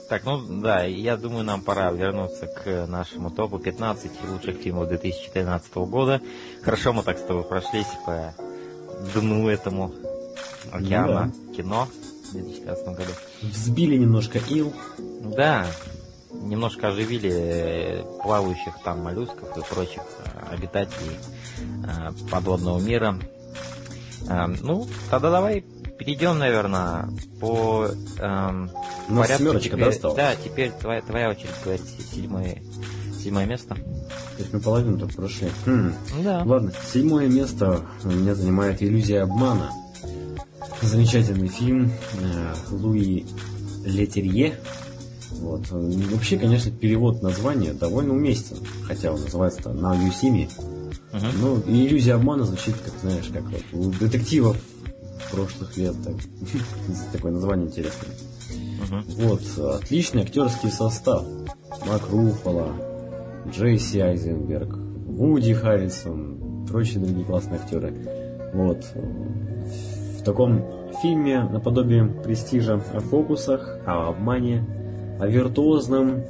Так, ну да, я думаю, нам пора вернуться к нашему топу 15 лучших фильмов 2013 года. Хорошо мы так с тобой прошлись по дну этому океана кино в 2013 году. Взбили немножко ил. Да, немножко оживили плавающих там моллюсков и прочих обитателей подводного мира. Ну, тогда давай перейдем, наверное, по порядку. Семерочка, теперь, осталась? Да, теперь твоя очередь говорить седьмое место. То есть мы половину только прошли. Да. Ладно, 7 место у меня занимает «Иллюзия обмана». Замечательный фильм Луи Летерье. Вот. Вообще, конечно, перевод названия довольно уместен, хотя он называется «Now You See Me». Ну, и «Иллюзия обмана» звучит, как, знаешь, как вот у детективов прошлых лет. Такое название интересное. Вот. Отличный актерский состав. Марк Руффало, Джесси Айзенберг, Вуди Харрисон, прочие другие классные актеры. Вот. В таком фильме наподобие «Престижа» о фокусах, о обмане, о виртуозной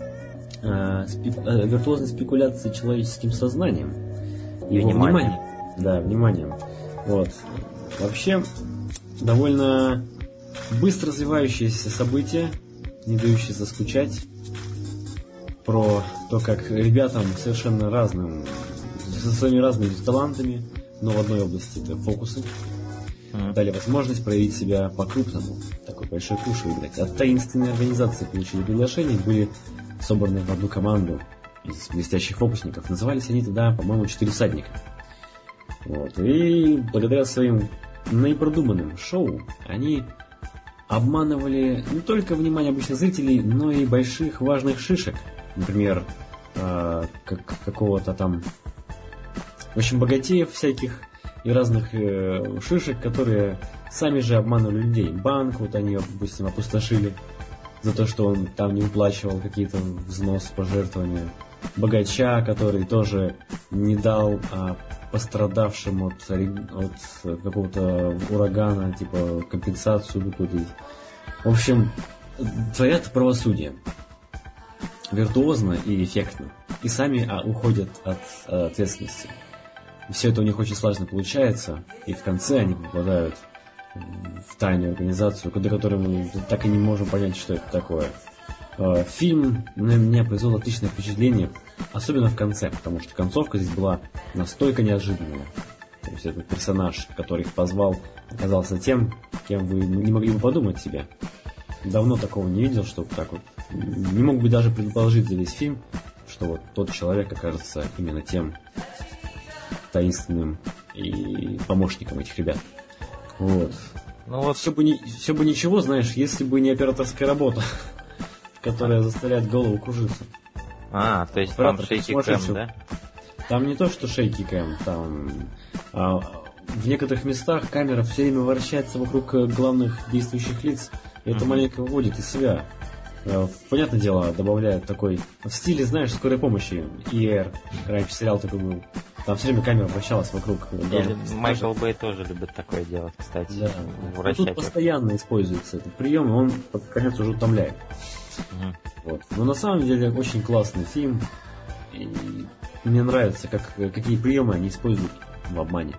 спекуляции человеческим сознанием. Его вниманием. Да, вниманием. Вот. Вообще, довольно быстро развивающиеся события, не дающие заскучать. Про то, как ребятам совершенно разным, со своими разными талантами, но в одной области это фокусы, дали возможность проявить себя по-крупному, такой большой куш выиграть. От таинственной организации получили приглашение, были собраны в одну команду из блестящих фокусников. Назывались они тогда, по-моему, 4 всадника. Вот. И благодаря своим наипродуманным шоу они обманывали не только внимание обычных зрителей, но и больших важных шишек. Например, какого-то там, в общем, богатеев всяких и разных шишек, которые сами же обманывали людей. Банк, вот они, допустим, опустошили за то, что он там не выплачивал какие-то взносы, пожертвования. Богача, который тоже не дал пострадавшим от какого-то урагана, типа, компенсацию выплатить. В общем, творят правосудие. Виртуозно и эффектно. И сами уходят от ответственности. И все это у них очень сложно получается. И в конце они попадают в тайную организацию, до которой мы так и не можем понять, что это такое. Фильм на меня произвел отличное впечатление, особенно в конце, потому что концовка здесь была настолько неожиданная. То есть этот персонаж, который их позвал, оказался тем, кем вы не могли бы подумать себе. Давно такого не видел, что так вот. Не мог бы даже предположить за весь фильм, что вот тот человек окажется именно тем таинственным и помощником этих ребят. Вот. Ну вот. Все бы ничего, знаешь, если бы не операторская работа, которая заставляет голову кружиться. То есть там шейки кэм, да? Там не то, что шейки кэм, там в некоторых местах камера все время вращается вокруг главных действующих лиц, и это маленько выводит из себя. Понятное дело, добавляют такой в стиле, знаешь, скорой помощи. ER, раньше сериал такой был. Там все время камера вращалась вокруг. Майкл Бэй тоже любит такое делать, кстати. Да. Тут постоянно используется этот прием, и он под конец уже утомляет. Вот. Но на самом деле очень классный фильм. И мне нравится, какие приемы они используют в обмане.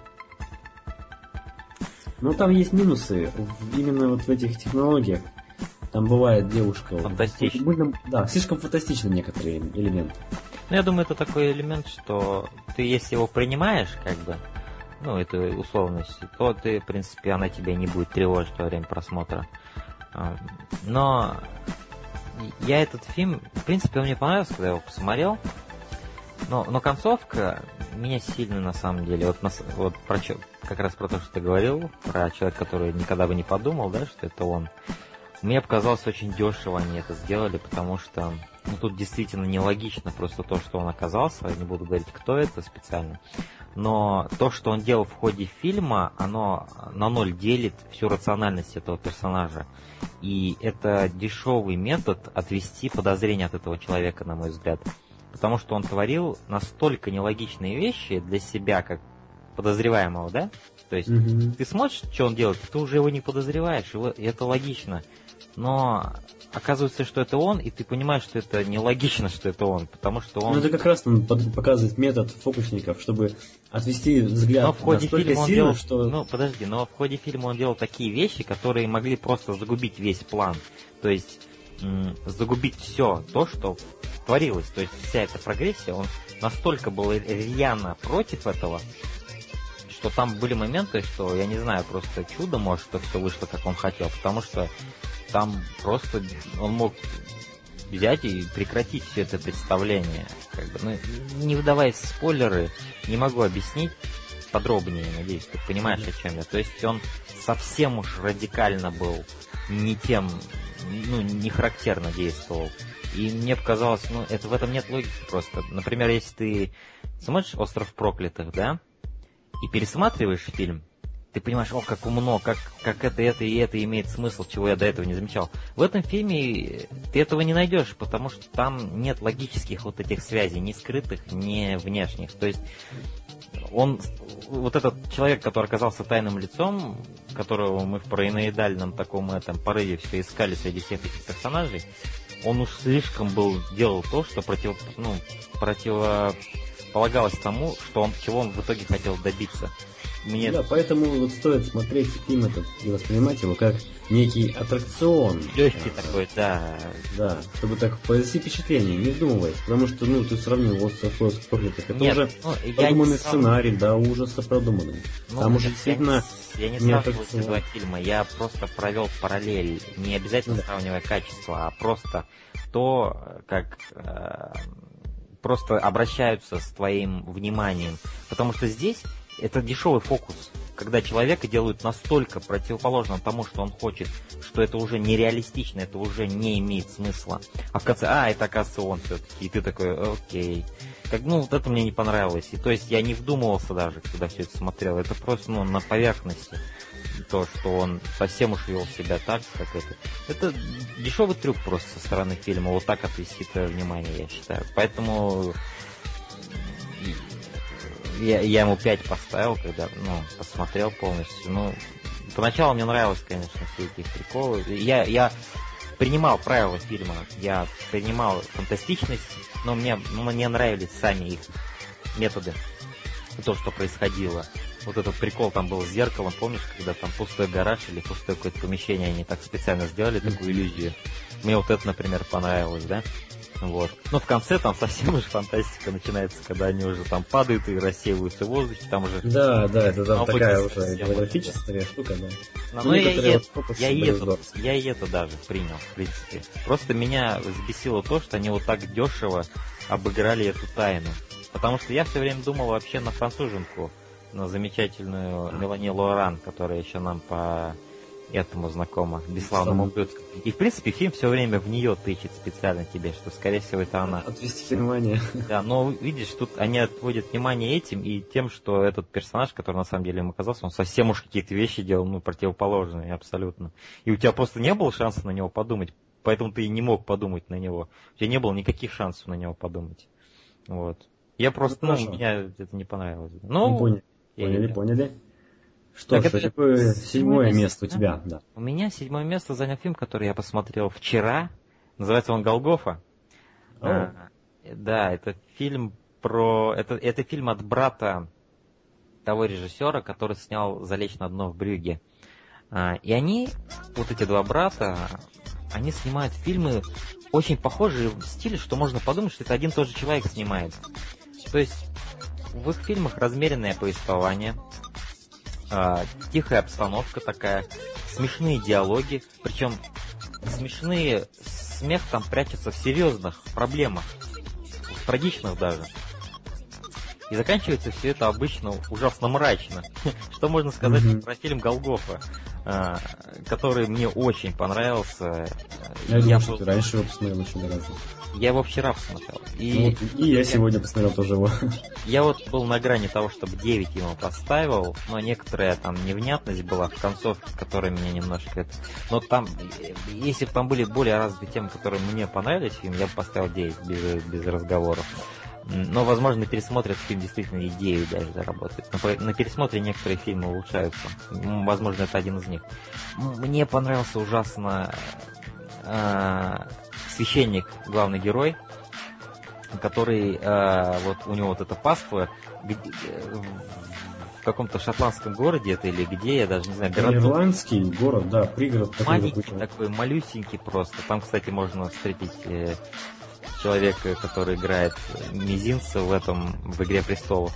Но там есть минусы именно вот в этих технологиях. Там бывает девушка... Фантастично. Да, слишком фантастичны некоторые элементы. Ну, я думаю, это такой элемент, что ты, если его принимаешь, как бы, эту условность, то ты, в принципе, она тебя не будет тревожить во время просмотра. Но я этот фильм, в принципе, он мне понравился, когда я его посмотрел, но концовка меня сильно, на самом деле, как раз про то, что ты говорил, про человека, который никогда бы не подумал, да, что это он. Мне показалось, очень дешево они это сделали, потому что тут действительно нелогично просто то, что он оказался. Я не буду говорить, кто это специально. Но то, что он делал в ходе фильма, оно на ноль делит всю рациональность этого персонажа. И это дешевый метод отвести подозрения от этого человека, на мой взгляд. Потому что он творил настолько нелогичные вещи для себя, как подозреваемого, да? То есть ты смотришь, что он делает, ты уже его не подозреваешь, и это логично. Но оказывается, что это он, и ты понимаешь, что это нелогично, что это он, потому что он... Ну, это как раз он показывает метод фокусников, чтобы отвести взгляд но в ходе настолько фильма он сильно, делал, что... но в ходе фильма он делал такие вещи, которые могли просто загубить весь план. То есть загубить все то, что творилось. То есть вся эта прогрессия, он настолько был рьяно против этого, что там были моменты, что, я не знаю, просто чудо, может, что все вышло, как он хотел, потому что там просто он мог взять и прекратить все это представление. Как бы, ну, не выдаваясь в спойлеры, не могу объяснить подробнее, надеюсь, ты понимаешь, о чем я. То есть он совсем уж радикально был не тем, ну, не характерно действовал. И мне показалось, ну, это в этом нет логики просто. Например, если ты смотришь «Остров проклятых», да, и пересматриваешь фильм, ты понимаешь, о, как умно, как это и это имеет смысл, чего я до этого не замечал. В этом фильме ты этого не найдешь, потому что там нет логических вот этих связей, ни скрытых, ни внешних. То есть он, вот этот человек, который оказался тайным лицом, которого мы в параноидальном таком этом порыве все искали среди всех этих персонажей, он уж слишком делал то, что противополагалось тому, чего он в итоге хотел добиться. Да, поэтому вот стоит смотреть фильм этот и воспринимать его как некий аттракцион. Легкий такой, да. Да, чтобы так произвести впечатление, не вдумываясь. Потому что, ну, ты сравнил «Остров проклятых». Это Нет, уже продуманный сценарий, да, ужаса продуманный. Там уже действительно... Я не сравниваю эти два фильма, я просто провел параллель, не обязательно сравнивая качество, а просто то, как просто обращаются с твоим вниманием. Потому что здесь это дешевый фокус, когда человека делают настолько противоположным тому, что он хочет, что это уже нереалистично, это уже не имеет смысла. А в конце, это оказывается он все-таки, и ты такой, окей. Вот это мне не понравилось. И то есть я не вдумывался даже, когда все это смотрел. Это просто, на поверхности. То, что он совсем уж вел себя так, как это. Это дешевый трюк просто со стороны фильма, вот так отвести твое внимание, я считаю. Поэтому я ему 5 поставил, когда, посмотрел полностью. Поначалу мне нравилось, конечно, все эти приколы. Я принимал правила фильма, я принимал фантастичность, но мне нравились сами их методы, то, что происходило. Вот этот прикол там был с зеркалом, помнишь, когда там пустой гараж или пустое какое-то помещение, они так специально сделали такую иллюзию. Мне вот это, например, понравилось, да? Вот. Но в конце там совсем уже фантастика начинается, когда они уже там падают и рассеиваются в воздухе, там уже... Да, это там такая уже графическая штука, да. Я и это даже принял, в принципе. Просто меня взбесило то, что они вот так дешево обыграли эту тайну. Потому что я все время думал вообще на француженку, на замечательную Мелани Лоран, которая еще нам по этому знакома, бесславному ублюдку. И в принципе фильм все время в нее тычет специально тебе, что скорее всего это она. Отвести внимание. Да, но видишь, тут они отводят внимание этим и тем, что этот персонаж, который на самом деле им оказался, он совсем уж какие-то вещи делал, противоположные абсолютно. И у тебя просто не было шанса на него подумать, поэтому ты и не мог подумать на него. У тебя не было никаких шансов на него подумать. Вот. Я просто, мне это не понравилось. Поняли. Что ж, какое 7-е место у тебя? Да. У меня 7-е место занял фильм, который я посмотрел вчера. Называется он «Голгофа». Да, это фильм это фильм от брата того режиссера, который снял «Залечь на дно в Брюгге». И они, вот эти два брата, они снимают фильмы очень похожие в стиле, что можно подумать, что это один и тот же человек снимает. То есть в их фильмах размеренное повествование, тихая обстановка такая, смешные диалоги, причем смех там прячется в серьезных проблемах, в трагичных даже. И заканчивается все это обычно ужасно мрачно. Что можно сказать про фильм «Голгофа», который мне очень понравился. Я думаю, что ты раньше его посмотрел еще раза. Я его вчера посмотрел. И я сегодня посмотрел тоже его. Я вот был на грани того, чтобы 9 ему поставил, но некоторая там невнятность была в концовке, которая меня немножко... Но там, если бы там были более развитые темы, которые мне понравились, я бы поставил 9 без разговоров. Но, возможно, на пересмотре этот фильм действительно идею даже заработает. На пересмотре некоторые фильмы улучшаются. Возможно, это один из них. Мне понравился ужасно священник, главный герой, который, вот у него вот это паства, в каком-то шотландском городе это или где, я даже не знаю. Ирландский город, да, пригород. Маленький такой, малюсенький просто. Там, кстати, можно встретить человека, который играет мизинца в «Игре престолов».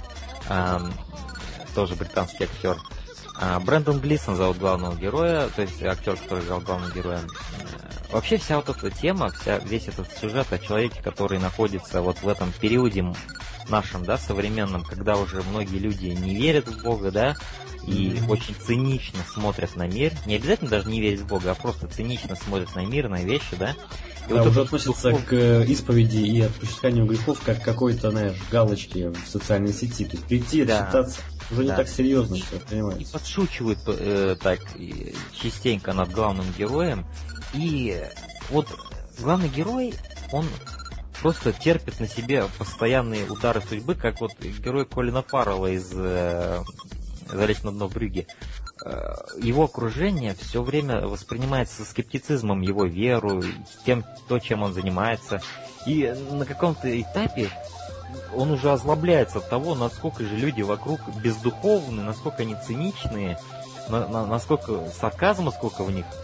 Тоже британский актер. Брэндон Глисон зовут главного героя, то есть актер, который играл главного героя. Вообще вся вот эта тема, весь этот сюжет о человеке, который находится вот в этом периоде нашем, да, современном, когда уже многие люди не верят в Бога, да, и очень цинично смотрят на мир. Не обязательно даже не верить в Бога, а просто цинично смотрят на мир, на вещи, да. И да, вот уже относятся к исповеди и отпусканию грехов как какой-то, знаешь, галочки в социальной сети. То есть прийти, отчитаться уже не так серьезно все, понимаете. И подшучивают так частенько над главным героем. И вот главный герой, он просто терпит на себе постоянные удары судьбы, как вот герой Колина Фаррелла из «Залезть на дно Брюгге». Его окружение все время воспринимается со скептицизмом его веру, тем, чем он занимается. И на каком-то этапе он уже озлобляется от того, насколько же люди вокруг бездуховны, насколько они циничные, насколько сарказма, сколько в них.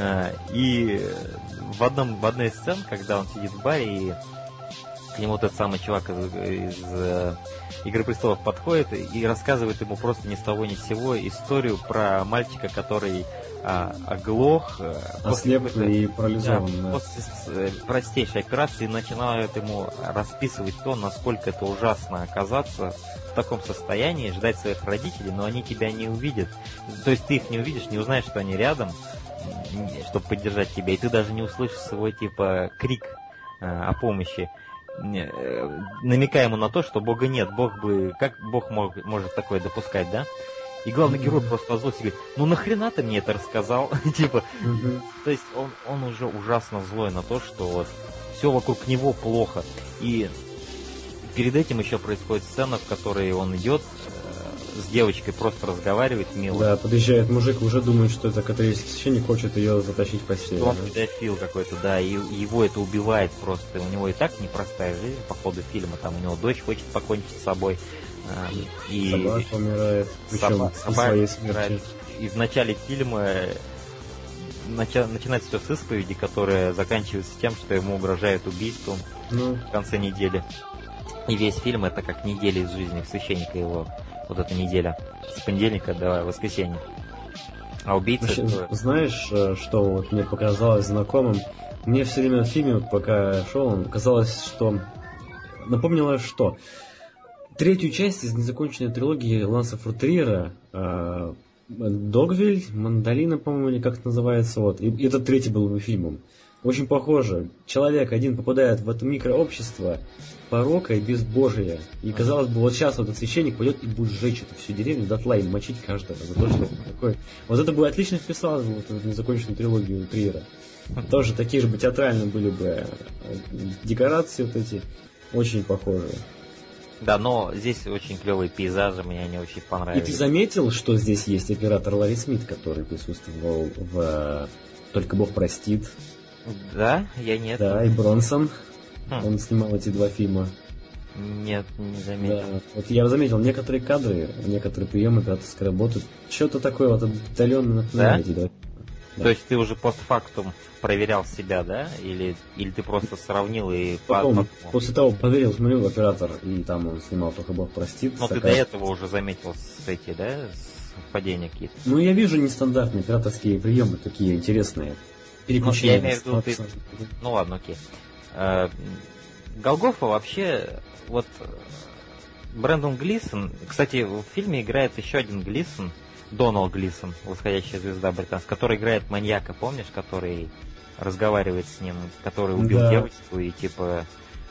И в одной из сцен, когда он сидит в баре, и к нему вот этот самый чувак из «Игры престолов» подходит и рассказывает ему просто ни с того ни с сего историю про мальчика, который оглох, ослеп и парализован. Да, после простейшей операции начинают ему расписывать то, насколько это ужасно оказаться в таком состоянии, ждать своих родителей, но они тебя не увидят. То есть ты их не увидишь, не узнаешь, что они рядом, чтобы поддержать тебя, и ты даже не услышишь свой типа крик о помощи, намекая ему на то, что Бога нет, как Бог может такое допускать, да? И главный герой просто зло себе говорит: ну нахрена ты мне это рассказал? Типа, то есть он уже ужасно злой на то, что вот все вокруг него плохо. И перед этим еще происходит сцена, в которой он идет с девочкой, просто разговаривает мило. Да, подъезжает мужик, уже думает, что это католический священник, хочет ее затащить в постель. Он педофил какой-то, да, и его это убивает просто. У него и так непростая жизнь по ходу фильма, там у него дочь хочет покончить с собой. И собака умирает, причем своей смертью. И в начале фильма начинается все с исповеди, которая заканчивается тем, что ему угрожает убийством в конце недели. И весь фильм это как неделя из жизни священника его. Вот эта неделя. С понедельника до воскресенья. А убийца... Знаешь, что вот мне показалось знакомым? Мне все время в фильме, пока шел, казалось, что... Напомнило, что... Третью часть из незаконченной трилогии Ланса фон Триера, Догвиль, Мандолина, по-моему, или как это называется, вот. И этот третий был фильмом. Очень похоже. Человек один попадает в это микрообщество порока и безбожия. И казалось бы, вот сейчас вот этот священник пойдет и будет сжечь эту всю деревню дотла и мочить каждого за то, что это такое. Вот это бы отлично вписалось бы в незаконченную трилогию Триера. Тоже такие же бы театральные были бы декорации вот эти, очень похожие. Да, но здесь очень клевые пейзажи, мне они очень понравились. И ты заметил, что здесь есть оператор Ларри Смит, который присутствовал в «Только Бог простит»? Да? Я нет. Да, и Бронсон. Он снимал эти два фильма. Нет, не заметил. Да. Вот я заметил некоторые кадры, некоторые приемы операторской работы. Что-то такое вот отдаленно напоминает эти два фильма. Да. То есть ты уже постфактум проверял себя, да? Или ты просто сравнил и... Потом, после того поверил, смотрел оператор, и там он снимал «Только Бог простит». Но ты до этого уже заметил совпадения какие-то? Ну, я вижу нестандартные операторские приемы, такие интересные. Переключения. Я имею в виду, Ну ладно, окей. Голгофа вообще... Вот Брэндон Глисон... Кстати, в фильме играет еще один Глисон, Донал Глисон, восходящая звезда британская, который играет маньяка, помнишь, который разговаривает с ним, который убил девочку и типа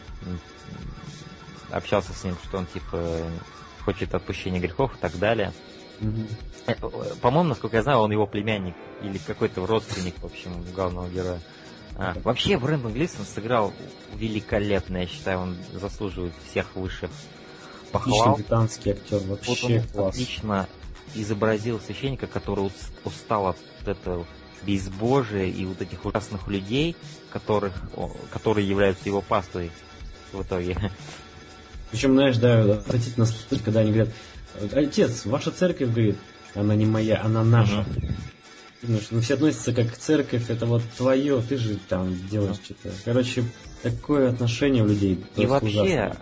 общался с ним, что он типа хочет отпущения грехов и так далее. По-моему, насколько я знаю, он его племянник или какой-то родственник, в общем, главного героя. Вообще, Брэндон Глисон сыграл великолепно, я считаю, он заслуживает всех высших похвал. Отличный британский актер, вообще вот он класс. Отлично изобразил священника, который устал от этого безбожие и вот этих ужасных людей, которые являются его паствой в итоге. Причем, знаешь, да, отвратительно слышать, когда они говорят: отец, ваша церковь, говорит, она не моя, она наша. Ну, все относятся как церковь, это вот твое, ты же там делаешь что-то. Короче, такое отношение у людей. И вообще,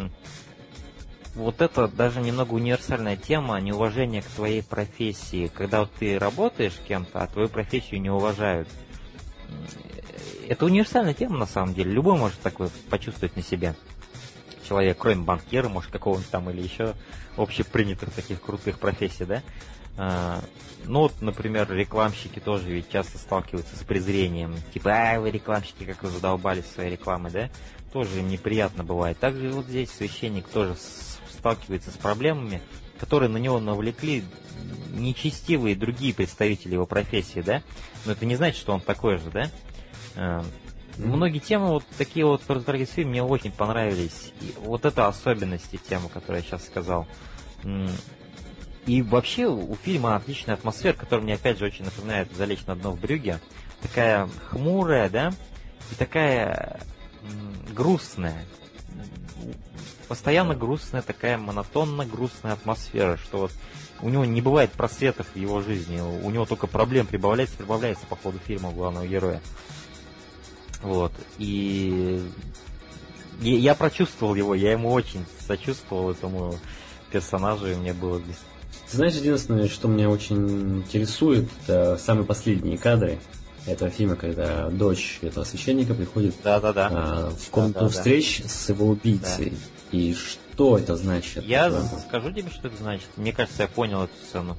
вот это даже немного универсальная тема, неуважение к твоей профессии. Когда вот ты работаешь кем-то, а твою профессию не уважают. Это универсальная тема на самом деле. Любой может такое почувствовать на себе. Человек, кроме банкира, может, какого-нибудь там или еще общепринятых таких крутых профессий, да? Ну, вот, например, рекламщики тоже ведь часто сталкиваются с презрением. Типа, вы рекламщики, как вы задолбались своей рекламой, да? Тоже им неприятно бывает. Также вот здесь священник тоже сталкивается с проблемами, которые на него навлекли нечестивые другие представители его профессии, да? Но это не значит, что он такой же, да? Многие темы, вот такие вот про фильм мне очень понравились. И вот это особенности темы, которую я сейчас сказал. И вообще у фильма отличная атмосфера, которая мне опять же очень напоминает «Залечь на дно в Брюгге». Такая хмурая, да, и такая грустная. Постоянно грустная, такая монотонно грустная атмосфера, что вот у него не бывает просветов в его жизни, у него только проблем прибавляется по ходу фильма у главного героя. Вот. И я прочувствовал его, я ему очень сочувствовал, этому персонажу, и мне было... Ты знаешь, единственное, что меня очень интересует, это самые последние кадры этого фильма, когда дочь этого священника приходит в комнату встреч с его убийцей. Да. И что это значит? Я скажу тебе, что это значит. Мне кажется, я понял эту сцену.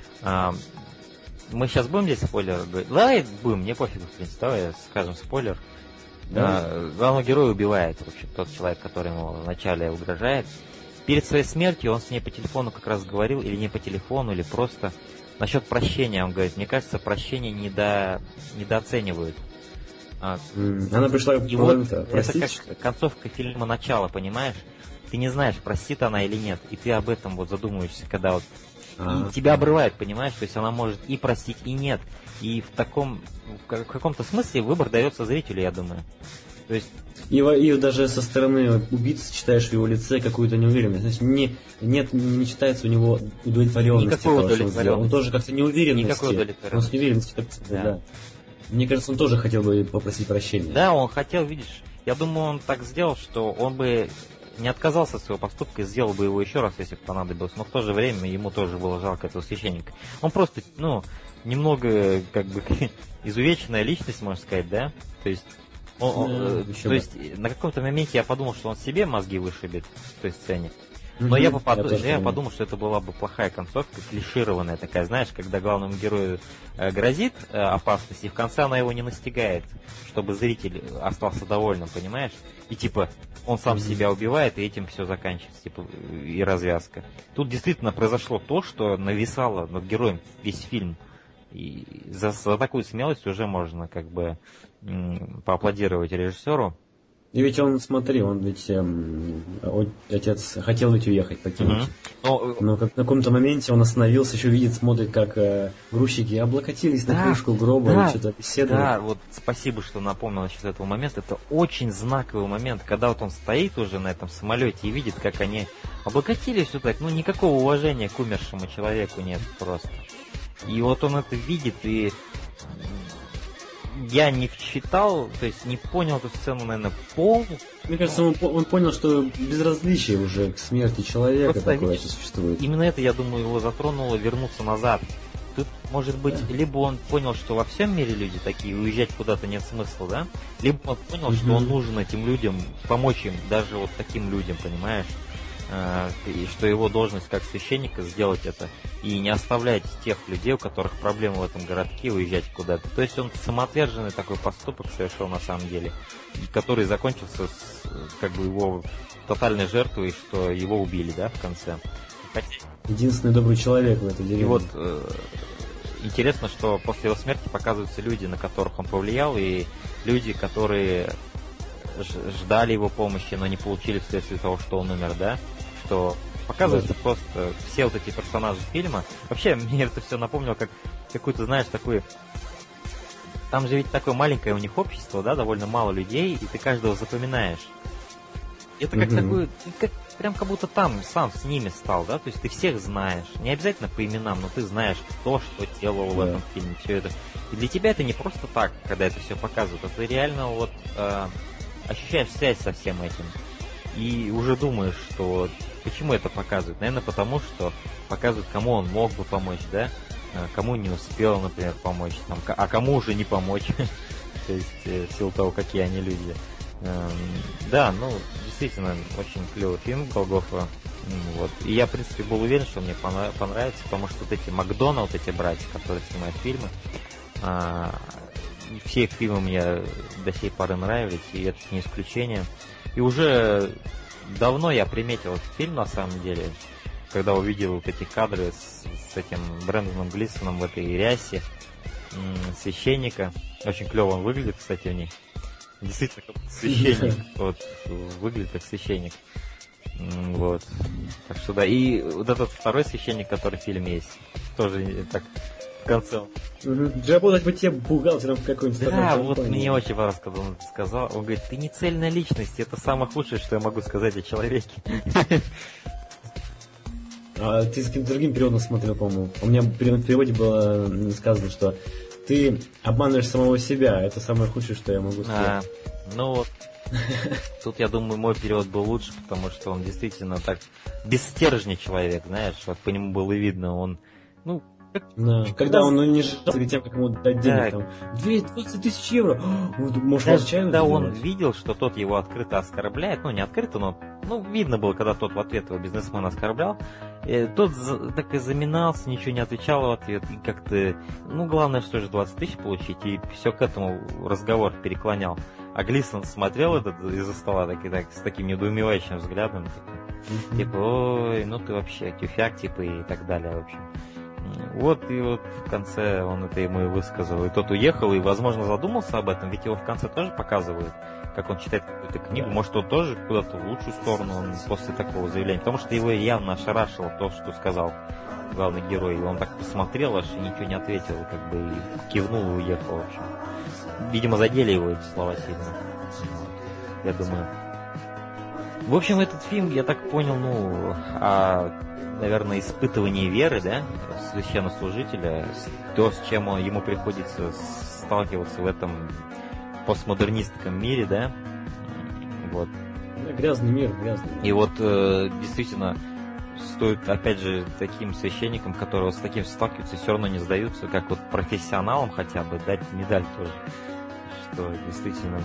Мы сейчас будем здесь спойлер говорить? Давай будем, мне пофигу, в принципе. Давай скажем спойлер. Да. Главного героя убивает, в общем, тот человек, который ему вначале угрожает. Перед своей смертью он с ней по телефону как раз говорил, или не по телефону, или просто насчет прощения. Он говорит, мне кажется, прощение недооценивают. Она пришла и вот это как концовка фильма «Начало», понимаешь? Ты не знаешь, простит она или нет, и ты об этом вот задумываешься, когда вот и тебя обрывает, понимаешь? То есть она может и простить, и нет. И в каком-то смысле выбор дается зрителю, я думаю. То есть и даже со стороны убийцы читаешь в его лице какую-то неуверенность. Значит, не читается у него удовлетворенности. Никакой удовлетворенности. Он тоже как-то неуверенности. Никакой удовлетворенности. Он с неуверенностью. Да. Мне кажется, он тоже хотел бы попросить прощения. Да, он хотел, видишь. Я думаю, он так сделал, что он бы не отказался от своего поступка и сделал бы его еще раз, если бы понадобилось. Но в то же время ему тоже было жалко этого священника. Он просто, немного, как бы, изувеченная личность, можно сказать, да? То есть то есть на каком-то моменте я подумал, что он себе мозги вышибет в той сцене. Но я подумал, что это была бы плохая концовка, клишированная такая, знаешь, когда главному герою грозит опасность, и в конце она его не настигает, чтобы зритель остался довольным, понимаешь? И типа он сам себя убивает, и этим все заканчивается, типа, и развязка. Тут действительно произошло то, что нависало над героем весь фильм. И за такую смелость уже можно как бы поаплодировать режиссеру. И ведь он, смотри, отец хотел ведь уехать, покинуть. Но как на каком-то моменте он остановился, еще видит, смотрит, как грузчики облокотились на крышку гроба и что-то беседуют. Да, вот спасибо, что напомнил сейчас этого момента. Это очень знаковый момент, когда вот он стоит уже на этом самолете и видит, как они облокотились вот так. Никакого уважения к умершему человеку нет просто. И вот он это видит, и я не вчитал, то есть не понял эту сцену, наверное, полностью. Мне кажется, он понял, что безразличие уже к смерти человека такое существует. Именно это, я думаю, его затронуло вернуться назад. Тут, может быть, либо он понял, что во всем мире люди такие, уезжать куда-то нет смысла, да? Либо он понял, что он нужен этим людям, помочь им, даже вот таким людям, понимаешь? И что его должность как священника сделать это и не оставлять тех людей, у которых проблемы в этом городке, уезжать куда-то. То есть он самоотверженный такой поступок совершил на самом деле, который закончился как бы его тотальной жертвой, что его убили, да, в конце. Единственный добрый человек в этой деревне. И вот интересно, что после его смерти показываются люди, на которых он повлиял, и люди, которые ждали его помощи, но не получили вследствие того, что он умер, да? Что показывается просто все вот эти персонажи фильма. Вообще, мне это все напомнило как какую-то, знаешь, такую там же ведь такое маленькое у них общество, да, довольно мало людей, и ты каждого запоминаешь. Это как такой, прям как будто там сам с ними стал, да, то есть ты всех знаешь, не обязательно по именам, но ты знаешь, кто что делал в этом фильме, все это. И для тебя это не просто так, когда это все показывают, а ты реально вот ощущаешь связь со всем этим. И уже думаешь, что почему это показывают? Наверное, потому что показывают, кому он мог бы помочь, да, кому не успел, например, помочь, там, а кому уже не помочь, то есть в силу того, какие они люди. Да, ну, действительно, очень клевый фильм «Голгофа». Вот. И я, в принципе, был уверен, что мне понравится, потому что вот эти Макдоналд, эти братья, которые снимают фильмы, все их фильмы мне до сей поры нравились, и это не исключение. И уже давно я приметил этот фильм, на самом деле, когда увидел вот эти кадры с этим Брэндоном Глисоном в этой рясе священника. Очень клево он выглядит, кстати, в ней. Действительно, как священник. Вот, выглядит как священник. Вот. Так что да. И вот этот второй священник, который в фильме есть, тоже так в конце. Работать бы тебе бухгалтером в какой-нибудь да, вот мне очень понравилось, когда он это сказал. Он говорит, ты не цельная личность, это самое худшее, что я могу сказать о человеке. А ты с каким-то другим переводом смотрел, по-моему. У меня в переводе было сказано, что ты обманываешь самого себя. Это самое худшее, что я могу сказать. Ну вот. Тут, я думаю, мой перевод был лучше, потому что он действительно так без стержня человек, знаешь, вот по нему было видно, он, ну, когда он унижался перед тем, как ему дать денег, там, 20 тысяч евро, может, даже когда он видел, что тот его открыто оскорбляет, ну, не открыто, но, ну, видно было, когда тот в ответ его бизнесмена оскорблял, тот так и заминался, ничего не отвечал в ответ, и как-то, ну, главное, что же 20 тысяч получить, и все к этому разговор переклонял. А Глисон смотрел этот из-за стола так, с таким недоумевающим взглядом, типа, ой, ну ты вообще тюфяк, типа, и так далее, в общем. Вот, и вот в конце он это ему и высказал. И тот уехал, и, возможно, задумался об этом, ведь его в конце тоже показывают, как он читает какую-то книгу. Может, он тоже куда-то в лучшую сторону он после такого заявления. Потому что его явно ошарашило то, что сказал главный герой. И он так посмотрел аж и ничего не ответил, как бы и кивнул и уехал, в общем. Видимо, задели его эти слова сильно. Я думаю. В общем, этот фильм, я так понял, ну, наверное, испытывание веры, да, священнослужителя, то, с чем ему приходится сталкиваться в этом постмодернистском мире, да, вот. Грязный мир. И вот, действительно, стоит, опять же, таким священникам, которые с таким сталкиваются, все равно не сдаются, как вот профессионалам хотя бы, дать медаль тоже, что действительно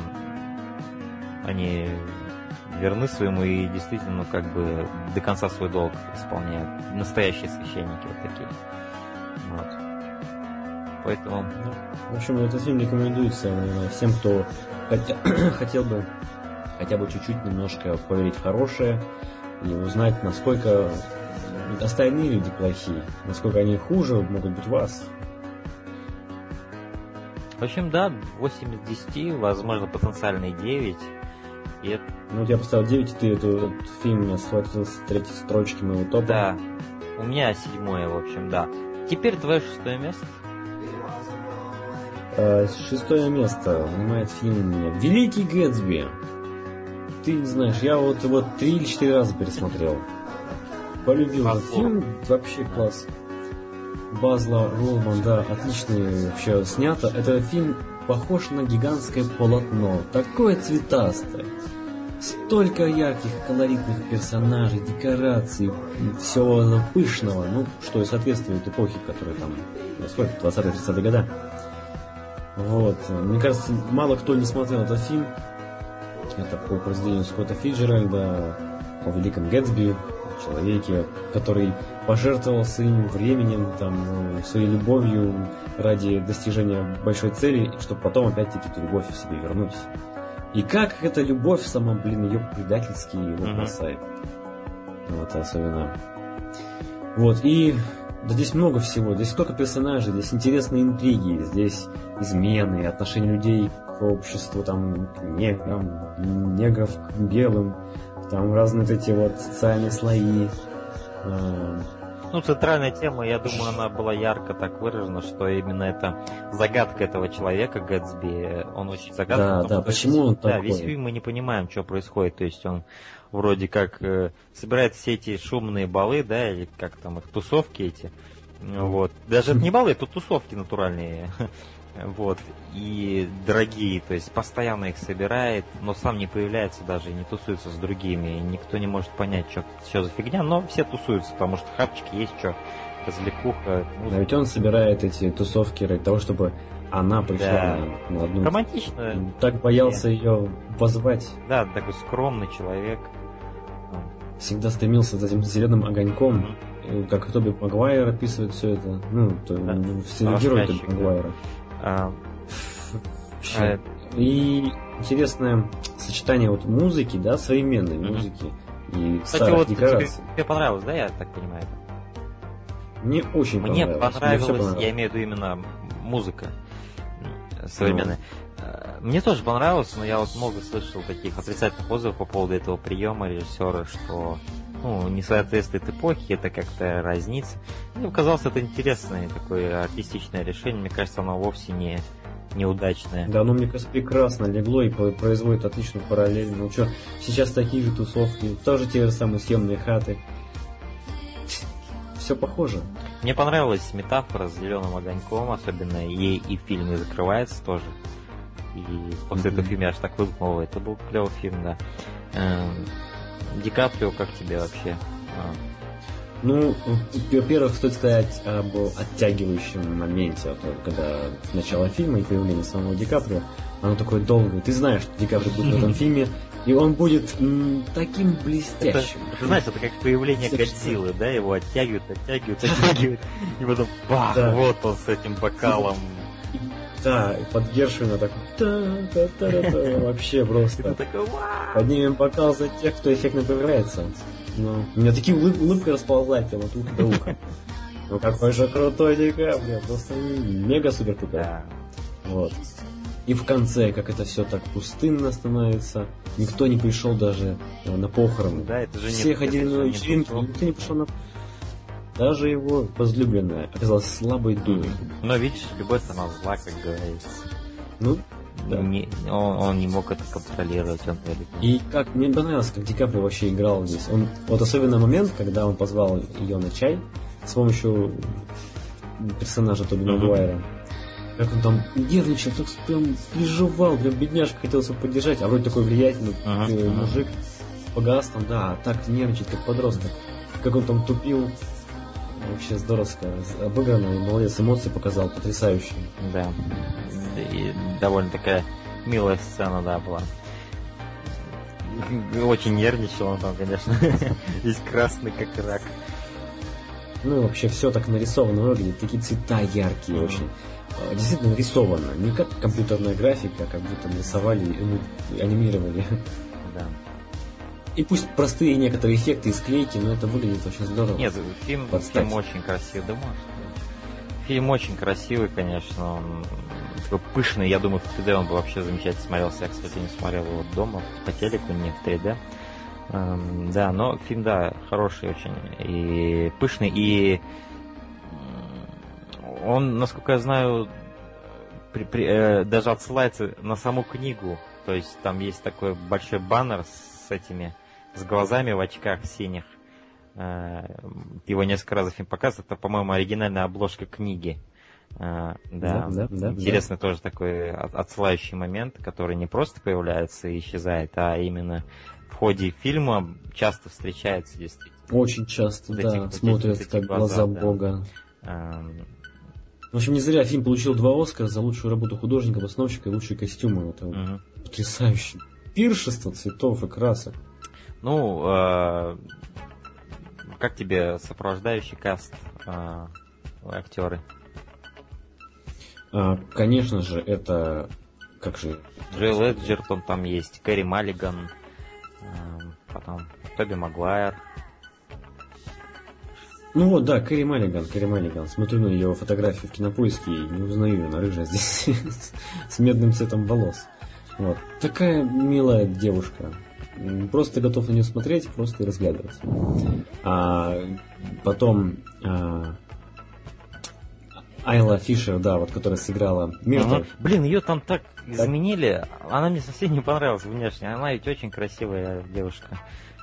они верны своему и действительно, ну, как бы до конца свой долг исполняют. Настоящие священники вот такие. Вот. Поэтому... В общем, этот фильм рекомендуется, наверное, всем, кто хотел бы хотя бы чуть-чуть немножко поверить в хорошее и узнать, насколько остальные люди плохие, насколько они хуже могут быть вас. В общем, да, 8 из 10, возможно, потенциальные 9. И это... Ну, я поставил 9, и ты этот фильм меня схватил с 3-й строчки моего топа. Да, у меня 7-е, в общем, да. Теперь твое 6-е место. 6-е место занимает фильм «Великий Гэтсби». Ты знаешь, я вот 3 или 4 раза пересмотрел. Полюбил этот фильм, вообще класс. Базла Ролман, да, отлично вообще снято. Этот фильм похож на гигантское полотно, такое цветастое. Столько ярких, колоритных персонажей, декораций, всего пышного, ну, что и соответствует эпохе, которая там происходит, 20-30-е годы. Вот. Мне кажется, мало кто не смотрел этот фильм. Это по произведению Скотта Фицджеральда о великом Гэтсби, человеке, который пожертвовал своим временем, там, своей любовью ради достижения большой цели, чтобы потом опять-таки эту любовь в себе вернуть. И как эта любовь сама, ее предательски его бросает. Вот, особенно. Вот, и да, здесь много всего, здесь столько персонажей, здесь интересные интриги, здесь измены, отношения людей к обществу, там, к неграм, негров к белым, там разные вот эти вот социальные слои. Ну, центральная тема, я думаю, она была ярко так выражена, что именно это загадка этого человека, Гэтсби, он очень загадка. Да, почему он такой? Да, весь фильм мы не понимаем, что происходит, то есть он вроде как собирает все эти шумные балы, да, или как там их, тусовки эти, вот. Даже это не балы, это тусовки натуральные. Вот, и дорогие, то есть постоянно их собирает, но сам не появляется даже и не тусуется с другими, и никто не может понять, что за фигня, но все тусуются, потому что хапчики есть, что, развлекуха, музыка. А ведь он собирает эти тусовки ради того, чтобы она пришла на одну... Романтично. Так боялся ее позвать. Да, такой скромный человек. Всегда стремился за этим зеленым огоньком, как Тоби Магуайр описывает все это, все герои Тоби Магуайра. И интересное сочетание вот музыки, да, современной музыки и кстати, старых вот декораций. тебе понравилось, да, я так понимаю? Мне очень понравилось. Мне понравилось, я имею в виду именно музыка современная. Мне тоже понравилось, но я вот много слышал таких отрицательных отзывов по поводу этого приема режиссера, что не соответствует эпохе, это как-то разнится. Мне показалось это интересное такое артистичное решение. Мне кажется, оно вовсе не неудачное. Да, оно, мне кажется, прекрасно легло и производит отличную параллель. Ну что, сейчас такие же тусовки, тоже те же самые съемные хаты. Все похоже. Мне понравилась метафора с зеленым огоньком, особенно ей и в фильме закрывается тоже. И после этого фильма я аж так выдумал, это был клевый фильм, да. Ди Каприо, как тебе вообще? Ну, во-первых, стоит сказать об оттягивающем моменте, когда начало фильма и появление самого Ди Каприо, оно такое долгое. Ты знаешь, что Ди Каприо будет в этом фильме, и он будет таким блестящим. Ты знаешь, это как появление Годзиллы, да? Его оттягивают, и потом бах, вот он с этим бокалом. Да, и под Гершвина так вообще просто. Поднимем бокал за тех, кто эффектно появляется. У меня такие улыбки расползлась от уха до уха. Ну какой же крутой Ди Каприо, просто мега супер крутой. Вот. И в конце, как это все так пустынно становится, никто не пришел даже на похороны. Да, это же все ходили на вечеринки, никто не пришел на... Даже его возлюбленная оказалась слабой дурой. Но видишь, любовь она зла, как говорится. Ну, да. Он не мог это контролировать. И как мне понравилось, как Ди Каприо вообще играл здесь. Вот особенно момент, когда он позвал ее на чай с помощью персонажа Тоби Магуайра. Как он там нервничал, так прям переживал, прям бедняжка, хотел его поддержать, а вроде такой влиятельный мужик погас там, да, так нервничает, как подросток. Как он там тупил. Вообще здоровско обыграно, и молодец, эмоции показал, потрясающие. Да, и довольно такая милая сцена, да, была. Очень нервничал он там, конечно, весь красный, как рак. Ну и вообще все так нарисовано выглядит, такие цвета яркие очень. Действительно нарисовано, не как компьютерная графика, как будто нарисовали и анимировали. Да. И пусть простые некоторые эффекты и склейки, но это выглядит очень здорово. Нет, фильм очень красивый, да, может. Фильм очень красивый, конечно, он такой пышный, я думаю, в 3D он бы вообще замечательно смотрелся. Я, кстати, не смотрел его дома, по телеку, не в 3D. Да, но фильм, да, хороший очень, и пышный, и он, насколько я знаю, даже отсылается на саму книгу, то есть там есть такой большой баннер с глазами в очках синих. Его несколько раз в фильме показывают. Это, по-моему, оригинальная обложка книги. Да. Интересный тоже такой отсылающий момент, который не просто появляется и исчезает, а именно в ходе фильма часто встречается действительно. Очень часто, да, смотрят как глаза Бога. В общем, не зря фильм получил 2 Оскара за лучшую работу художника, постановщика и лучшие костюмы. Это потрясающе. Пиршество цветов и красок. Ну, как тебе сопровождающий каст, актеры? Конечно же, это... Как же? Джоэл Эджертон там есть, Кэрри Маллиган, потом Тоби Магуайр. Ну вот, да, Кэрри Маллиган. Смотрю на ее фотографию в Кинопоиске и не узнаю ее, она рыжая здесь, с медным цветом волос. Вот. Такая милая девушка. Просто готов на нее смотреть, просто и разглядывать. Потом Айла Фишер, да, вот которая сыграла Миртл. Блин, ее там так изменили, она мне совсем не понравилась внешне. Она ведь очень красивая девушка.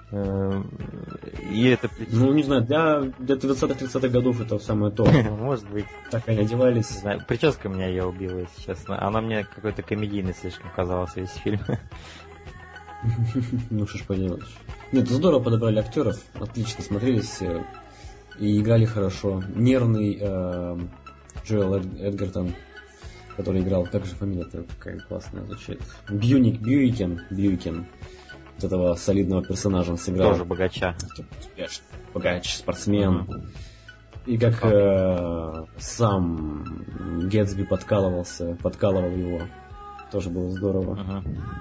И это... Ну, не знаю, для 20-30-х годов это самое то. Может быть. Так они одевались. Не знаю, прическа меня ее убила, если честно. Она мне какой-то комедийный слишком казалась весь фильм. Ну, что ж поделаешь. Нет, здорово подобрали актеров, отлично смотрелись и играли хорошо. Нервный Джоэл Эдгертон, который играл, как же фамилия-то какая классная звучит. Бьюикен. Вот этого солидного персонажа он сыграл. Тоже богача. Богач, спортсмен. И как сам Гэтсби подкалывал его. Тоже было здорово.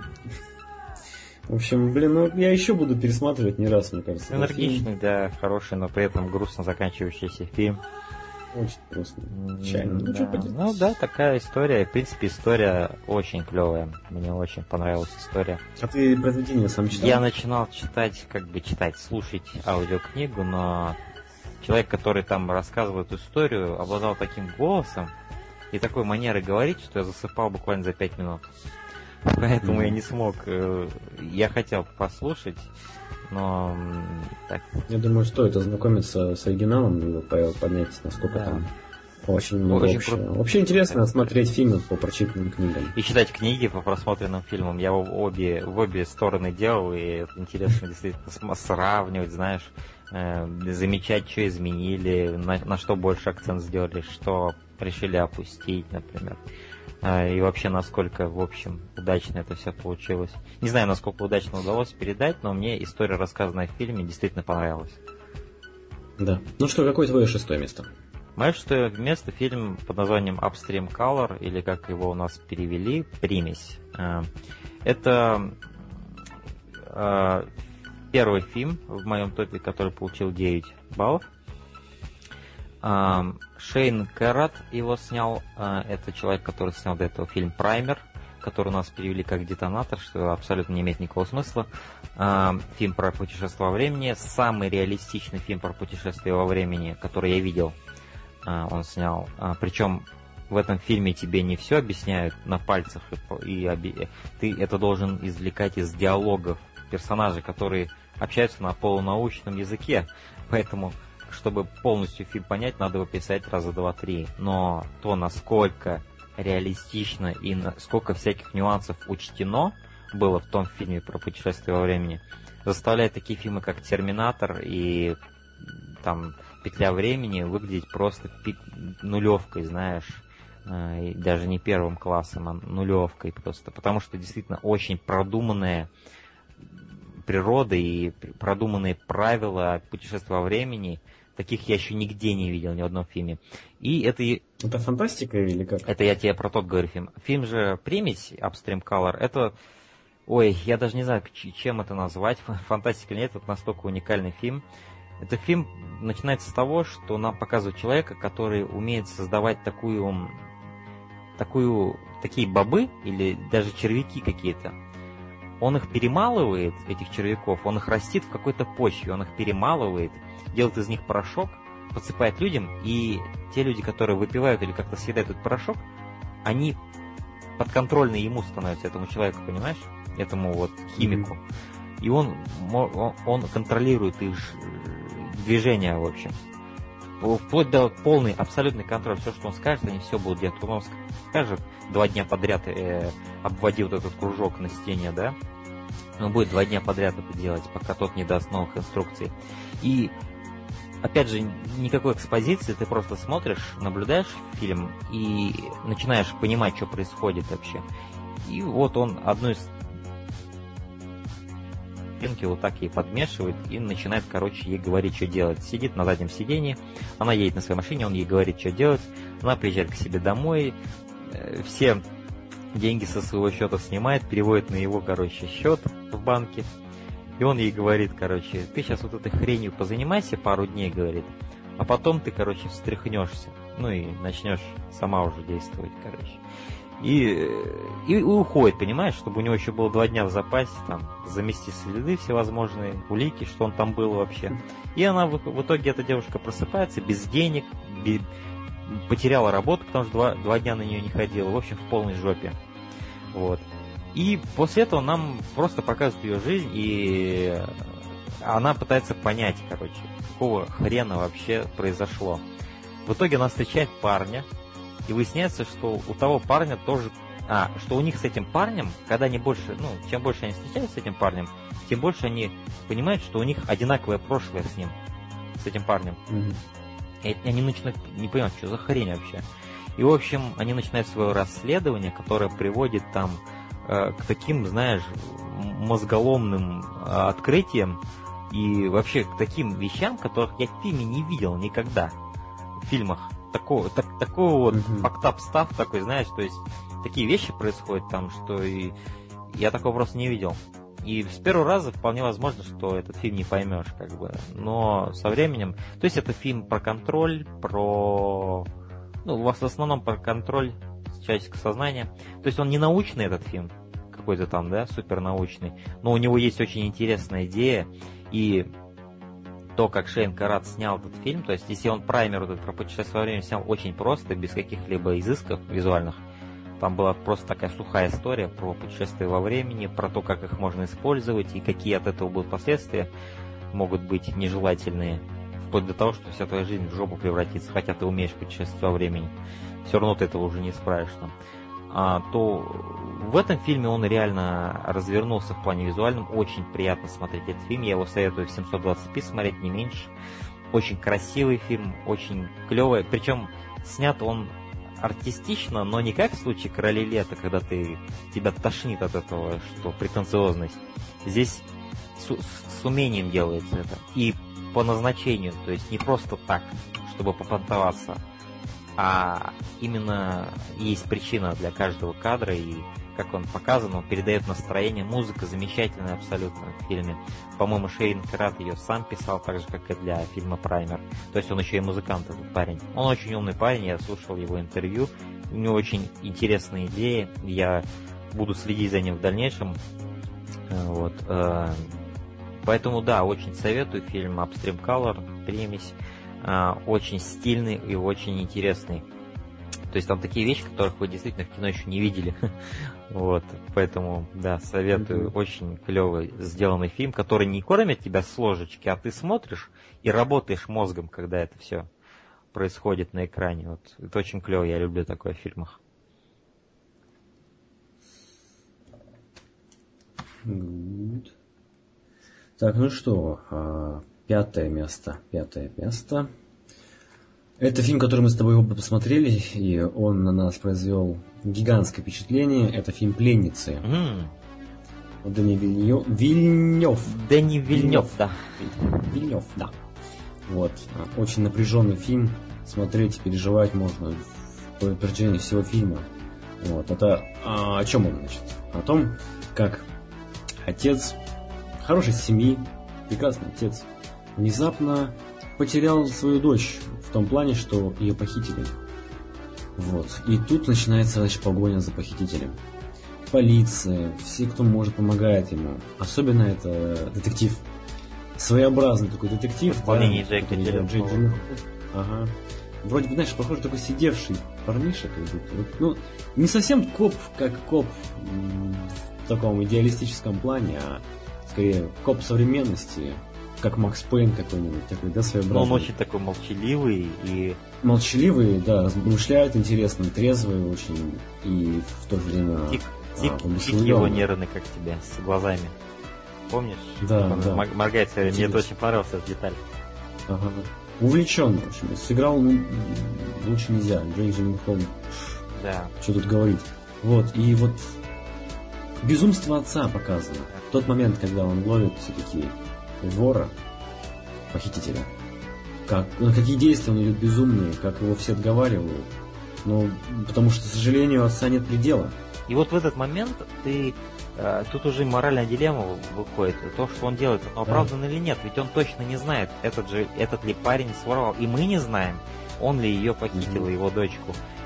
В общем, блин, ну я еще буду пересматривать не раз, мне кажется. Энергичный, да, хороший, но при этом грустно заканчивающийся фильм. Очень грустно. Печально. Ну, что поделать? Ну да, такая история. В принципе, история очень клевая. Мне очень понравилась история. А ты произведение сам читал? Я начинал читать, слушать аудиокнигу, но человек, который там рассказывает историю, обладал таким голосом и такой манерой говорить, что я засыпал буквально за 5 минут. Поэтому я не смог. Я хотел послушать, но так. Я думаю, стоит ознакомиться с оригиналом, его поднять, насколько там очень много общего. Вообще интересно смотреть фильмы по прочитанным книгам. И читать книги по просмотренным фильмам. Я в обе стороны делал, и это интересно действительно сравнивать, знаешь, замечать, что изменили, на что больше акцент сделали, что решили опустить, например. И вообще, насколько, в общем, удачно это все получилось. Не знаю, насколько удачно удалось передать, но мне история, рассказанная в фильме, действительно понравилась. Да. Ну что, какое твое 6-е место? Мое 6-е место — фильм под названием Upstream Color, или как его у нас перевели, «Примесь». Это первый фильм в моем топе, который получил 9 баллов. Шейн Кэррот его снял. Это человек, который снял до этого фильм «Праймер», который у нас перевели как «Детонатор», что абсолютно не имеет никакого смысла. Фильм про путешествие во времени. Самый реалистичный фильм про путешествие во времени, который я видел, он снял. Причем в этом фильме тебе не все объясняют на пальцах, и ты это должен извлекать из диалогов персонажей, которые общаются на полунаучном языке. Поэтому, чтобы полностью фильм понять, надо его писать раза 2-3. Но то, насколько реалистично и сколько всяких нюансов учтено было в том фильме про путешествие во времени, заставляет такие фильмы, как «Терминатор» и там «Петля времени» выглядеть просто нулевкой, знаешь, и даже не первым классом, а нулевкой просто. Потому что действительно очень продуманная природа и продуманные правила путешествия во времени. Таких я еще нигде не видел, ни в одном фильме. И это фантастика или как? Это я тебе про тот говорю фильм. Фильм же «Примесь», Upstream Color, это... Ой, я даже не знаю, чем это назвать, фантастика или нет, это настолько уникальный фильм. Этот фильм начинается с того, что нам показывают человека, который умеет создавать такие бобы или даже червяки какие-то. Он их перемалывает, этих червяков, он их растит в какой-то почве, он их перемалывает, делает из них порошок, подсыпает людям, и те люди, которые выпивают или как-то съедают этот порошок, они подконтрольны ему становятся, этому человеку, понимаешь? Этому вот химику. И он контролирует их движения, в общем. Вплоть до полный, абсолютный контроль. Все, что он скажет, они все будут делать. Он скажет 2 дня подряд обводи вот этот кружок на стене, да? Он будет 2 дня подряд это делать, пока тот не даст новых инструкций. И опять же, никакой экспозиции, ты просто смотришь, наблюдаешь фильм и начинаешь понимать, что происходит вообще. И вот он одну из пенки вот так ей подмешивает и начинает, ей говорить, что делать. Сидит на заднем сиденье, она едет на своей машине, он ей говорит, что делать. Она приезжает к себе домой, все деньги со своего счета снимает, переводит на его, счет в банке. И он ей говорит, ты сейчас вот этой хренью позанимайся пару дней, говорит, а потом ты, встряхнешься. Ну и начнешь сама уже действовать, И уходит, понимаешь, чтобы у него еще было 2 дня в запасе, там, замести следы всевозможные, улики, что он там был вообще. И она в итоге, эта девушка просыпается без денег, потеряла работу, потому что 2 дня на нее не ходила, в общем, в полной жопе. Вот. И после этого нам просто показывают ее жизнь, и она пытается понять, короче, какого хрена вообще произошло. В итоге она встречает парня, и выясняется, что у того парня тоже... что у них с этим парнем, когда они больше... чем больше они встречаются с этим парнем, тем больше они понимают, что у них одинаковое прошлое с ним, с этим парнем. Mm-hmm. И они начинают не понимать, что за хрень вообще. И, в общем, они начинают свое расследование, которое приводит там к таким, знаешь, мозголомным открытиям и вообще к таким вещам, которых я в фильме не видел никогда. В фильмах. Такого вот фактап став такой, знаешь, то есть такие вещи происходят там, что и я такого просто не видел. И с первого раза вполне возможно, что этот фильм не поймешь, как бы. Но со временем... То есть это фильм про контроль, в основном про контроль человеческого сознания. То есть он не научный, этот фильм, какой-то там, да, супернаучный, но у него есть очень интересная идея, и то, как Шейн Карат снял этот фильм, то есть если он праймер про путешествие во времени снял очень просто, без каких-либо изысков визуальных, там была просто такая сухая история про путешествия во времени, про то, как их можно использовать и какие от этого будут последствия, могут быть нежелательные, вплоть до того, что вся твоя жизнь в жопу превратится, хотя ты умеешь путешествовать во времени, все равно ты этого уже не исправишь там. То в этом фильме он реально развернулся в плане визуальном. Очень приятно смотреть этот фильм. Я его советую в 720p смотреть, не меньше. Очень красивый фильм, очень клевый. Причем снят он артистично, но не как в случае «Короли лета», когда тебя тошнит от этого, что претенциозность. Здесь с умением делается это. И по назначению. То есть не просто так, чтобы попонтоваться, а именно есть причина для каждого кадра, и как он показан, он передает настроение. Музыка замечательная абсолютно в фильме. По-моему, Шейн Карат ее сам писал, так же, как и для фильма «Праймер». То есть он еще и музыкант, этот парень. Он очень умный парень, я слушал его интервью. У него очень интересные идеи, я буду следить за ним в дальнейшем. Вот. Поэтому, да, очень советую фильм «Upstream Color», «Примесь». Очень стильный и очень интересный. То есть там такие вещи, которых вы действительно в кино еще не видели. Вот, поэтому, да, советую. Очень клевый сделанный фильм, который не кормит тебя с ложечки, а ты смотришь и работаешь мозгом, когда это все происходит на экране. Вот, это очень клево, я люблю такое в фильмах. Good. Так, ну что, Пятое место. Это фильм, который мы с тобой оба посмотрели, и он на нас произвел гигантское впечатление. Это фильм «Пленницы». Дени Вильнёв. Дени Вильнёв, да. Вильнёв, да. Вот. Очень напряженный фильм. Смотреть, переживать можно по протяжении всего фильма. Вот. Это о чем он, значит? О том, как отец хорошей семьи, прекрасный отец, внезапно потерял свою дочь в том плане, что ее похитили. Вот. И тут начинается, значит, погоня за похитителем. Полиция, все, кто может, помогает ему. Особенно это детектив. Своеобразный такой детектив. Исполнение Джейка Джилленхола. Ага. Вроде бы, знаешь, похоже, такой сидевший парниша, как будто. Ну, не совсем коп, как коп в таком идеалистическом плане, а скорее коп современности, как Макс Пейн какой-нибудь, такой, да, своеобразный. Но он очень такой молчаливый и... Молчаливый, да, размышляет интересно, трезвый очень, и в то же время... Тик его нервный, как тебе, с глазами. Помнишь? Да, он да. Моргает все время. Мне это очень понравилась эта деталь. Ага. Увлечен, в общем. Сыграл, лучше нельзя. Джейк Джилленхол. Да. Что тут говорить. Вот, и вот безумство отца показано. В тот момент, когда он ловит все-таки вора, похитителя. Какие действия он идет безумные, как его все отговаривают. Ну, потому что, к сожалению, отца нет предела. И вот в этот момент тут уже моральная дилемма выходит. То, что он делает, оно оправдано или нет. Ведь он точно не знает, этот ли парень своровал. И мы не знаем, он ли ее похитил, его дочку.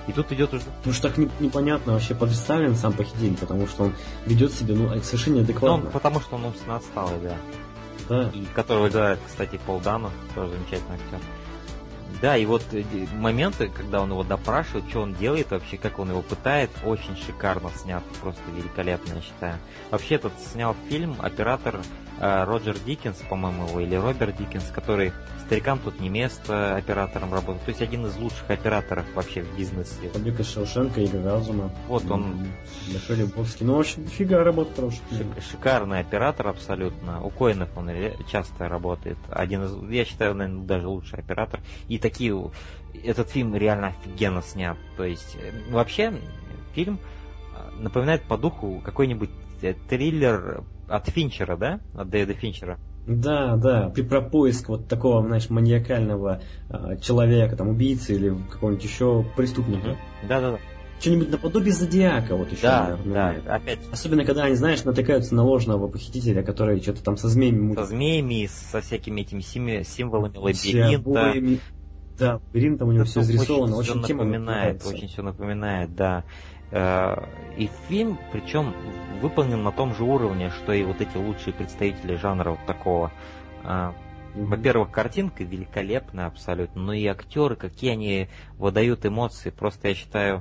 И тут идет уже... Потому что так непонятно вообще представлен сам похититель, потому что он ведет себя совершенно неадекватно. Потому что он умственно отсталый, да. Да. И которого играет, кстати, Пол Дано, тоже замечательный актер. Да, и вот моменты, когда он его допрашивает, что он делает вообще, как он его пытает, очень шикарно снят, просто великолепно, я считаю. Вообще этот снял фильм оператор Роджер Диккенс, по-моему, его, или Роберт Диккенс, который старикам тут не место оператором работает. То есть один из лучших операторов вообще в бизнесе. Побег из Шоушенка, Игры разума. Вот он... Большой Лебовский. Ну, в общем, дофига работы хороших. Шикарный оператор абсолютно. У Коэнов он часто работает. Один из, я считаю, наверное, даже лучший оператор. И такие... Этот фильм реально офигенно снят. То есть, вообще, фильм напоминает по духу какой-нибудь триллер от Финчера, да? От Дэвида Финчера. Да. Про поиск вот такого, знаешь, маниакального человека, там, убийцы или какого-нибудь еще преступника. Да. Что-нибудь наподобие Зодиака вот еще. Да, опять. Особенно, когда они, знаешь, натыкаются на ложного похитителя, который что-то там со змеями мутит. Со змеями, со всякими этими символами лабиринта. Да, лабиринтом у него все изрисовано. Очень все напоминает, да. И фильм, причем, выполнен на том же уровне, что и вот эти лучшие представители жанра вот такого. Во-первых, картинка великолепная абсолютно, но и актеры, какие они выдают эмоции. Просто я считаю,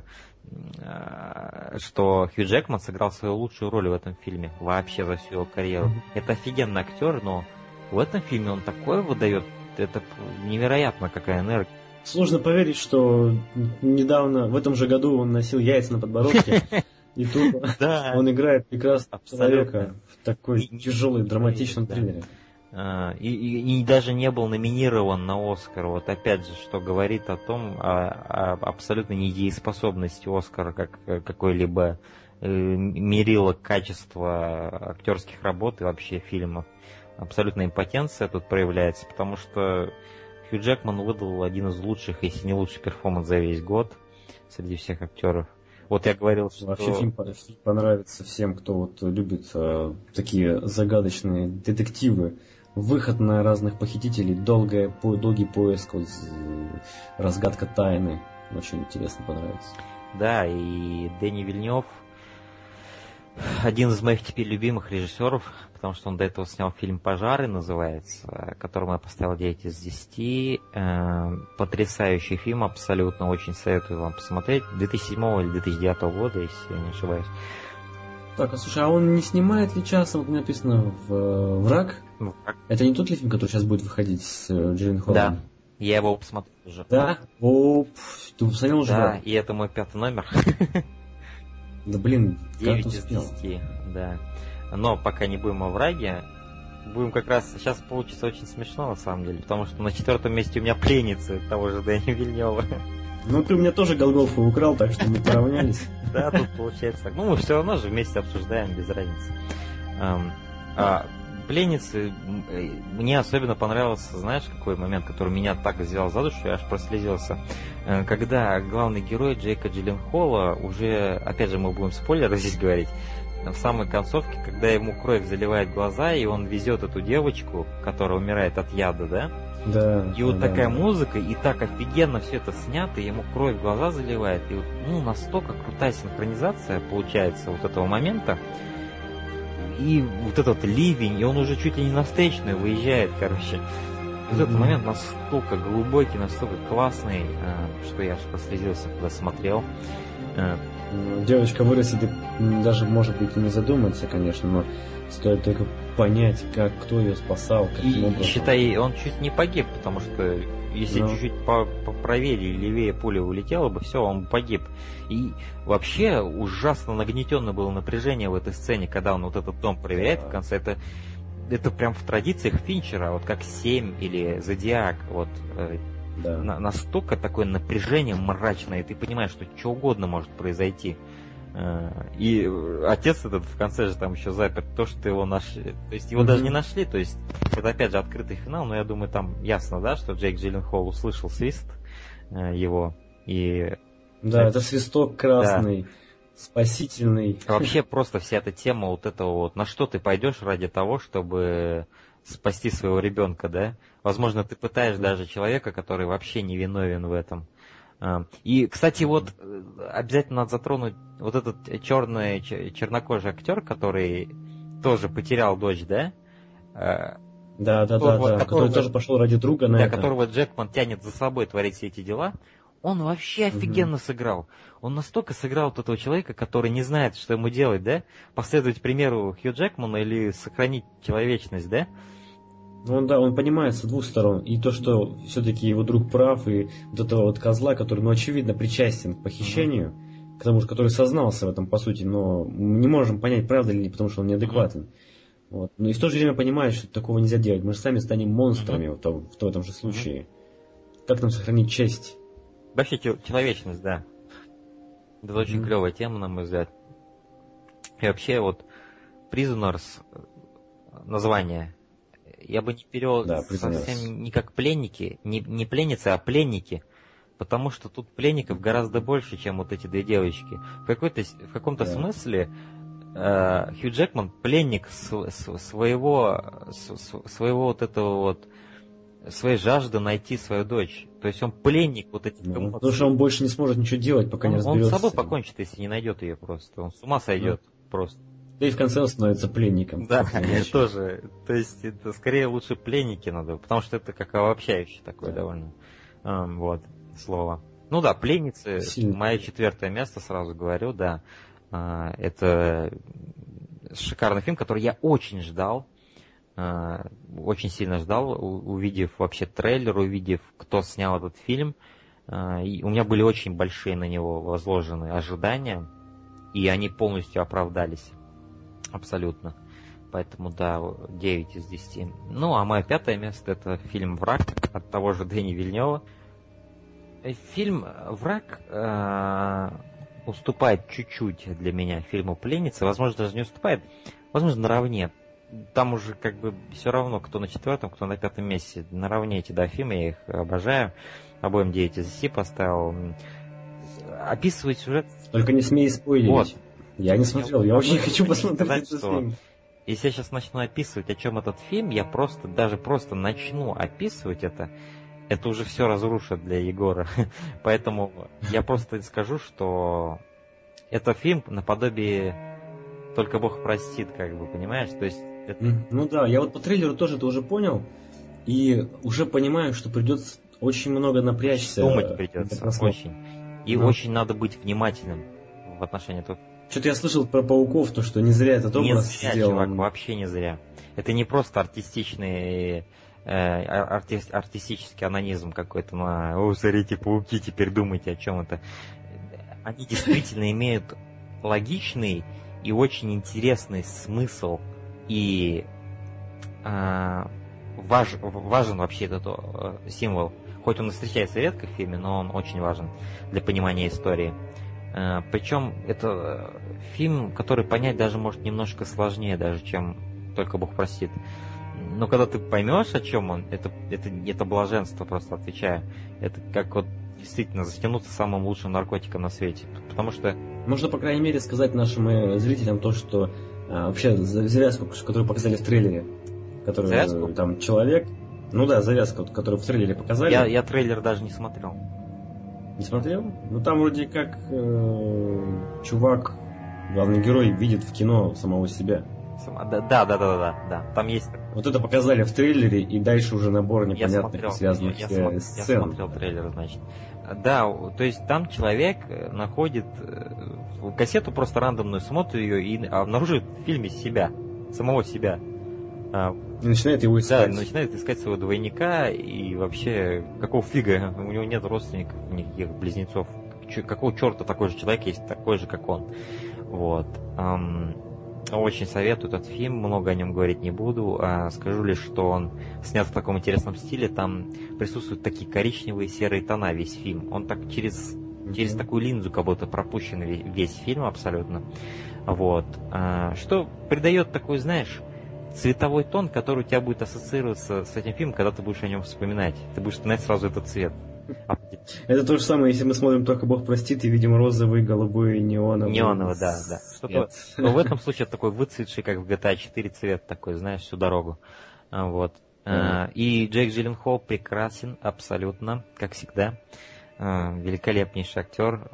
что Хью Джекман сыграл свою лучшую роль в этом фильме вообще за всю его карьеру. Это офигенный актер, но в этом фильме он такое выдает, это невероятно какая энергия. Сложно поверить, что недавно, в этом же году он носил яйца на подбородке, и тут он играет прекрасного человека в такой тяжелой, драматичном триллере. И даже не был номинирован на Оскар. Вот опять же, что говорит о том, о абсолютной недееспособности Оскара как какой-либо мерило качества актерских работ и вообще фильмов. Абсолютная импотенция тут проявляется, потому что Хью Джекман выдал один из лучших, если не лучший перформанс за весь год среди всех актеров. Вот я говорил, что... Вообще фильм понравится всем, кто вот любит такие загадочные детективы. Выход на разных похитителей, долгий поиск, разгадка тайны. Очень интересно понравится. Да, и Дени Вильнев один из моих теперь любимых режиссеров, потому что он до этого снял фильм «Пожары», называется, которому я поставил 9 из 10. Потрясающий фильм, абсолютно, очень советую вам посмотреть. 2007 или 2009 года, если я не ошибаюсь. Так, а слушай, а он не снимает ли часом, как написано, в «Враг»? Это не тот ли фильм, который сейчас будет выходить с Джилленхолом? Да, я его посмотрел уже. Да? Ты посмотрел уже? Да, и это мой 5-й номер. Да блин, 9 из 10, да. Но пока не будем о «Враге», будем как раз... Сейчас получится очень смешно, на самом деле, потому что на 4-м месте у меня «Пленницы» того же Дэни Вильнева. Ну, ты у меня тоже Голгофу украл, так что мы поравнялись. Да, тут получается так. Ну, мы все равно же вместе обсуждаем, без разницы. «Пленницы», мне особенно понравился, знаешь, какой момент, который меня так взял за душу, я аж прослезился. Когда главный герой Джейка Джилленхола уже, опять же, мы будем спойлеры здесь говорить, в самой концовке, когда ему кровь заливает глаза, и он везет эту девочку, которая умирает от яда, да? Да. И вот такая музыка, и так офигенно все это снято, ему кровь в глаза заливает. И вот, настолько крутая синхронизация получается вот этого момента. И вот этот ливень, и он уже чуть ли не на встречную выезжает, короче. Вот этот момент настолько глубокий, настолько классный, что я аж прослезился, когда смотрел. Девочка вырастет, и даже, может быть, и не задумается, конечно, но стоит только понять, кто ее спасал, каким образом. Считай, он чуть не погиб, потому что если чуть-чуть поправее или левее пуля улетела бы, все, он погиб. И вообще ужасно нагнетенно было напряжение в этой сцене, когда он вот этот дом проверяет в конце. Это прям в традициях Финчера, вот как «7» или «Зодиак», вот. Да. Настолько такое напряжение мрачное, и ты понимаешь, что угодно может произойти. И отец этот в конце же там еще запер, то, что его нашли. То есть его даже не нашли, то есть это опять же открытый финал, но я думаю, там ясно, да, что Джейк Джилленхол услышал свист его. И... Да, это свисток красный, да. Спасительный. Вообще просто вся эта тема вот этого вот, на что ты пойдешь ради того, чтобы спасти своего ребенка, да? Возможно, ты пытаешь даже человека, который вообще не виновен в этом. И, кстати, вот обязательно надо затронуть вот этот чернокожий актер, который тоже потерял дочь, да? Да, который тоже пошел ради друга на это. Которого Джекман тянет за собой творить все эти дела. Он вообще офигенно сыграл. Он настолько сыграл вот этого человека, который не знает, что ему делать, да? Последовать примеру Хью Джекмана или сохранить человечность, да? Он понимает с двух сторон. И то, что все-таки его друг прав, и вот этого вот козла, который, очевидно, причастен к похищению, к тому же, который сознался в этом, по сути, но мы не можем понять, правда ли, потому что он неадекватен. Вот. Но и в то же время понимает, что такого нельзя делать. Мы же сами станем монстрами в этом же случае. Как нам сохранить честь? Вообще человечность, да. Это очень клевая тема, на мой взгляд. И вообще вот Prisoners, название, я бы не перевел совсем не как пленники, не пленницы, а пленники. Потому что тут пленников гораздо больше, чем вот эти две девочки. В каком-то смысле Хью Джекман пленник своего вот этого вот, своей жажды найти свою дочь. То есть он пленник вот этих эмоций. Потому что он больше не сможет ничего делать, пока не разберется. Он с собой покончит, если не найдет ее просто. Он с ума сойдет просто. Да и в конце он становится пленником. Да, тоже. То есть это скорее лучше пленники надо, потому что это как обобщающее такое довольно слово. Ну да, пленницы. Мое 4 место, сразу говорю, да. Это шикарный фильм, который я очень ждал. Очень сильно ждал, увидев вообще трейлер, увидев, кто снял этот фильм. И у меня были очень большие на него возложены ожидания, и они полностью оправдались. Абсолютно. Поэтому, да, 9 из 10. Ну, а мое 5 место — это фильм «Враг» от того же Дэни Вильнёва. Фильм «Враг» уступает чуть-чуть для меня фильму «Пленница». Возможно, даже не уступает, возможно, наравне. Там уже как бы все равно, кто на 4-м, кто на 5-м месте. Наравне эти два фильма, я их обожаю. Обоим 9 из 10 поставил. Описывать сюжет... Только не смей спойлерить. Вот. Я не смотрел, я очень хочу посмотреть этот фильм. Если я сейчас начну описывать, о чем этот фильм, я просто начну описывать это уже все разрушит для Егора. Поэтому я просто скажу, что это фильм наподобие «Только Бог простит», как бы, понимаешь? То есть это... Ну да, я вот по трейлеру тоже это уже понял, и уже понимаю, что придется очень много напрячься. Думать придется, очень. И очень надо быть внимательным в отношении этого. Что-то я слышал про пауков, то что не зря этот образ сделан. Не зря, чувак, вообще не зря. Это не просто артистичный артистический анонизм какой-то. Смотрите, пауки, теперь думайте, о чем это. Они действительно имеют логичный и очень интересный смысл. И важен вообще этот символ. Хоть он и встречается редко в фильме, но он очень важен для понимания истории. Причем это фильм, который понять даже может немножко сложнее, даже чем «Только Бог простит». Но когда ты поймешь, о чем он, это блаженство, просто отвечаю. Это как вот действительно затянуться самым лучшим наркотиком на свете. Потому что... Можно, по крайней мере, сказать нашим зрителям то, что вообще завязку, которую показали в трейлере, которую там человек... Ну да, завязка, которую в трейлере показали. Я трейлер даже не смотрел. Не смотрел? Ну там вроде как чувак, главный герой, видит в кино самого себя. Да. Там есть... Вот это показали в трейлере, и дальше уже набор непонятных связанных сцен. Я смотрел трейлер, значит. Да, то есть там человек находит кассету, просто рандомную, смотрит ее и обнаруживает в фильме себя, самого себя. И начинает его искать. Да, начинает искать своего двойника, и вообще, какого фига, у него нет родственников, никаких близнецов. Какого черта такой же человек есть, такой же, как он. Вот. Очень советую этот фильм, много о нем говорить не буду. Скажу лишь, что он снят в таком интересном стиле, там присутствуют такие коричневые серые тона весь фильм. Он так через такую линзу как будто пропущен весь фильм абсолютно. Вот. Что придает такой, знаешь, цветовой тон, который у тебя будет ассоциироваться с этим фильмом, когда ты будешь о нем вспоминать. Ты будешь вспоминать сразу этот цвет. Это то же самое, если мы смотрим «Только Бог простит» и видим розовый, голубой, неоновый. Неоновый, да. Но в этом случае это такой выцветший, как в GTA 4 цвет такой, знаешь, всю дорогу. Вот. И Джейк Джилленхол прекрасен абсолютно, как всегда. великолепнейший актер.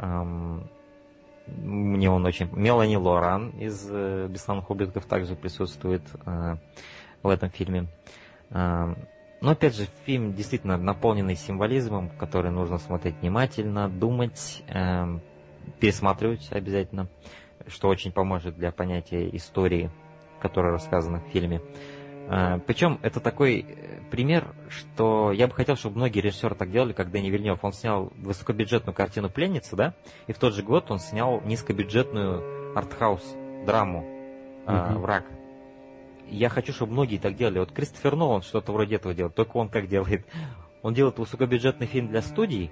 Мне он очень... Мелани Лоран из «Бесславных ублюдков» также присутствует в этом фильме. Но опять же, фильм действительно наполненный символизмом, который нужно смотреть внимательно, думать, пересматривать обязательно, что очень поможет для понятия истории, которая рассказана в фильме. Причем это такой пример, что я бы хотел, чтобы многие режиссеры так делали, как Дэни Вильнёв. Он снял высокобюджетную картину «Пленница», да, и в тот же год он снял низкобюджетную артхаус-драму «Враг». Я хочу, чтобы многие так делали. Вот Кристофер Нолан что-то вроде этого делает, только он как делает? Он делает высокобюджетный фильм для студий,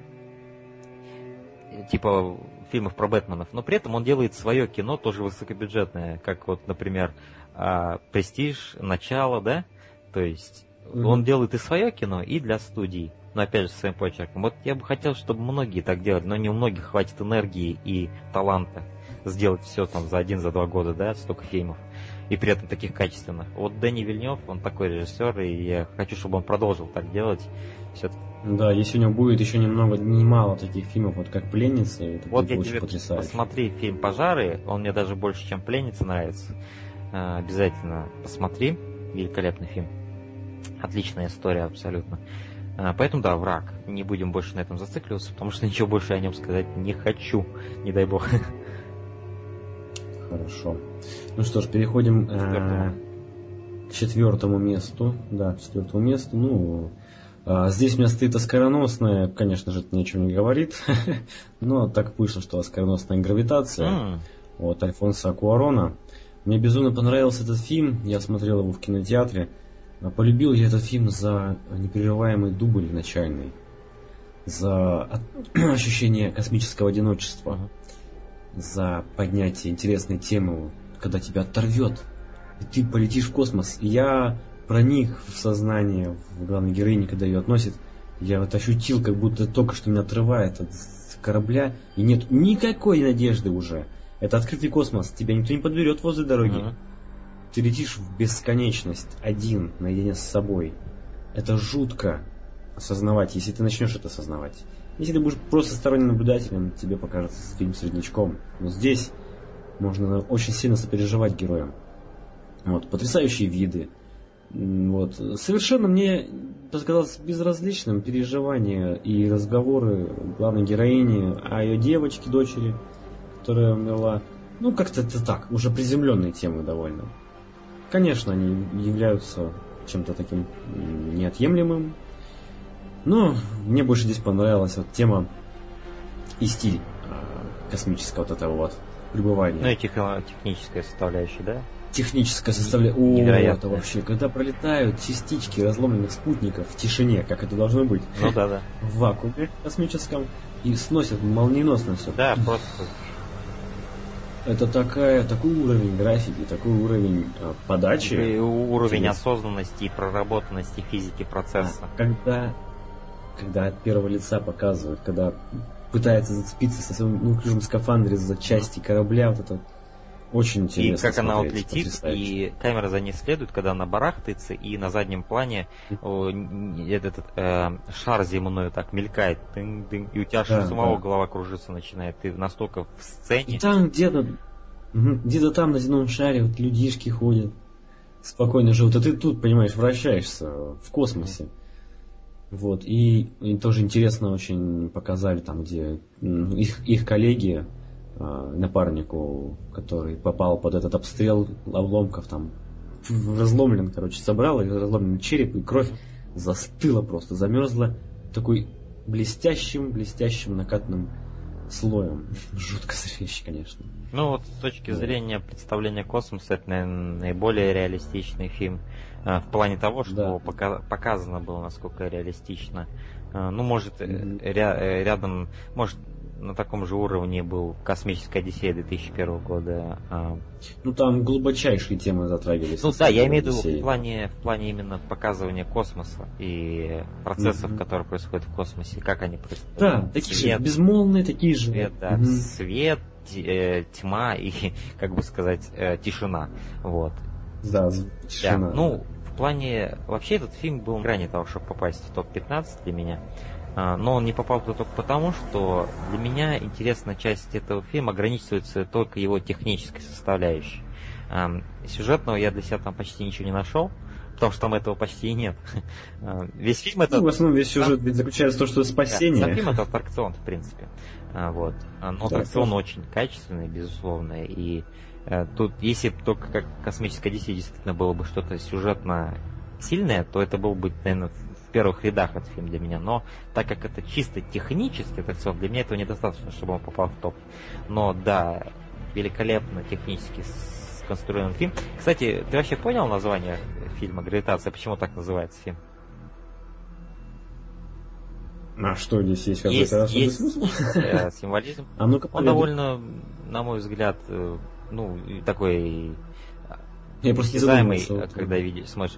типа фильмов про Бэтменов, но при этом он делает свое кино, тоже высокобюджетное, как вот, например, «Престиж», «Начало», да? То есть он делает и свое кино, и для студий, но опять же со своим почерком. Вот я бы хотел, чтобы многие так делали, но не у многих хватит энергии и таланта сделать все там за 1-2 года, да, столько фильмов, и при этом таких качественных. Вот Дэни Вильнёв, он такой режиссер, и я хочу, чтобы он продолжил так делать. Все-таки. Да, если у него будет еще немало таких фильмов, вот как «Пленница», это вот будет я очень тебе потрясающе. Посмотри фильм «Пожары», он мне даже больше, чем «Пленница» нравится. Обязательно посмотри, великолепный фильм. Отличная история абсолютно. Поэтому да, «Враг». Не будем больше на этом зацикливаться, потому что ничего больше о нем сказать не хочу, не дай бог. Хорошо. Ну что ж, переходим к четвертому месту. Да, к четвертому месту. Ну, здесь у меня стоит оскароносная, конечно же, это ничего не говорит, но так вышло, что оскароносная «Гравитация» от Альфонсо Куарона. Мне безумно понравился этот фильм, я смотрел его в кинотеатре. Полюбил я этот фильм за непрерываемый дубль начальный, за ощущение космического одиночества, за поднятие интересной темы, когда тебя оторвет, и ты полетишь в космос. И я проник в сознание в главной героини, когда ее относит. Я вот ощутил, как будто только что меня отрывает от корабля, и нет никакой надежды уже. Это открытый космос, тебя никто не подберет возле дороги. Ты летишь в бесконечность один, наедине с собой. Это жутко осознавать, если ты начнешь это осознавать. Если ты будешь просто сторонним наблюдателем, тебе покажется фильм среднячком. Но здесь можно очень сильно сопереживать героям. Вот, потрясающие виды. Вот. Совершенно мне показалось безразличным переживания и разговоры главной героини о ее девочке, дочери, которая умерла. Ну, как-то это так, уже приземленные темы довольно. Конечно, они являются чем-то таким неотъемлемым. Но мне больше здесь понравилась вот тема и стиль космического вот этого вот пребывания. Ну и техническая составляющая, да? Техническая составляющая. О, это вообще, когда пролетают частички разломленных спутников в тишине, как это должно быть. Ну да. В вакууме космическом. И сносят молниеносно все. Да, просто. Это такой уровень графики, такой уровень подачи. И уровень осознанности и проработанности физики процесса. Когда от первого лица показывают, когда пытается зацепиться со своим неуклюжим скафандре за части корабля, вот это очень интересно. И как она вот летит, и камера за ней следует, когда она барахтается, и на заднем плане этот шар земной так мелькает, дынь-дынь, и у тебя самого голова кружиться начинает, ты настолько в сцене. И там где-то там на земном шаре вот людишки ходят, спокойно живут, а ты тут, понимаешь, вращаешься в космосе. Вот, и тоже интересно очень показали там, где их коллеги, напарнику, который попал под этот обстрел обломков, там разломлен, собрал разломленный череп, и кровь застыла просто, замерзла такой блестящим накатным слоем. Жутко зрелище, конечно. Ну вот с точки зрения представления космоса, это, наверное, наиболее реалистичный фильм. В плане того, что показано было, насколько реалистично. Ну, может, рядом, может, на таком же уровне был «Космическая Одиссея» 2001 года. Ну, там глубочайшие темы затрагивались. Ну да, я имею в виду в плане именно показывания космоса и процессов, которые происходят в космосе, как они происходят. Да, такие же, безмолвные такие же. Свет, да, свет, тьма и, как бы сказать, тишина. Вот. Да, тишина. Да. Ну, в плане... Вообще этот фильм был на грани того, чтобы попасть в топ-15 для меня. Но он не попал туда только потому, что для меня интересная часть этого фильма ограничивается только его технической составляющей. Сюжетного я для себя там почти ничего не нашел, потому что там этого почти и нет. Весь фильм это... в основном весь сюжет ведь заключается в том, что спасение. Сам фильм это аттракцион, в принципе. Вот. Но аттракцион очень качественный, безусловно. И тут, если бы только как «Космическая Одиссея» действительно было бы что-то сюжетно сильное, то это был бы, наверное, в первых рядах этот фильм для меня. Но так как это чисто технический аттракцион, для меня этого недостаточно, чтобы он попал в топ. Но да, великолепно технически сконструирован фильм. Кстати, ты вообще понял название фильма «Гравитация»? Почему так называется фильм? А что здесь есть какой-то особый смысл? Есть символизм. Он довольно, на мой взгляд, такой осязаемый, когда смотришь.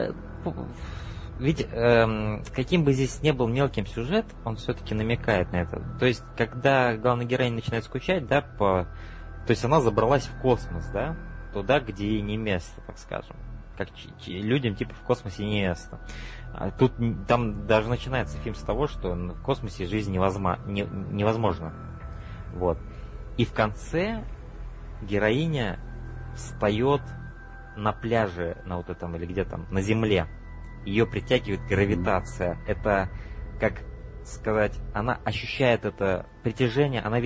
Ведь каким бы здесь ни был мелким сюжет, он все-таки намекает на это. То есть, когда главная героиня начинает скучать, да, то есть она забралась в космос, да, туда, где ей не место, так скажем. Как людям типа в космосе не место. Тут там даже начинается фильм с того, что в космосе жизнь невозможна. Вот. И в конце героиня встает на пляже, на вот этом или где там, на земле. Ее притягивает гравитация. Это, как сказать, она ощущает это притяжение, она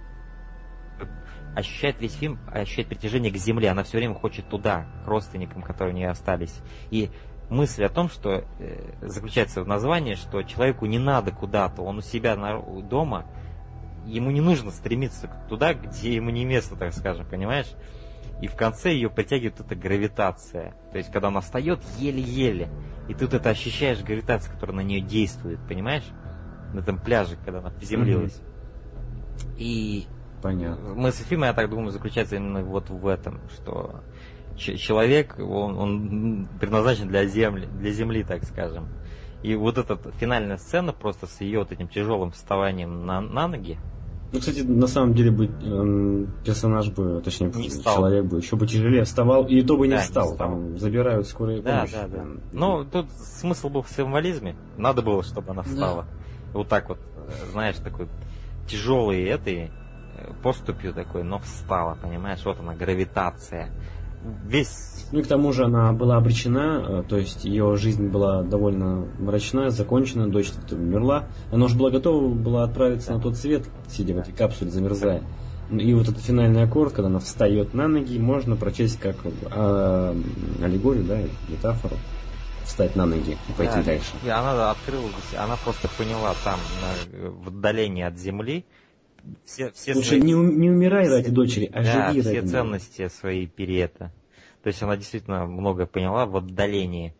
ощущает весь фильм, ощущает притяжение к земле. Она все время хочет туда, к родственникам, которые у нее остались. И мысль о том, что заключается в названии, что человеку не надо куда-то, он у себя дома, ему не нужно стремиться туда, где ему не место, так скажем, понимаешь? И в конце ее притягивает эта гравитация. То есть, когда она встает еле-еле, и тут это ощущаешь гравитацию, которая на нее действует, понимаешь? На этом пляже, когда она приземлилась. И понятно. Мысль фильма, я так думаю, заключается именно вот в этом, что человек, он предназначен для земли, так скажем. И вот эта финальная сцена просто с ее вот этим тяжелым вставанием на ноги. Ну, кстати, на самом деле персонаж бы, точнее, человек бы еще бы тяжелее вставал, и то бы не встал. Там забирают скорую помощь. Да. Ну, тут смысл был в символизме. Надо было, чтобы она встала. Вот так вот, знаешь, такой тяжелый поступью такой, но встала, понимаешь? Вот она, гравитация. Ну и к тому же она была обречена, то есть ее жизнь была довольно мрачна, закончена, дочь умерла. Она уже была готова была отправиться на тот свет, сидя в этой капсуле, замерзая. И вот этот финальный аккорд, когда она встает на ноги, можно прочесть как аллегорию, да, метафору. Встать на ноги и пойти дальше. Она открыла, она просто поняла там, в отдалении от земли, все лучше свои... не умирай ради дочери, а живи ради все ценности свои перета. То есть она действительно многое поняла в отдалении.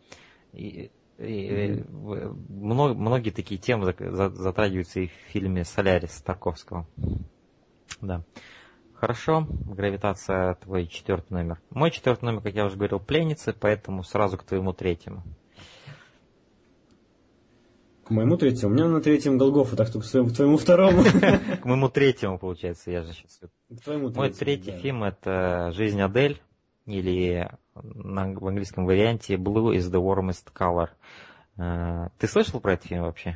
Многие такие темы затрагиваются и в фильме «Солярис» Тарковского. Да. Хорошо. Гравитация — твой 4 номер. Мой 4 номер, как я уже говорил, «Пленницы», поэтому сразу к твоему 3-му. К моему 3-му? У меня на 3-м Голгофа, так что к твоему 2-му. К моему 3-му, получается, я же сейчас... Мой 3-й фильм — это «Жизнь Адель», или в английском варианте «Blue is the warmest color». Ты слышал про этот фильм вообще?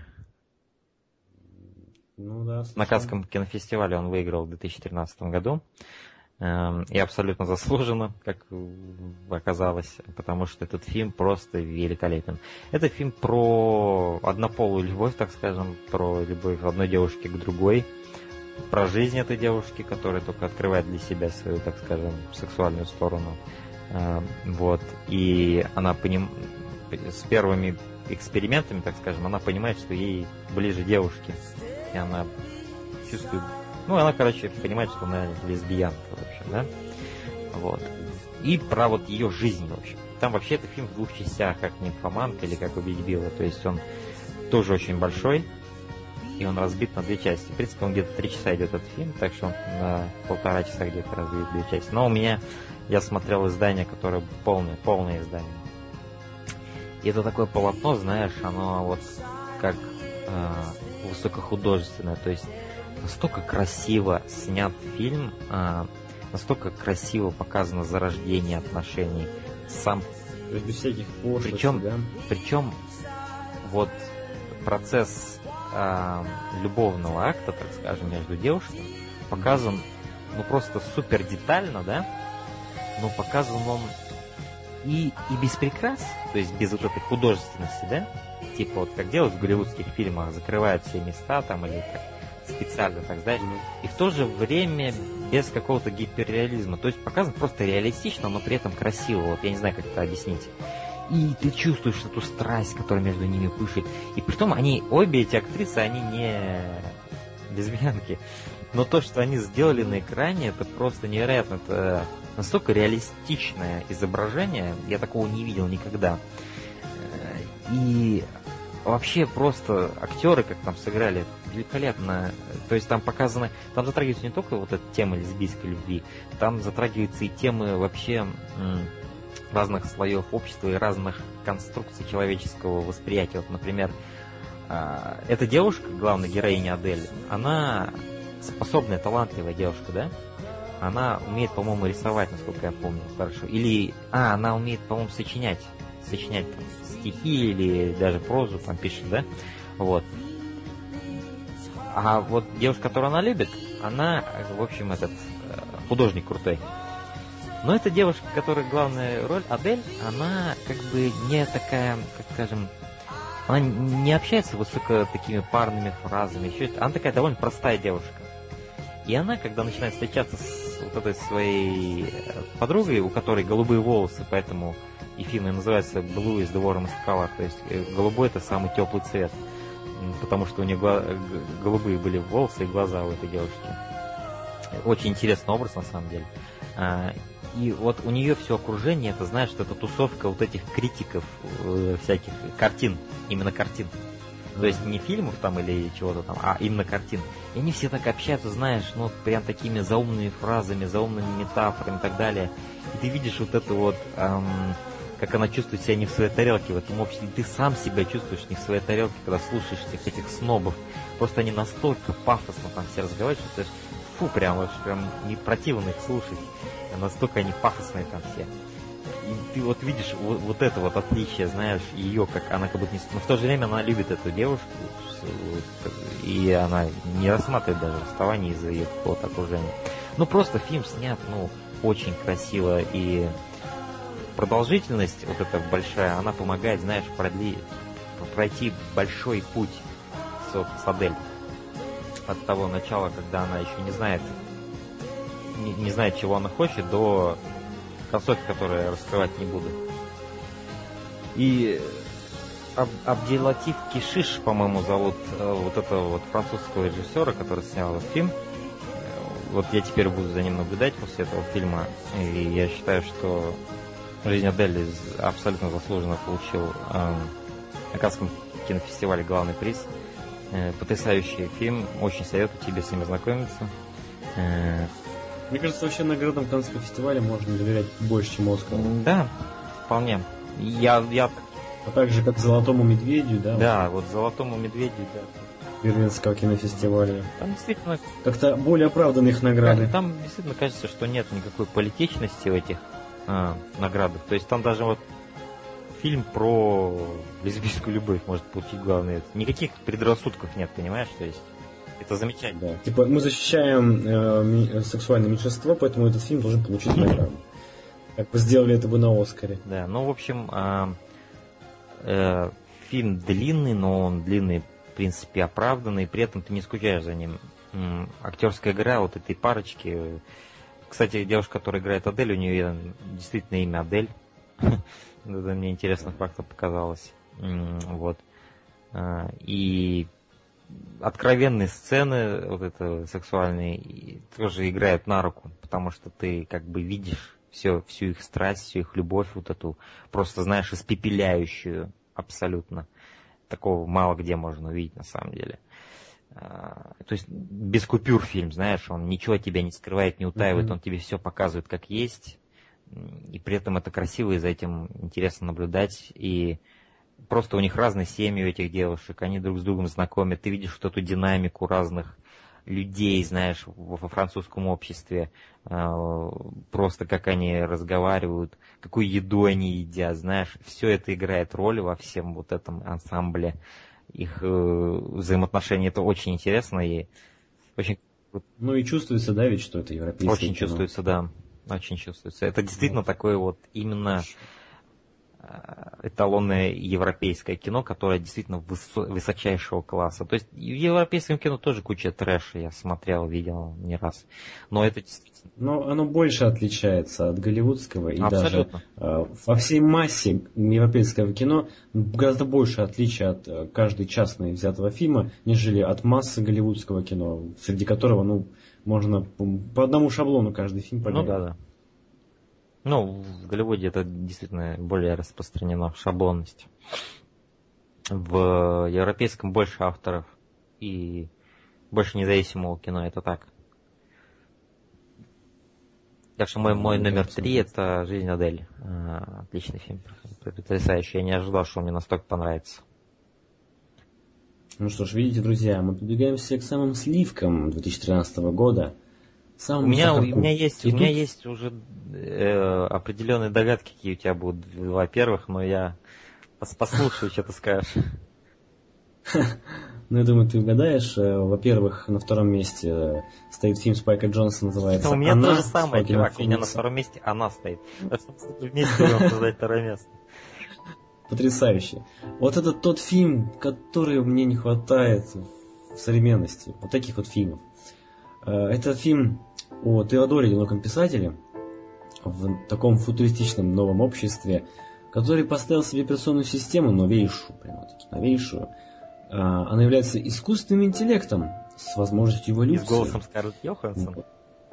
Ну да, слышал. На Каннском кинофестивале он выиграл в 2013 году. И абсолютно заслуженно, как оказалось, потому что этот фильм просто великолепен. Это фильм про однополую любовь, так скажем, про любовь одной девушки к другой, про жизнь этой девушки, которая только открывает для себя свою, так скажем, сексуальную сторону. Вот. И она с первыми экспериментами, так скажем, она понимает, что ей ближе девушки. И она чувствует... Ну, она, короче, понимает, что она лесбиянка, в общем, да? Вот. И про вот ее жизнь, в общем. Там вообще это фильм в 2 частях, как «Нимфоманка» или как «Убить Билла». То есть он тоже очень большой, и он разбит на 2 части. В принципе, он где-то 3 часа идет этот фильм, так что он на 1,5 часа где-то разбит 2 части. Но у меня, я смотрел издание, которое полное издание. И это такое полотно, знаешь, оно вот как высокохудожественное, то есть настолько красиво снят фильм, настолько красиво показано зарождение отношений. Сам... То есть без всяких пошлостей, да? Причем вот процесс любовного акта, так скажем, между девушками показан, ну, просто супер детально, да, но показан он и без прикрас, то есть без вот этой художественности, да, типа вот как делают в голливудских фильмах, закрывают все места там или как специально, так сказать, и в то же время без какого-то гиперреализма, то есть показан просто реалистично, но при этом красиво, вот я не знаю, как это объяснить. И ты чувствуешь эту страсть, которая между ними пышет. И притом обе эти актрисы, они не лесбиянки. Но то, что они сделали на экране, это просто невероятно. Это настолько реалистичное изображение, я такого не видел никогда. И вообще просто актеры, как там сыграли, великолепно. То есть там показаны, там затрагивается не только вот эта тема лесбийской любви, там затрагиваются и темы вообще разных слоев общества и разных конструкций человеческого восприятия. Вот, например, эта девушка, главная героиня Адель, она способная, талантливая девушка, да? Она умеет, по-моему, рисовать, насколько я помню, хорошо. Или, она умеет, по-моему, сочинять там, стихи или даже прозу там пишет, да? Вот. А вот девушка, которую она любит, она, в общем, художник крутой. Но эта девушка, которая главная роль, Адель, она как бы не такая, как скажем, она не общается высоко такими парными фразами, она такая довольно простая девушка. И она, когда начинает встречаться с вот этой своей подругой, у которой голубые волосы, поэтому и фильм называется «Blue is the warmest color», то есть голубой — это самый теплый цвет, потому что у нее голубые были волосы и глаза у этой девушки. Очень интересный образ, на самом деле. И вот у нее все окружение, это, знаешь, что это тусовка вот этих критиков всяких картин, именно картин. То есть не фильмов там или чего-то там, а именно картин. И они все так общаются, знаешь, ну, прям такими заумными фразами, заумными метафорами и так далее. И ты видишь вот это вот, как она чувствует себя не в своей тарелке в этом обществе. И ты сам себя чувствуешь не в своей тарелке, когда слушаешь всех этих снобов. Просто они настолько пафосно там все разговаривают, что ты, фу, прям не противно их слушать. Настолько они пафосные там все. И ты вот видишь вот это вот отличие, знаешь, ее, как она как будто не... Но в то же время она любит эту девушку, и она не рассматривает даже расставание из-за ее какого-то окружения. Ну, просто фильм снят, ну, очень красиво, и продолжительность вот эта большая, она помогает, знаешь, пройти большой путь с Адель. От того начала, когда она еще не знает, чего она хочет, до концовки, которую я раскрывать не буду. И Абдилатиф Кишиш, по-моему, зовут вот этого вот французского режиссера, который снял этот фильм. Вот я теперь буду за ним наблюдать после этого фильма. И я считаю, что «Жизнь Адель» абсолютно заслуженно получил на Каннском кинофестивале главный приз. Потрясающий фильм, очень советую тебе с ним ознакомиться. Мне кажется, вообще наградам Каннского фестиваля можно доверять больше, чем Оскару. Да, вполне. А также как «Золотому медведю», да? Да, вот «Золотому медведю», да. Берлинского кинофестиваля. Там действительно... Как-то более оправданные их награды. Там действительно кажется, что нет никакой политичности в этих наградах. То есть там даже вот фильм про лесбийскую любовь может получить главное. Никаких предрассудков нет, понимаешь? То есть это замечательно. Да. Типа мы защищаем сексуальное меньшинство, поэтому этот фильм должен получить награду. Как бы сделали это бы на Оскаре. Да, ну в общем, фильм длинный, но он длинный, в принципе, оправданный, при этом ты не скучаешь за ним. Актерская игра вот этой парочки. Кстати, девушка, которая играет Адель, у нее действительно имя Адель. Это мне интересным фактом показалось. Вот. И откровенные сцены, вот это сексуальные, тоже играют на руку, потому что ты как бы видишь всю их страсть, всю их любовь, вот эту, просто, знаешь, испепеляющую абсолютно. Такого мало где можно увидеть на самом деле. То есть без купюр фильм, знаешь, он ничего от тебя не скрывает, не утаивает, он тебе все показывает как есть, и при этом это красиво, и за этим интересно наблюдать, и просто у них разные семьи у этих девушек, они друг с другом знакомят, ты видишь вот эту динамику разных людей, знаешь, во французском обществе, просто как они разговаривают, какую еду они едят, знаешь, все это играет роль во всем вот этом ансамбле. Их взаимоотношения, это очень интересно и очень... Ну и чувствуется, да, ведь, что это европейское Очень кино. чувствуется, да, очень чувствуется. Это действительно такое вот именно эталонное европейское кино, которое действительно высочайшего класса. То есть в европейском кино тоже куча трэша, я смотрел, видел не раз. Но это действительно... Но оно больше отличается от голливудского, и Абсолютно. даже во всей массе европейского кино гораздо больше отличия от каждой частной взятого фильма, нежели от массы голливудского кино, среди которого, ну, можно по одному шаблону каждый фильм понять. Ну да. Ну, в Голливуде это действительно более распространено, шаблонность. В европейском больше авторов и больше независимого кино, это так. Так что мой номер 3 это «Жизнь Адель». Отличный фильм, потрясающий. Я не ожидал, что он мне настолько понравится. Ну что ж, видите, друзья, мы подвигаемся к самым сливкам 2013 года. У меня есть уже определенные догадки, какие у тебя будут, во-первых, но я послушаю, что ты скажешь. Ну, я думаю, ты угадаешь. Во-первых, на втором месте стоит фильм Спайка Джонса, называется «Она». У меня то же самое, чувак. У меня на втором месте «Она» стоит. Так что мы вместе будем создать второе место. Потрясающе. Вот это тот фильм, который мне не хватает в современности. Вот таких вот фильмов. Это фильм о Теодоре, одиноком писателе, в таком футуристичном новом обществе, который поставил себе операционную систему новейшую, прямо-таки новейшую. Она является искусственным интеллектом с возможностью эволюции. И с голосом Скарлетт Йоханссон?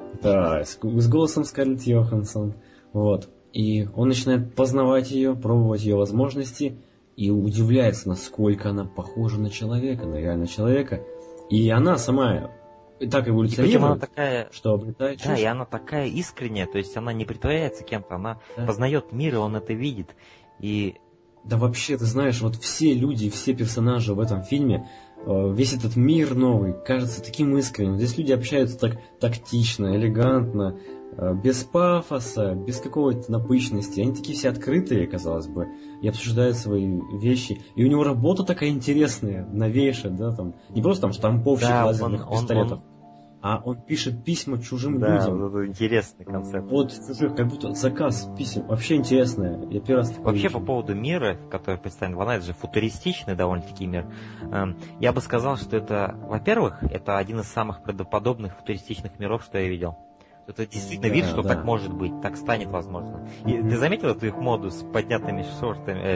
Да, с голосом Скарлетт Йоханссон. Вот. И он начинает познавать ее, пробовать ее возможности, и удивляется, насколько она похожа на человека, на реального человека. И она сама так эволюционирует, она такая, что обретает чувства. Да, и она такая искренняя, то есть она не притворяется кем-то, она познает мир, и он это видит. И... Да вообще, ты знаешь, вот все люди, все персонажи в этом фильме, весь этот мир новый кажется таким искренним. Здесь люди общаются так тактично, элегантно, без пафоса, без какой-то напыщенности. Они такие все открытые, казалось бы, и обсуждают свои вещи. И у него работа такая интересная, новейшая, да, там. Не просто там штамповщик лазерных пистолетов. А он пишет письма чужим людям. Да, это интересный концепт. Вот чужих, как будто заказ писем. Вообще интересное. Я первый раз вообще по поводу мира, который представлен в «Она», это же футуристичный довольно-таки мир. Я бы сказал, что это, во-первых, это один из самых правдоподобных футуристичных миров, что я видел. Это действительно вид, что так может быть, так станет возможно. И ты заметил эту их моду с поднятыми шортами,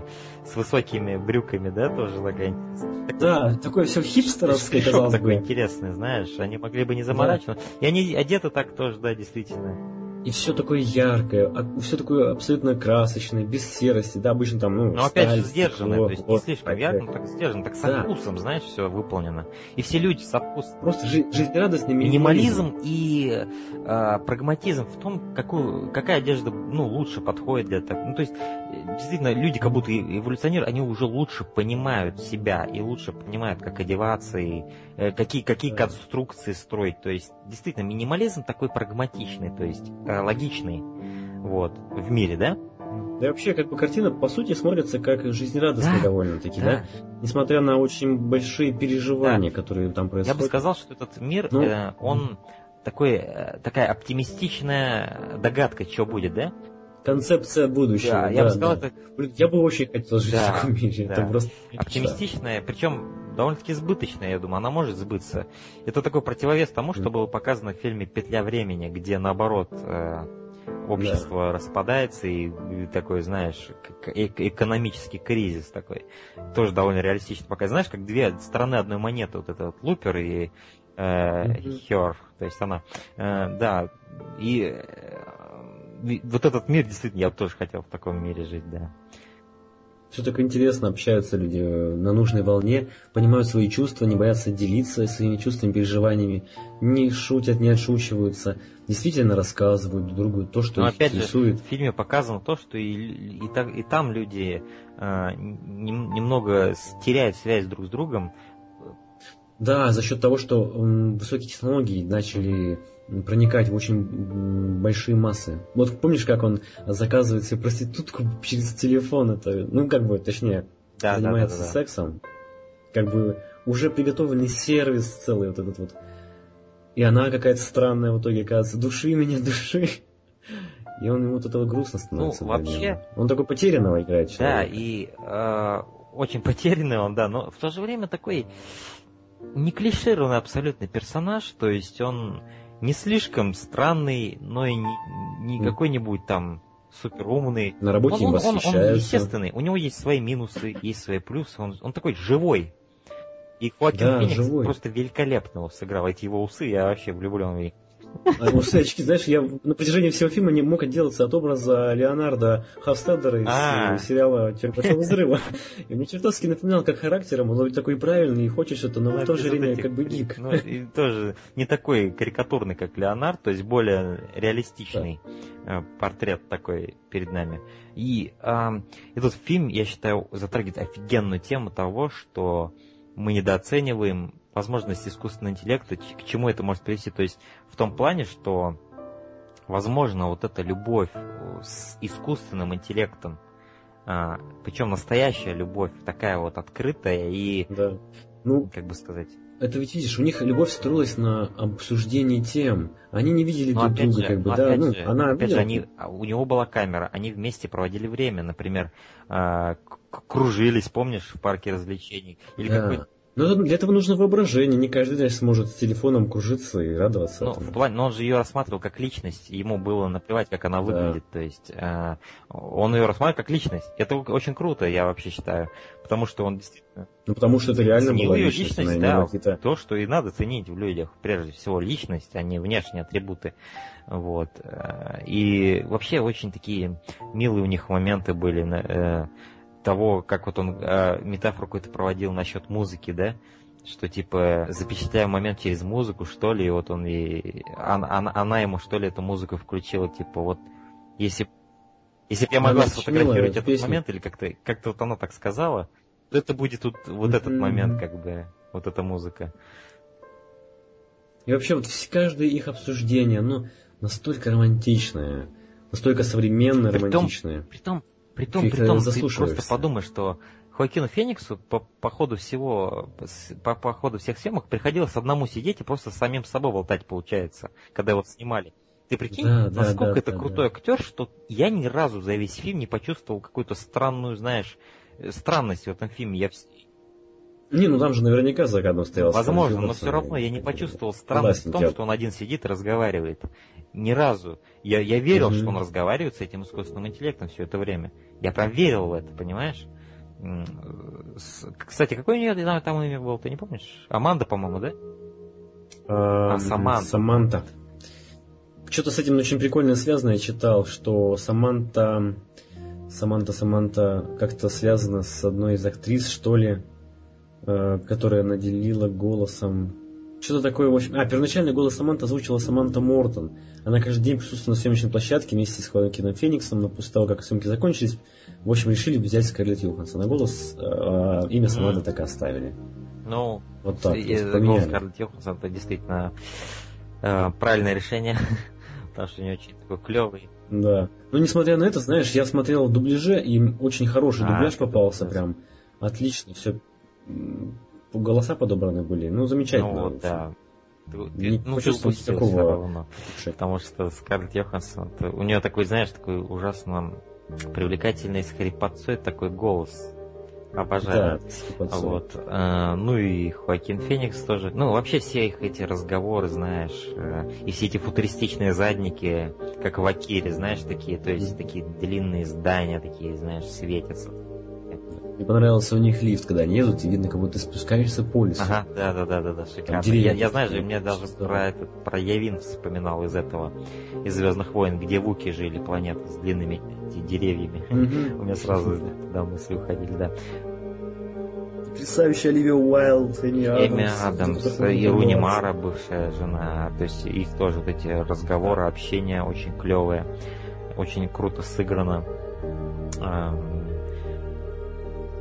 с высокими брюками, да, тоже такая? Да, такое все хипстеровское, казалось бы. Такой интересный, знаешь, они могли бы не заморачиваться. И они одеты так тоже, да, действительно. И все такое яркое, все такое абсолютно красочное, без серости, да, обычно там, ну, но опять же сдержанное, то есть не слишком ярко, но так сдержанно, так со вкусом, знаешь, все выполнено. И все люди со вкусом. Просто жизнерадостный минимализм и прагматизм в том, какая одежда, ну, лучше подходит для так. Ну, то есть, действительно, люди как будто эволюционируют, они уже лучше понимают себя и лучше понимают, как одеваться и какие конструкции строить. То есть, действительно, минимализм такой прагматичный, то есть логичный, вот, в мире, да? Да и вообще, как бы картина, по сути, смотрится как жизнерадостная довольно-таки, да? Несмотря на очень большие переживания, которые там происходят. Я бы сказал, что этот мир, он такая оптимистичная догадка, что будет, да? Концепция будущего. Да, я бы сказал, это... Я бы очень хотел жить в таком мире. Это просто... Оптимистичная, причем довольно-таки избыточная, я думаю, она может сбыться. Это такой противовес тому, что было показано в фильме «Петля времени», где, наоборот, общество распадается и такой, знаешь, экономический кризис такой. Тоже довольно реалистично показано. Знаешь, как две стороны одной монеты, вот это вот Лупер и Хёр, то есть она. Да, и вот этот мир, действительно, я бы тоже хотел в таком мире жить, да. Все так интересно, общаются люди на нужной волне, понимают свои чувства, не боятся делиться своими чувствами, переживаниями, не шутят, не отшучиваются, действительно рассказывают друг другу то, что их интересует. Же, в фильме показано то, что и там люди немного теряют связь друг с другом. Да, за счет того, что высокие технологии начали проникать в очень большие массы. Вот помнишь, как он заказывает себе проститутку через телефон, это, точнее, занимается сексом, как бы уже приготовленный сервис целый вот этот вот. И она какая-то странная в итоге, оказывается, души меня, души. И он ему от этого грустно становится. Вообще... Он такой потерянного играет человек. Да, и очень потерянный он, да, но в то же время такой не клишированный абсолютно персонаж, то есть он не слишком странный, но и не какой-нибудь там суперумный. На работе им восхищаются. Он естественный, у него есть свои минусы, есть свои плюсы, он такой живой. И Хоакин Феникс просто великолепно его сыграл, эти его усы, я вообще влюблен в них. Усачки, знаешь, я на протяжении всего фильма не мог отделаться от образа Леонарда Хофстадтера из сериала «Теория Большого взрыва». И мне чертовски напоминал, как характером, он такой правильный и хочет что-то, но в то же время как бы гик. И тоже не такой карикатурный, как Леонард, то есть более реалистичный портрет такой перед нами. И этот фильм, я считаю, затрагивает офигенную тему того, что мы недооцениваем возможность искусственного интеллекта, к чему это может привести. То есть в том плане, что, возможно, вот эта любовь с искусственным интеллектом, причем настоящая любовь, такая вот открытая и, как бы сказать... Это ведь, видишь, у них любовь строилась на обсуждении тем. Они не видели друг друга, как бы, да. Опять же, у него была камера, они вместе проводили время, например, кружились, помнишь, в парке развлечений. Или какой-то. Но для этого нужно воображение. Не каждый даже сможет с телефоном кружиться и радоваться этому. Но он же ее рассматривал как личность, ему было наплевать, как она выглядит. То есть он ее рассматривал как личность. Это очень круто, я вообще считаю. Потому что он действительно... потому что это реально была личность. Да, то, что и надо ценить в людях. Прежде всего личность, а не внешние атрибуты. Вот. И вообще очень такие милые у них моменты были того, как вот он метафору какую-то проводил насчет музыки, да, что типа запечатляя момент через музыку, что ли, и вот он она ему, что ли, эту музыку включила, типа вот, если бы я могла сфотографировать этот момент, или как-то вот она так сказала, то это будет вот этот момент, как бы, вот эта музыка. И вообще вот каждое их обсуждение, настолько романтичное, настолько современное, романтичное. Притом, ты просто подумай, что Хоакину Фениксу по ходу всех съемок приходилось одному сидеть и просто самим собой болтать, получается, когда его снимали. Ты прикинь, насколько это крутой актер, что я ни разу за весь фильм не почувствовал какую-то странную, знаешь, странность в этом фильме. там же наверняка за кадром стоял. Возможно, но все равно я не почувствовал странность в том, что он один сидит и разговаривает. Ни разу. Я верил, что он разговаривает с этим искусственным интеллектом все это время. Я прям верил в это, понимаешь? Кстати, какое у нее там имя было, ты не помнишь? Аманда, по-моему, да? Саманта. Что-то с этим очень прикольно связано. Я читал, что Саманта как-то связана с одной из актрис, что ли, которая наделила голосом... Что-то такое, в общем... первоначальный голос Саманты озвучила Саманта Мортон. Она каждый день присутствовала на съемочной площадке вместе с Хоакином Фениксом, но после того, как съемки закончились, в общем, решили взять Скарлетт Йоханссон. На голос имя Саманты так и оставили. Вот так. Голос Скарлетт Йоханссон — это действительно правильное решение, потому что у нее очень такой клевый. Да. Но несмотря на это, знаешь, я смотрел в дубляже, и очень хороший дубляж попался, прям отлично, все... Голоса подобраны были, замечательно. Да. Не почувствовал такого. Потому что Скарлетт Йоханссон, у нее такой, знаешь, такой ужасно привлекательный с хрипотцой такой голос. Обожаю. Да, и Хоакин Феникс тоже. Вообще все их эти разговоры, знаешь, и все эти футуристичные задники, как в Акире, знаешь, такие, то есть такие длинные здания, такие, знаешь, светятся. Мне понравился у них лифт, когда они едут, и видно, как будто ты спускаешься по лесу. Ага, да, шикарно. Я знаю же, мне даже про Явин вспоминал из «Звездных войн», где вуки жили, планета с длинными деревьями. У меня сразу туда мысли уходили, да. Потрясающая Оливия Уайлд, Эми Адамс и Руни Мара, бывшая жена. То есть их тоже вот эти разговоры, общение очень клевое, очень круто сыграно.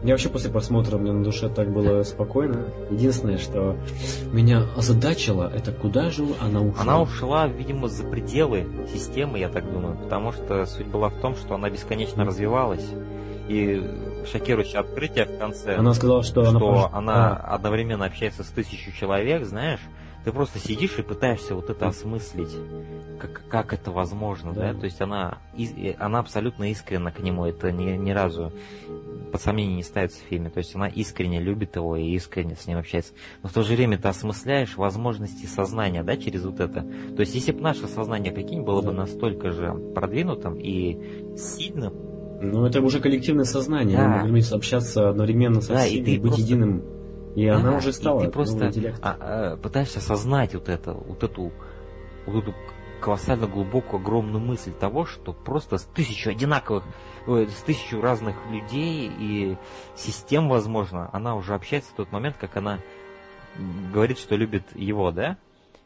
Я вообще после просмотра, мне на душе так было спокойно. Единственное, что меня озадачило, это куда же она ушла? Она ушла, видимо, за пределы системы, я так думаю, потому что суть была в том, что она бесконечно развивалась. И шокирующее открытие в конце, она сказала, что она одновременно общается с 1000 человек, знаешь, ты просто сидишь и пытаешься вот это осмыслить, как это возможно, да? То есть она абсолютно искренна к нему, это ни разу под сомнение не ставится в фильме, то есть она искренне любит его и искренне с ним общается, но в то же время ты осмысляешь возможности сознания, да, через вот это. То есть если бы наше сознание, прикинь, было бы настолько же продвинутым и сильным. Ну, это уже коллективное сознание, мы могли общаться одновременно со всеми, и быть просто единым. И она уже стала. И ты просто пытаешься осознать вот эту колоссально глубокую, огромную мысль того, что просто с 1000 разных людей и систем, возможно, она уже общается в тот момент, как она говорит, что любит его, да?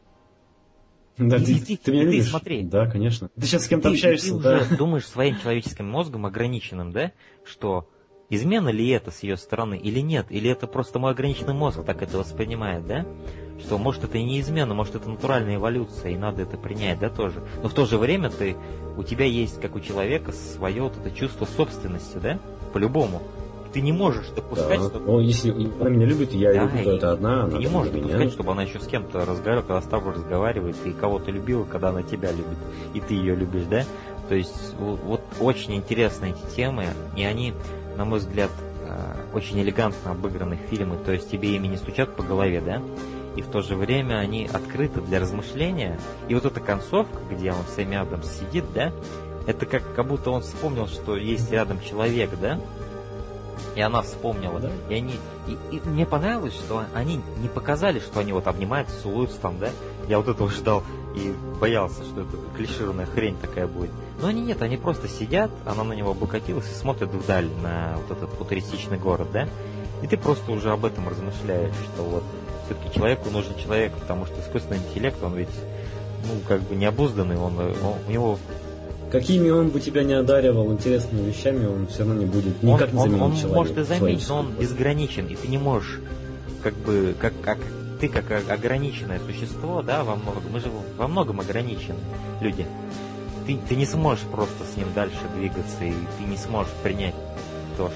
Да, ты меня любишь? Смотри. Да, конечно. Ты сейчас с кем-то общаешься, ты уже думаешь своим человеческим мозгом ограниченным, да, что измена ли это с ее стороны или нет, или это просто мой ограниченный мозг так это воспринимает, да? Что может это и не измена, может это натуральная эволюция, и надо это принять, да, тоже. Но в то же время у тебя есть, как у человека, свое вот это чувство собственности, да, по-любому. Ты не можешь допускать, что... Ну, если она меня любит, я люблю, то это одна, она не может меня. допускать, чтобы она еще с кем-то разговаривала, когда с тобой разговаривает, и кого-то любила, когда она тебя любит, и ты ее любишь, да? То есть вот очень интересные эти темы, и они, на мой взгляд, очень элегантно обыграны в фильме, то есть тебе ими не стучат по голове, да? И в то же время они открыты для размышления. И вот эта концовка, где он с Эми Адамс сидит, да, это как будто он вспомнил, что есть рядом человек, да, и она вспомнила. Да? И мне понравилось, что они не показали, что они вот обнимаются, целуются там, да. Я вот этого ждал и боялся, что это клишированная хрень такая будет. Но они просто сидят, она на него облокотилась и смотрит вдаль на вот этот футуристичный город, да. И ты просто уже об этом размышляешь, что вот все-таки человеку нужен человек, потому что искусственный интеллект, он ведь, как бы необузданный, у него... Какими он бы тебя не одаривал интересными вещами, он все равно не будет никак не заменить человека. Он может и заменить, но он безграничен, и ты не можешь, как бы, ты как ограниченное существо, да, во многом, мы же во многом ограничены люди. Ты не сможешь просто с ним дальше двигаться, и ты не сможешь принять то,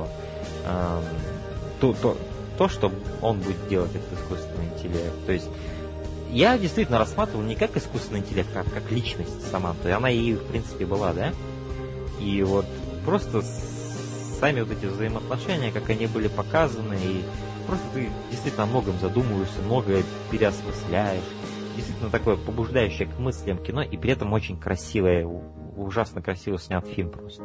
что он будет делать, этот искусственный интеллект. То есть я действительно рассматривал не как искусственный интеллект, а как личность Саманты. Она и в принципе была, да? И вот просто сами вот эти взаимоотношения, как они были показаны, и просто ты действительно о многом задумываешься, многое переосмысляешь. Действительно такое побуждающее к мыслям кино, и при этом очень красивое, ужасно красиво снят фильм просто.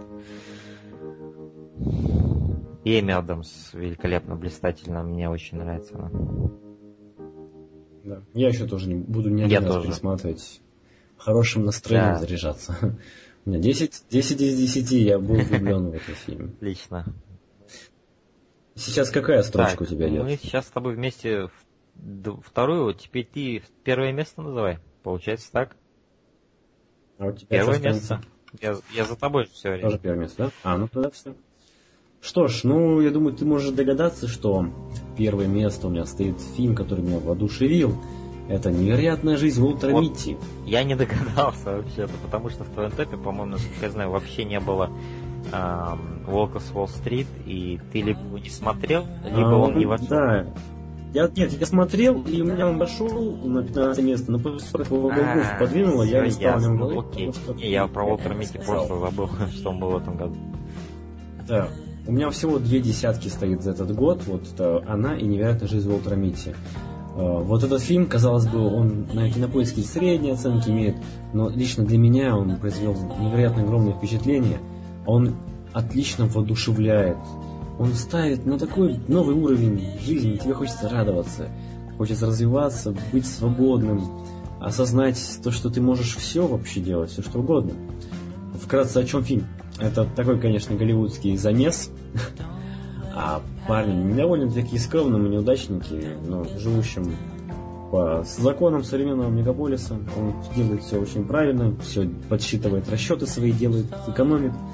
И Эми Адамс великолепно, блистательно, мне очень нравится она. Да. Я еще тоже буду не один раз пересматривать. Хорошим настроением заряжаться. У меня 10 из 10, я был влюблен в этот фильм. Отлично. Сейчас какая строчка у тебя идет? Мы сейчас с тобой вместе вторую, теперь ты первое место называй. Получается так? А у тебя первое место. Я за тобой все время. Тоже первое место, да? Ну тогда все. Что ж, я думаю, ты можешь догадаться, что первое место у меня стоит фильм, который меня воодушевил. Это «Невероятная жизнь Уолтера Митти». Я не догадался вообще-то, потому что в твоем топе, по-моему, насколько я знаю, вообще не было «Волка с Уолл-стрит», и ты либо его не смотрел, либо он не вошел. Да. Я смотрел, и у меня он вошел на 15 место, но после того, как Волков подвинула, я не стал о нем говорить. Окей. Я про Уолтера Митти просто забыл, что он был в этом году. Да. У меня всего 2 десятки стоит за этот год. Вот это «Она» и «Невероятная жизнь Уолтера Митти». Вот этот фильм, казалось бы, он на Кинопоиске средние оценки имеет, но лично для меня он произвел невероятно огромное впечатление. Он отлично воодушевляет. Он ставит на такой новый уровень жизни. Тебе хочется радоваться, хочется развиваться, быть свободным, осознать то, что ты можешь все вообще делать, все что угодно. Вкратце, о чем фильм? Это такой, конечно, голливудский замес. А парни довольно-таки скромным и неудачники, но живущим по законам современного мегаполиса. Он делает все очень правильно, все подсчитывает, расчеты свои делает, экономит.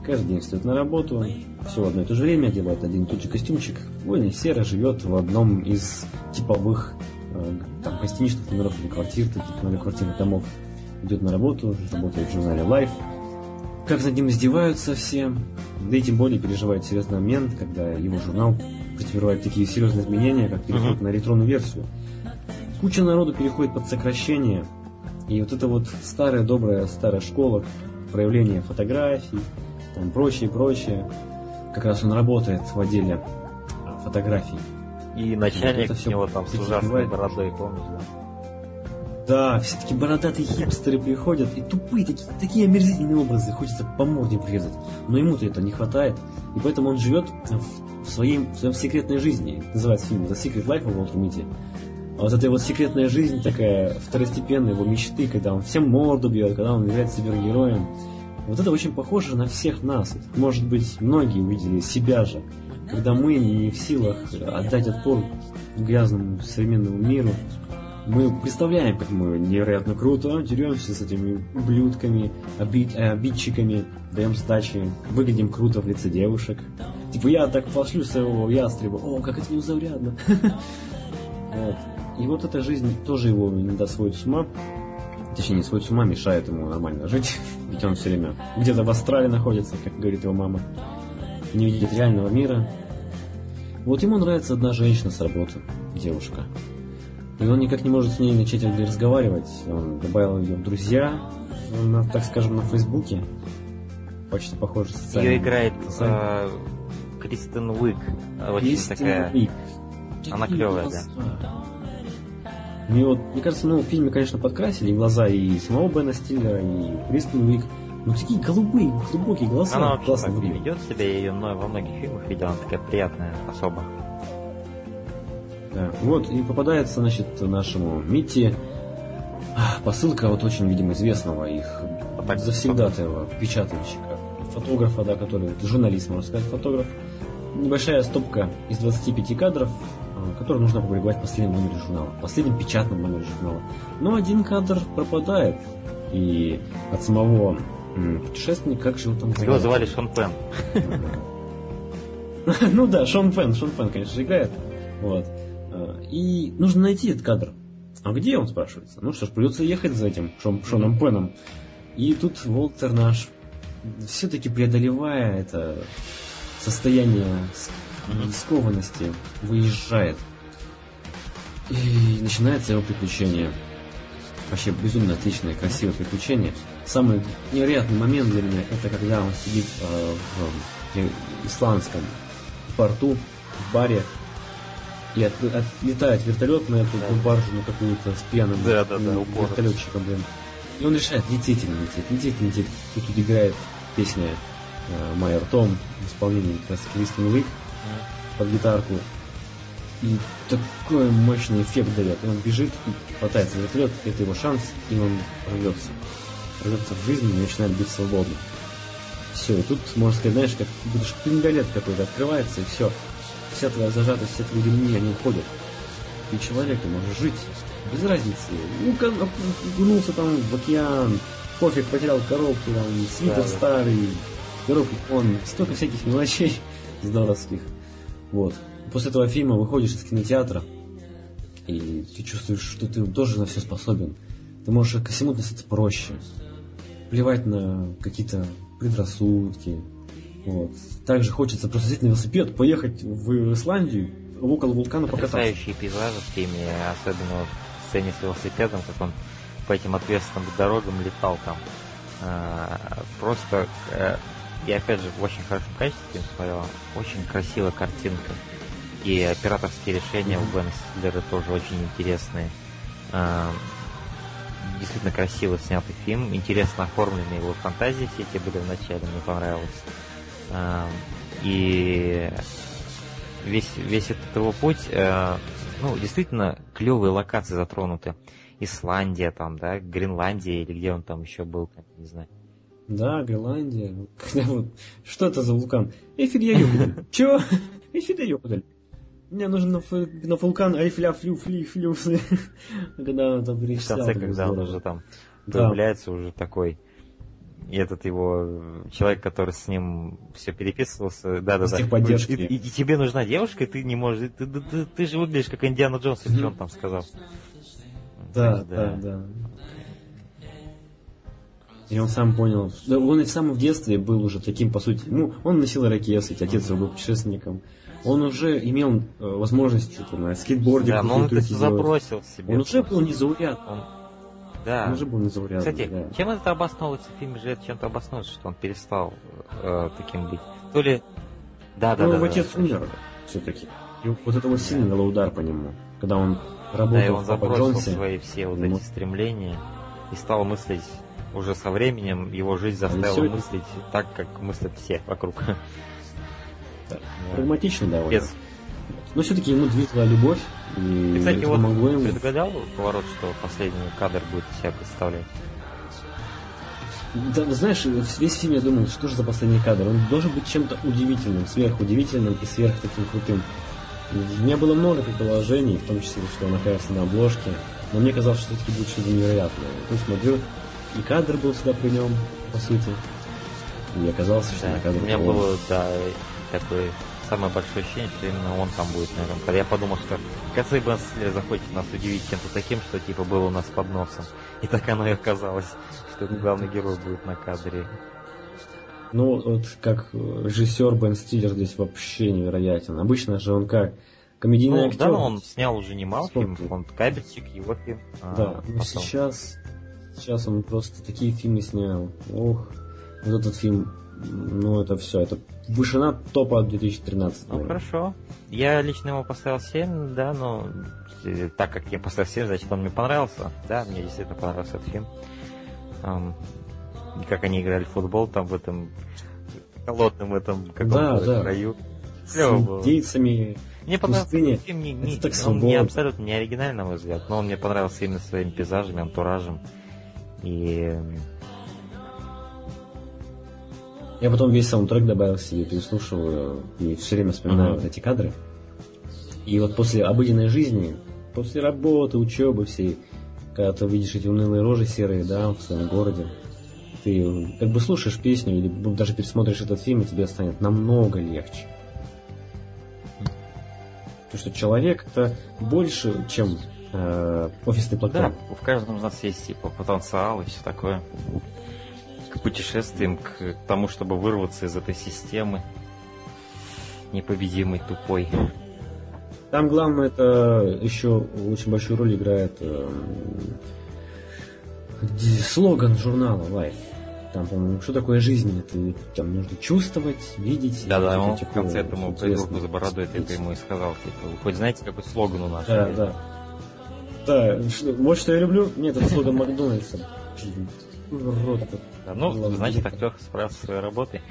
каждый день встает на работу, все в одно и то же время, делает один и тот же костюмчик. Вольный серо живет в одном из типовых там, гостиничных номеров или квартир, таких многоквартирных домов. Идет на работу, работает в журнале Life. Как над ним издеваются все, да и тем более переживает серьезный момент, когда его журнал претерпевает такие серьезные изменения, как переход на электронную версию. Куча народу переходит под сокращение, и вот это вот старая добрая старая школа, проявление фотографий, там прочее, как раз он работает в отделе фотографий. И начальник вот у него там с ужасной бородой, помнишь, да? Да, все таки бородатые хипстеры приходят, и тупые, такие омерзительные образы, хочется по морде врезать. Но ему-то это не хватает, и поэтому он живет в своей секретной жизни. Называется фильм «The Secret Life of Walter Mitty». А вот эта вот секретная жизнь такая второстепенная, его мечты, когда он всем морду бьет, когда он является супергероем. Вот это очень похоже на всех нас. Может быть, многие увидели себя же, когда мы не в силах отдать отпор грязному современному миру. Мы представляем, как мы невероятно круто деремся с этими ублюдками, обидчиками, даем сдачи, выглядим круто в лице девушек. Типа я так пошлю своего ястреба, о, как это неузаурядно. И вот эта жизнь тоже его иногда сводит с ума. Точнее, не сводит с ума, мешает ему нормально жить. Ведь он все время где-то в астрале находится, как говорит его мама. Не видит реального мира. Вот ему нравится одна женщина с работы, девушка. И он никак не может с ней начать разговаривать. Он добавил ее в друзья, так скажем, на Фейсбуке. Почти похоже социальный. Ее играет Кристен Уиг. Очень такая... Уиг. Она клевая, да. Мне кажется, в фильме, конечно, подкрасили глаза и самого Бена Стиллера, и Кристен Уиг. Но такие голубые, глубокие глаза. Она вообще классно так ведет себя, я ее во многих фильмах видел, она такая приятная особа. Да. Вот, и попадается, значит, нашему Митти посылка от очень, видимо, известного их завсегдатаева, печатальщика, фотографа, да, который, журналист, можно сказать, фотограф. Небольшая стопка из 25 кадров, которые нужно опубликовать в последнем номере журнала, в последнем печатном номере журнала. Но один кадр пропадает, и от самого путешественника, как же его там его звали Шон Пен. Ну да, Шон Пен, конечно, играет. Вот. И нужно найти этот кадр. А где он, спрашивается? Ну что ж, придется ехать за этим Шоном Пеном. И тут Уолтер наш, все-таки преодолевая это состояние скованности, выезжает. И начинается его приключение. Вообще безумно отличное, красивое приключение. Самый невероятный момент для меня, это когда он сидит в исландском порту, в баре, и отлетает вертолет на эту баржу, на какую-то с пьяным вертолетчиком, блин. И он решает лететь или не лететь. И тут играет песня Майер Том в исполнении как раз Кристен Уиг под гитарку. И такой мощный эффект дает. И он бежит, хватается за вертолет, это его шанс, и он рвется в жизнь и начинает быть свободным. Все, и тут, можно сказать, знаешь, как будто шпингалет какой-то открывается, и все. Вся твоя зажатость, все твои ремни, они уходят. И человек может жить без разницы. Окунулся там в океан, пофиг, потерял коробку, там, свитер старый, коробку, столько всяких мелочей здоровских. Вот. После этого фильма выходишь из кинотеатра, и ты чувствуешь, что ты тоже на все способен. Ты можешь ко всему относиться проще. Плевать на какие-то предрассудки. Вот. Также хочется просто сесть на велосипед, поехать в Исландию, около вулкана покататься. Потрясающие пейзажи в фильме, особенно в сцене с велосипедом, как он по этим ответственным дорогам летал там. Просто, я опять же в очень хорошем качестве смотрел, очень красивая картинка. И операторские решения у Бена Стиллера тоже очень интересные. Действительно красиво снятый фильм, интересно оформлены его фантазии, все эти были в начале, мне понравилось. И весь этот его путь, действительно клевые локации затронуты. Исландия там, да, Гренландия или где он там еще был, не знаю. Да, Гренландия. Что это за вулкан? Эйфель я ёбнули. Чего? Эйфель я ёбнули. Мне нужно на вулкан Эйфеля флю. Когда он там перечислял. В конце, когда он уже там появляется, уже такой И этот его человек, который с ним все переписывался, да. Техподдержки. И тебе нужна девушка, и ты не можешь. Ты же выглядишь как Индиана Джонс, или что он там сказал. Да. И он сам понял. Да, он и сам в детстве был уже таким, по сути. Ну, он носил ирокез, ведь отец его был путешественником. Он уже имел возможность на скейтборде. Да, но он это все забросил себе. Он уже был незауряд. Да. Он уже был незаурядный. Кстати, да. чем это обосновывается? В фильме же это чем-то обосновывается, что он перестал таким быть. То ли... Да. Его отец умер все-таки. И вот это вот сильно дало удар по нему. Когда он работал и он в Папа забросил Джонсе. свои все вот эти стремления и стал мыслить уже со временем, его жизнь заставила мыслить так, как мыслят все вокруг. Да. Прагматично довольно. Без... Но все-таки ему двигала любовь. И Ты, кстати, это вот помогло ему. предугадал поворот, что последний кадр будет из себя представлять? Да, знаешь, весь фильм я думал, что же за последний кадр. Он должен быть чем-то удивительным, сверхудивительным и сверх таким крутым. У меня было много предположений, в том числе, что он окажется на обложке, но мне казалось, что все-таки будет что-то невероятное. То есть смотрю, и кадр был всегда при нем, по сути. И оказалось, что на кадре... У меня было, такое самое большое ощущение, что именно он там будет, наверное. Когда я подумал, что кажется, Бен Стиллер захочет нас удивить чем-то таким, что типа было у нас под носом. И так оно и оказалось, что главный герой будет на кадре. Ну, вот как режиссер Бен Стиллер здесь вообще невероятен. Обычно же он как комедийный актер. Да, но он снял уже немало фильмов, он кабельщик, его фильм. Да, но сейчас он просто такие фильмы снял. Ох, вот этот фильм, ну это все, это вышина топа 2013. Ну хорошо. Я лично ему поставил 7, да, но так как я поставил 7, значит он мне понравился. Да, мне действительно понравился этот фильм. И как они играли в футбол там в этом холодном этом каком-то краю. С индейцами. Мне понравился этот фильм, он не абсолютно не оригинальный, на мой взгляд, но он мне понравился именно своими пейзажами, антуражем. И я потом весь саундтрек добавил себе, переслушиваю и все время вспоминаю вот эти кадры. И вот после обыденной жизни, после работы, учебы всей, когда ты видишь эти унылые рожи серые, да, в своем городе, ты как бы слушаешь песню или даже пересмотришь этот фильм, и тебе станет намного легче. Потому что человек это больше, чем офисный плакат. Да, в каждом из нас есть типа потенциал и все такое. К путешествиям, к тому, чтобы вырваться из этой системы непобедимой, тупой. Там главное, это еще очень большую роль играет слоган журнала Life. Там, по-моему, что такое жизнь? Это там нужно чувствовать, видеть. Да, он в конце этому придурку за бородой это ему и сказал, типа, вы хоть знаете, какой слоган у нас? Да. Вот что я люблю. Нет, это слоган Макдональдса. Да, ну, значит, актер справился со своей работой.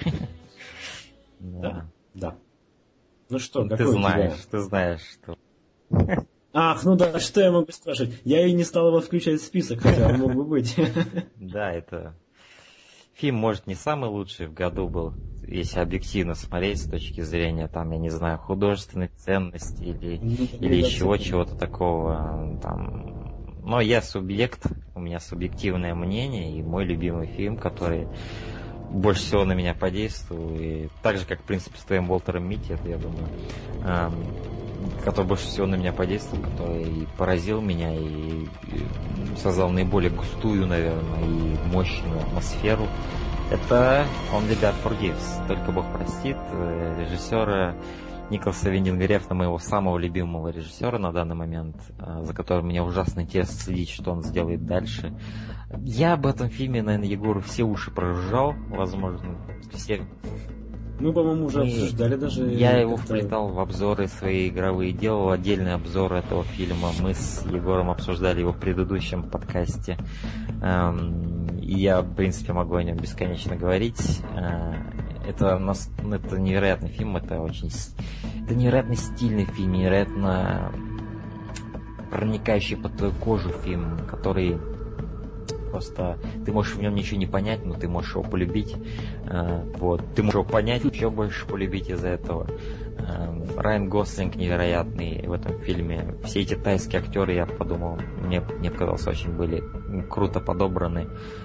Да. Ну что, ты знаешь, что... Ах, ну да, что я могу спрашивать? Я и не стал его включать в список, хотя он мог бы быть. Да, это... Фильм, может, не самый лучший в году был, если объективно смотреть с точки зрения, там, я не знаю, художественной ценности или еще чего-то такого. Там. Но я субъект, у меня субъективное мнение, и мой любимый фильм, который больше всего на меня подействовал, и так же, как, в принципе, с твоим Уолтером Митти, это, я думаю, который больше всего на меня подействовал, который и поразил меня, и создал наиболее густую, наверное, и мощную атмосферу. Это «Only God Forgives», «Только Бог простит», режиссера Николаса Виндинга Рефна, моего самого любимого режиссера на данный момент, за которым мне ужасно интересно следить, что он сделает дальше. Я об этом фильме, наверное, Егору все уши прожужжал, возможно, все... Мы, по-моему, уже обсуждали даже... Я его вплетал в обзоры свои игровые, делал отдельный обзор этого фильма. Мы с Егором обсуждали его в предыдущем подкасте. И я, в принципе, могу о нем бесконечно говорить. Это невероятный фильм, это невероятно стильный фильм, невероятно проникающий под твою кожу фильм, который... Просто ты можешь в нем ничего не понять, но ты можешь его полюбить. Вот. Ты можешь его понять, еще больше полюбить из-за этого. Райан Гослинг невероятный в этом фильме. Все эти тайские актеры, я подумал, мне показалось, очень были круто подобраны.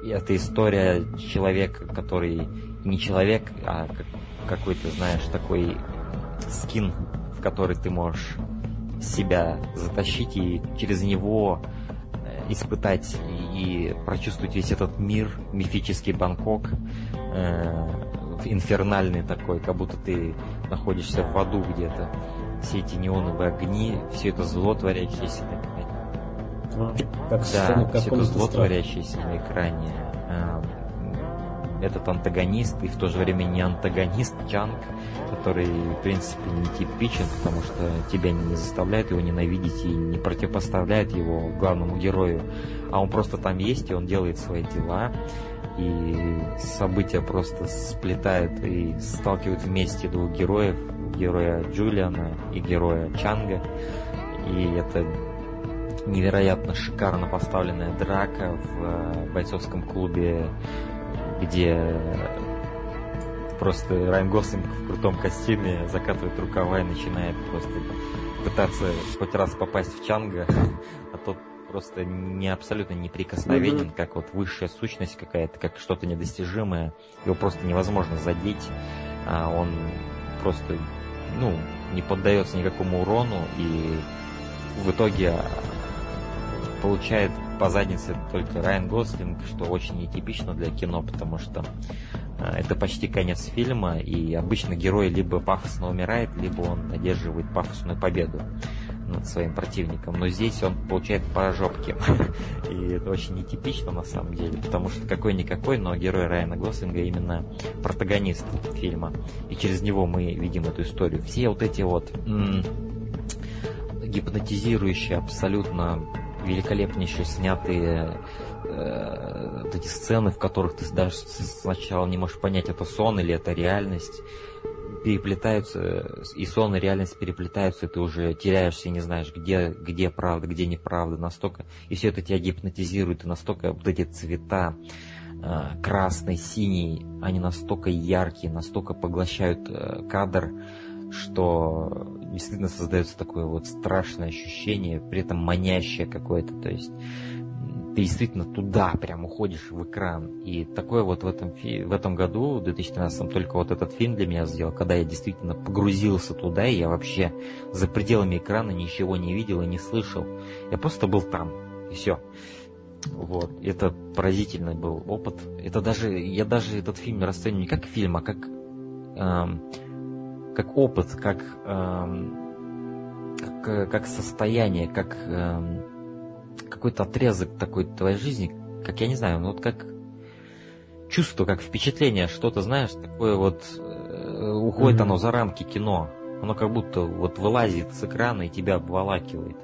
это история человека, который не человек, а какой-то, знаешь, такой скин, в который ты можешь себя затащить и через него испытать и прочувствовать весь этот мир, мифический Бангкок, инфернальный такой, как будто ты находишься в аду где-то. Все эти неоновые огни, все это зло, творящееся на экране. Да, все это зло, творящееся на экране. Этот антагонист и в то же время не антагонист Чанг, который, в принципе, не типичен, потому что тебя не заставляет его ненавидеть и не противопоставляет его главному герою, а он просто там есть, и он делает свои дела, и события просто сплетают и сталкивают вместе двух героев, героя Джулиана и героя Чанга, и это невероятно шикарно поставленная драка в бойцовском клубе, где просто Райан Гослинг в крутом костюме закатывает рукава и начинает просто пытаться хоть раз попасть в Чанга, а тот просто абсолютно неприкосновенен, как вот высшая сущность какая-то, как что-то недостижимое. Его просто невозможно задеть, а он просто, не поддается никакому урону и в итоге получает по заднице только Райан Гослинг, что очень нетипично для кино, потому что это почти конец фильма, и обычно герой либо пафосно умирает, либо он одерживает пафосную победу над своим противником. Но здесь он получает по жопке. И это очень нетипично на самом деле, потому что какой-никакой, но герой Райана Гослинга именно протагонист фильма. И через него мы видим эту историю. Все вот эти вот гипнотизирующие, абсолютно великолепнейшие снятые вот эти сцены, в которых ты даже сначала не можешь понять, это сон или это реальность, переплетаются, и сон и реальность переплетаются, и ты уже теряешься и не знаешь, где правда, где неправда, настолько, и все это тебя гипнотизирует, и настолько вот эти цвета, красный, синий, они настолько яркие, настолько поглощают кадр, что действительно создается такое вот страшное ощущение, при этом манящее какое-то, то есть ты действительно туда прям уходишь в экран. И такое вот в этом году, в 2013, только вот этот фильм для меня сделал, когда я действительно погрузился туда, и я вообще за пределами экрана ничего не видел и не слышал. Я просто был там, и все. Вот. Это поразительный был опыт. Я даже этот фильм расцениваю не как фильм, а как опыт, как состояние, как какой-то отрезок такой твоей жизни, как, я не знаю, вот как чувство, как впечатление, что-то, знаешь, такое вот уходит оно за рамки кино. Оно как будто вот вылазит с экрана и тебя обволакивает.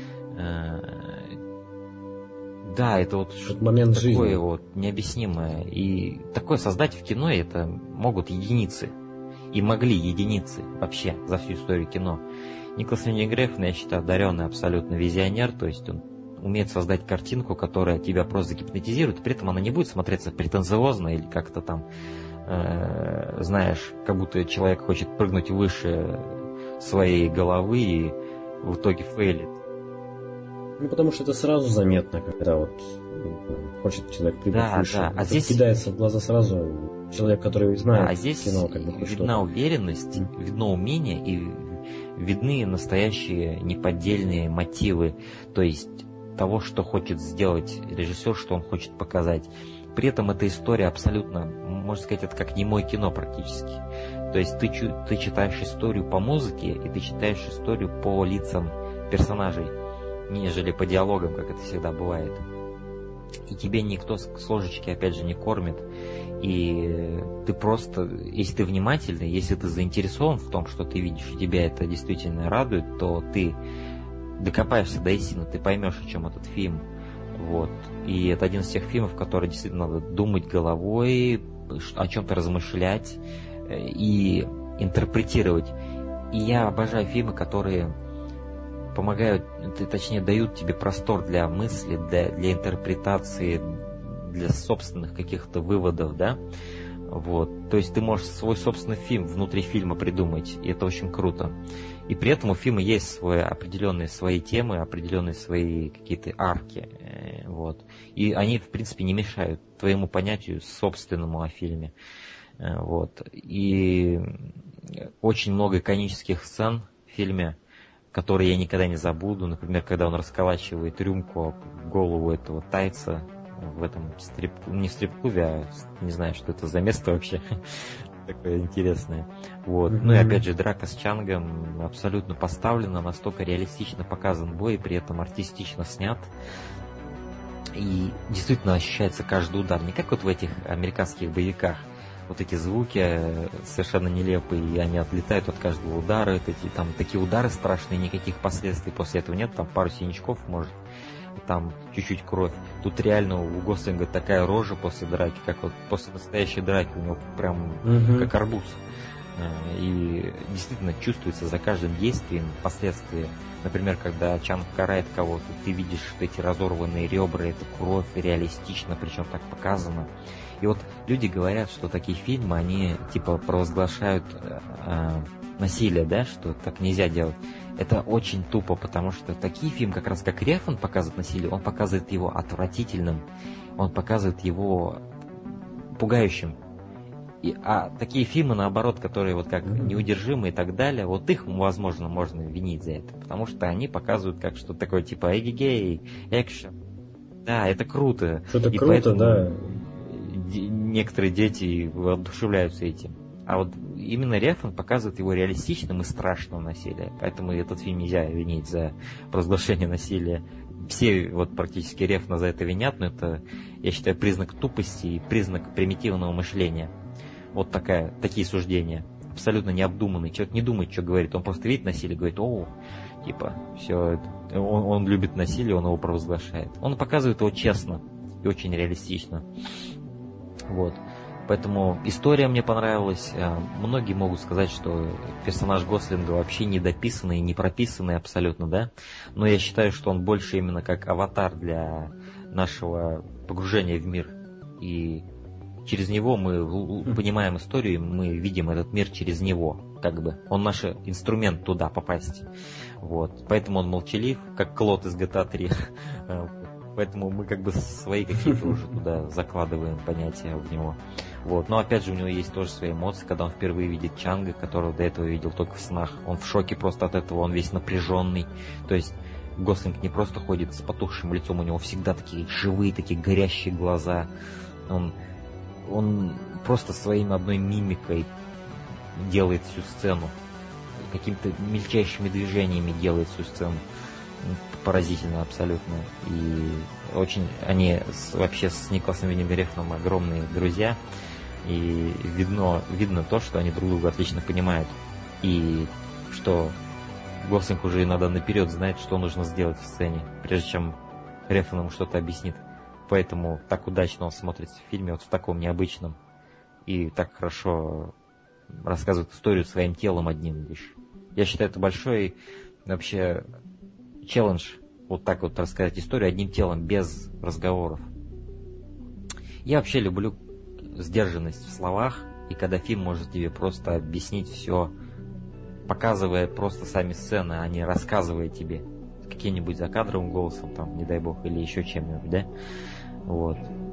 Да, это вот что-то момент такое жизни. Вот необъяснимое. И такое создать в кино это могут единицы. И могли единицы вообще за всю историю кино. Николас Виндинг Рефн, я считаю, одаренный абсолютно визионер, то есть он умеет создать картинку, которая тебя просто гипнотизирует, при этом она не будет смотреться претенциозно или как-то там, знаешь, как будто человек хочет прыгнуть выше своей головы и в итоге фейлит. Потому что это сразу заметно, когда вот хочет человек прыгнуть выше. Да. А здесь кидается в глаза сразу человек, который знает здесь кино, как бы видна что-то. уверенность, видно умение и видны настоящие неподдельные мотивы, то есть того, что хочет сделать режиссер, что он хочет показать. При этом эта история абсолютно, можно сказать, это как немое кино практически. То есть ты читаешь историю по музыке, и ты читаешь историю по лицам персонажей, нежели по диалогам, как это всегда бывает. И тебе никто с ложечки, опять же, не кормит. И ты просто, если ты внимательный, если ты заинтересован в том, что ты видишь, и тебя это действительно радует, то ты докопаешься до истины, ты поймешь, о чем этот фильм. Вот. И это один из тех фильмов, которые действительно надо думать головой, о чем-то размышлять и интерпретировать. И я обожаю фильмы, которые помогают, точнее, дают тебе простор для мысли, для интерпретации, для собственных каких-то выводов, да. Вот. То есть ты можешь свой собственный фильм внутри фильма придумать, и это очень круто. И при этом у фильма есть определенные свои темы, определенные свои какие-то арки. Вот. И они, в принципе, не мешают твоему понятию собственному о фильме. Вот. И очень много иконических сцен в фильме, которые я никогда не забуду. Например, когда он расколачивает рюмку об голову этого тайца в этом не в стрип-клубе, а не знаю, что это за место вообще. Такое интересное. Вот. Ну и опять же, драка с Чангом абсолютно поставлена, настолько реалистично показан бой, и при этом артистично снят. И действительно ощущается каждый удар. Не как вот в этих американских боевиках. Вот эти звуки совершенно нелепые, и они отлетают от каждого удара. Там такие удары страшные, никаких последствий после этого нет. Там пару синячков, может, и там чуть-чуть кровь. Тут реально у Гослинга такая рожа после драки, как вот после настоящей драки. У него прям как арбуз. И действительно чувствуется за каждым действием последствия. Например, когда Чанг карает кого-то, ты видишь, что эти разорванные ребра, это кровь, реалистично, причем так показано. И вот люди говорят, что такие фильмы, они типа провозглашают насилие, да, что так нельзя делать. Это очень тупо, потому что такие фильмы, как раз как Рефн показывает насилие, он показывает его отвратительным, он показывает его пугающим. А такие фильмы, наоборот, которые вот как неудержимые и так далее, вот их, возможно, можно винить за это, потому что они показывают как что-то такое, типа эгегей, экшен. Да, это круто. Это круто, да. Некоторые дети воодушевляются этим. А вот именно Рефн показывает его реалистичным и страшным насилием. Поэтому этот фильм нельзя винить за провозглашение насилия. Все вот практически Рефна за это винят, но это, я считаю, признак тупости и признак примитивного мышления. Вот такие суждения. Абсолютно необдуманный. Человек не думает, что говорит. Он просто видит насилие и говорит, все, он любит насилие, он его провозглашает. Он показывает его честно и очень реалистично. Вот. Поэтому история мне понравилась. Многие могут сказать, что персонаж Гослинга вообще недописанный, не прописанный абсолютно, да. Но я считаю, что он больше именно как аватар для нашего погружения в мир. И через него мы понимаем историю, мы видим этот мир через него, как бы. Он наш инструмент туда попасть. Вот. Поэтому он молчалив, как Клод из GTA 3. Поэтому мы как бы свои какие-то уже туда закладываем понятия в него. Вот. Но опять же у него есть тоже свои эмоции, когда он впервые видит Чанга, которого до этого видел только в снах. Он в шоке просто от этого, он весь напряженный. То есть Гослинг не просто ходит с потухшим лицом, у него всегда такие живые, такие горящие глаза. Он просто своей одной мимикой делает всю сцену. Какими-то мельчайшими движениями делает всю сцену. Поразительно абсолютно. И очень они вообще с Николасом Виндинг-Рефном огромные друзья. И видно то, что они друг друга отлично понимают. И что Гослинг уже иногда наперед знает, что нужно сделать в сцене, прежде чем Рефн ему что-то объяснит. Поэтому так удачно он смотрится в фильме, вот в таком необычном. И так хорошо рассказывает историю своим телом одним лишь. Я считаю, это большой вообще челлендж, вот так вот рассказать историю одним телом, без разговоров. Я вообще люблю сдержанность в словах, и когда фильм может тебе просто объяснить все, показывая просто сами сцены, а не рассказывая тебе каким-нибудь закадровым голосом, там, не дай бог, или еще чем-нибудь, да? Вот.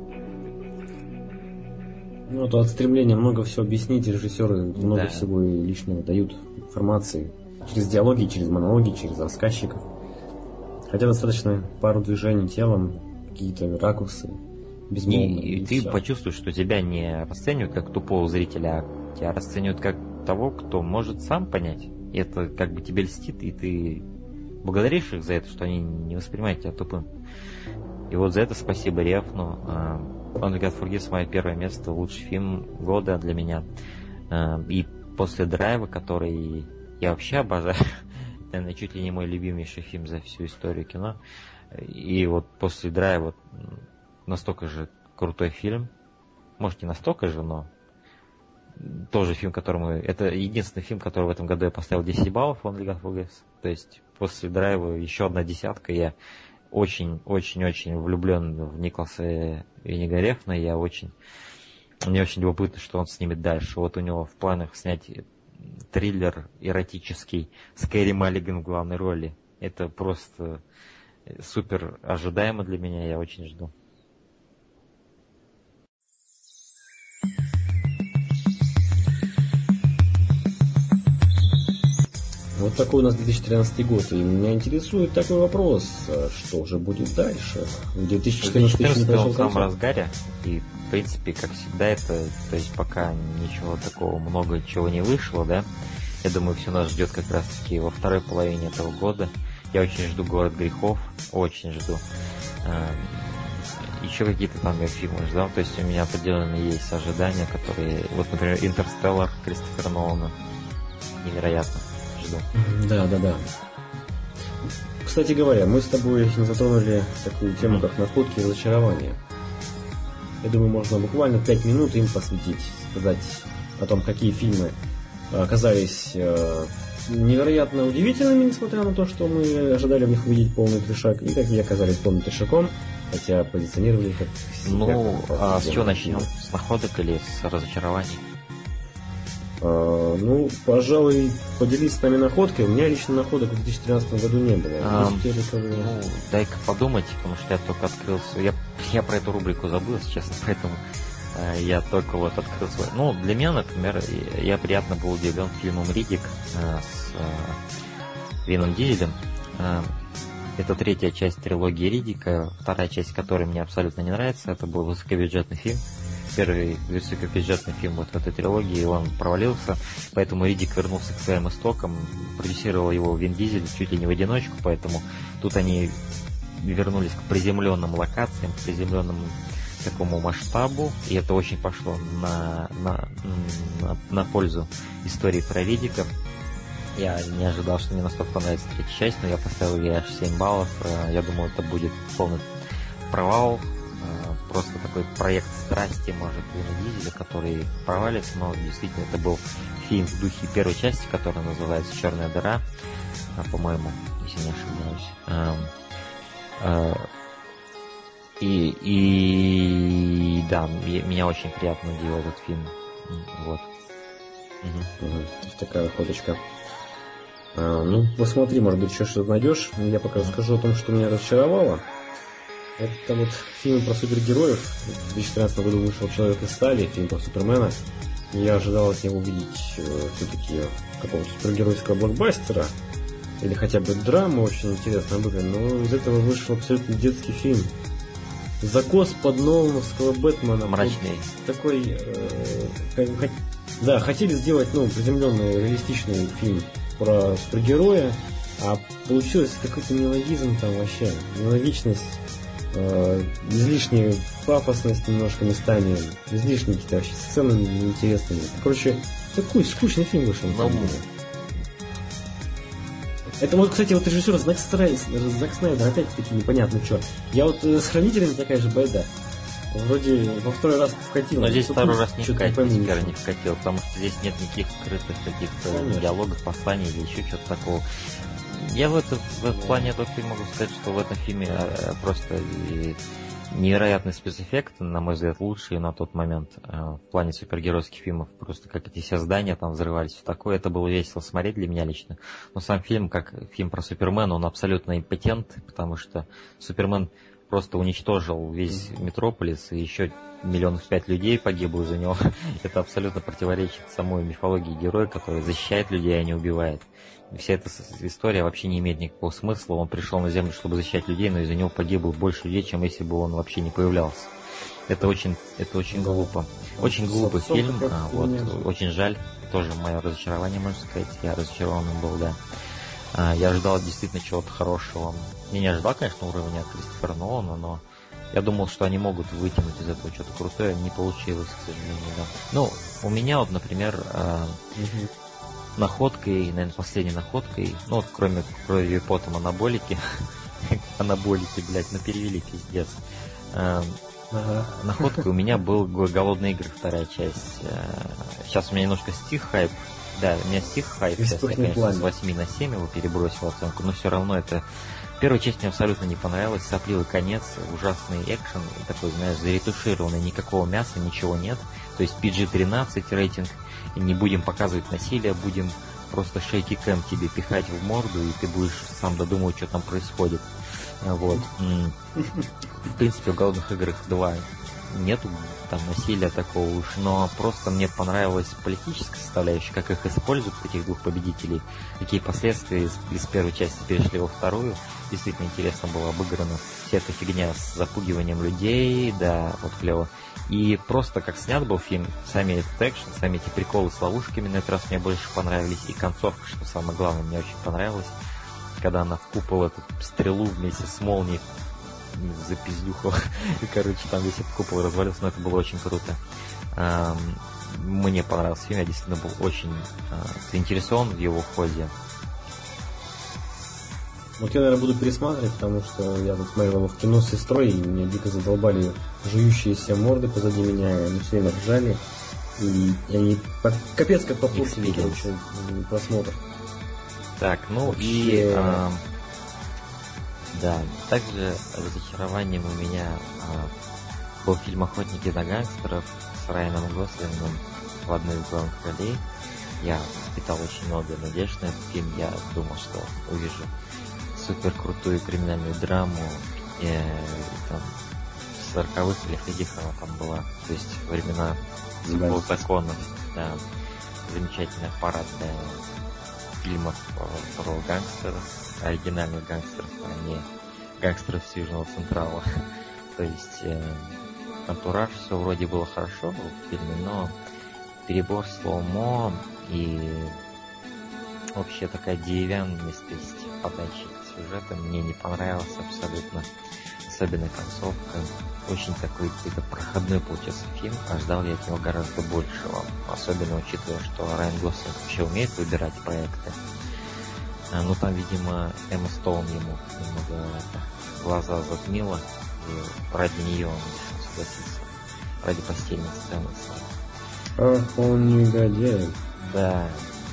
Ну, то от стремления много всего объяснить, режиссеры много всего лишнего дают информации. Через диалоги, через монологи, через рассказчиков. Хотя достаточно пару движений телом, какие-то ракурсы, безмолвные. И ты почувствуешь, что тебя не расценивают как тупого зрителя, а тебя расценивают как того, кто может сам понять. И это как бы тебе льстит, и ты благодаришь их за это, что они не воспринимают тебя тупым. И вот за это спасибо Рефну. Only God Forgives — мое первое место, лучший фильм года для меня. И после Драйва, который я вообще обожаю, наверное, чуть ли не мой любимейший фильм за всю историю кино. И вот после Драйва настолько же крутой фильм. Может, не настолько же, но тоже фильм, которому... Это единственный фильм, который в этом году я поставил 10 баллов, Only God Forgives. То есть после Драйва еще одна десятка. Я очень-очень-очень влюблен в Николаса Виндинга-Рефна. Мне очень любопытно, что он снимет дальше. Вот у него в планах снять триллер эротический с Кэрри Маллиган в главной роли. Это просто супер ожидаемо для меня, я очень жду. Вот такой у нас 2013 год. И меня интересует такой вопрос, что же будет дальше? 2014 еще не прошел в самом разгаре, и в принципе, как всегда, это, то есть пока ничего такого много чего не вышло, да, я думаю, все нас ждет как раз таки во второй половине этого года. Я очень жду «Город грехов», очень жду. Еще какие-то там я фильмы ждал, то есть у меня определенно есть ожидания, которые, вот, например, «Интерстеллар» Кристофера Нолана, невероятно жду. Да. Кстати говоря, мы с тобой не затронули такую тему, как находки и разочарования. Я думаю, можно буквально 5 минут им посвятить, сказать о том, какие фильмы оказались невероятно удивительными, несмотря на то, что мы ожидали в них увидеть полный трешак, и какие оказались полным трешаком, хотя позиционировали как... Ну, а с чего начнем? С находок или с разочарований? Ну, пожалуй, поделись с нами находкой. У меня лично находок в 2013 году не было. Ну, дай-ка подумать, потому что я только открылся. Я про эту рубрику забыл, если честно, поэтому я только вот открыл свой. Ну, для меня, например, я приятно был удивлен фильмом «Риддик» с Вином Дизелем. Это третья часть трилогии Риддика, вторая часть которой мне абсолютно не нравится. Это был высокобюджетный фильм. Первый высокобюджетный фильм вот в этой трилогии, и он провалился, поэтому Риддик вернулся к своим истокам, продюсировал его Вин Дизель чуть ли не в одиночку, поэтому тут они вернулись к приземленным локациям, к приземленному такому масштабу, и это очень пошло на пользу истории про Риддика. Я не ожидал, что мне настолько понравится третья часть, но я поставил ей аж 7 баллов. Я думал, это будет полный провал. Просто такой проект страсти, может, Вина Дизеля, который провалится, но действительно это был фильм в духе первой части, которая называется «Черная дыра», по-моему, если не ошибаюсь. И да, меня очень приятно удивил этот фильм. Вот. Такая ходочка. Ну, посмотри, может быть, еще что-то найдешь. Я пока расскажу о том, что меня разочаровало. Это вот фильм про супергероев. В 2013 году вышел «Человек из стали», фильм про Супермена. Я ожидал от него увидеть все-таки какого-то супергеройского блокбастера или хотя бы драму очень интересно было, но из этого вышел абсолютно детский фильм. Закос под нолановского Бэтмена. Мрачный. Вот такой... да, хотели сделать приземленный, реалистичный фильм про супергероя, а получилось какой-то мелодизм там вообще, мелодичность, излишняя пафосность немножко местами, излишние какие-то вообще сцены неинтересные. Короче, такой скучный фильм вышел. Это вот, кстати, вот режиссер Зак Снайдер, опять-таки непонятно что. Я вот с «Хранителями» такая же байда. Вроде во второй раз вкатил. Но здесь второй раз не вкатил, потому что здесь нет никаких скрытых каких-то диалогов, посланий или еще что-то такого. Я в плане этого фильма могу сказать, что в этом фильме просто невероятный спецэффект, на мой взгляд, лучший на тот момент в плане супергеройских фильмов. Просто как эти все здания там взрывались, все такое. Это было весело смотреть для меня лично. Но сам фильм, как фильм про Супермена, он абсолютно импотент, потому что Супермен просто уничтожил весь Метрополис, и еще 5 миллионов людей погибло из-за него. Это абсолютно противоречит самой мифологии героя, который защищает людей, а не убивает. И вся эта история вообще не имеет никакого смысла. Он пришел на Землю, чтобы защищать людей, но из-за него погибло больше людей, чем если бы он вообще не появлялся. Это очень глупо. Очень глупый фильм. Очень жаль. Тоже мое разочарование, можно сказать. Я разочарован был, да. Я ожидал действительно чего-то хорошего. Я не ожидал, конечно, уровня Кристофера Нолана, но я думал, что они могут вытянуть из этого что-то крутое. Не получилось, к сожалению, да. Ну, у меня вот, например, находкой, наверное, последней находкой, ну, вот кроме крови и потом анаболики, блядь, перевели пиздец. Находкой у меня был «Голодные игры», вторая часть. Сейчас у меня немножко стих хайп. Да, у меня стих хайп. Сейчас я, конечно, с 8 на 7 его перебросил оценку, но все равно это Первая часть мне абсолютно не понравилась, сопливый конец, ужасный экшен, такой, знаешь, заретушированный, никакого мяса, ничего нет. То есть PG-13 рейтинг, и не будем показывать насилие, будем просто шейки кэм тебе пихать в морду, и ты будешь сам додумывать, что там происходит. Вот. В принципе, в «Голодных играх 2» нету там насилия такого уж, но просто мне понравилась политическая составляющая, как их используют, этих двух победителей, какие последствия из первой части перешли во вторую. Действительно интересно было обыграно. Вся эта фигня с запугиванием людей, да, вот клево. И просто как снят был фильм, сами этот экшен, сами эти приколы с ловушками на этот раз мне больше понравились, и концовка, что самое главное, мне очень понравилась, когда она в купол эту стрелу вместе с молнией запиздюхала, и, короче, там весь этот купол развалился, но это было очень круто. Мне понравился фильм, я действительно был очень заинтересован в его ходе. Вот я, наверное, буду пересматривать, потому что я тут смотрел его в кино с сестрой, и меня дико задолбали жующиеся морды позади меня, и они все время ржали, и они капец как попортили, короче, просмотр. Так, ну вообще... и... да, также разочарованием у меня был фильм «Охотники на гангстеров» с Райаном Гослингом в одной из главных ролей. Я питал очень много надежд на этот фильм, я думал, что увижу супер крутую криминальную драму, там, в 40-х или 50-х она там была, то есть времена законов, да, замечательный аппарат для фильмов про гангстеров, оригинальных гангстеров, а не гангстеров с Южного Централа. То есть антураж, все вроде было хорошо в фильме, но перебор слоумо и вообще такая деревянность подачи сюжета мне не понравилась абсолютно. Особенно концовка. Очень такой какой-то проходной получился фильм, а ждал я от него гораздо большего. Особенно учитывая, что Райан Гослинг вообще умеет выбирать проекты. Ну там, видимо, Эмма Стоун ему немного глаза затмила, и ради нее он решил согласиться. Ради постельной сцены. Ах, он негодяй. Да.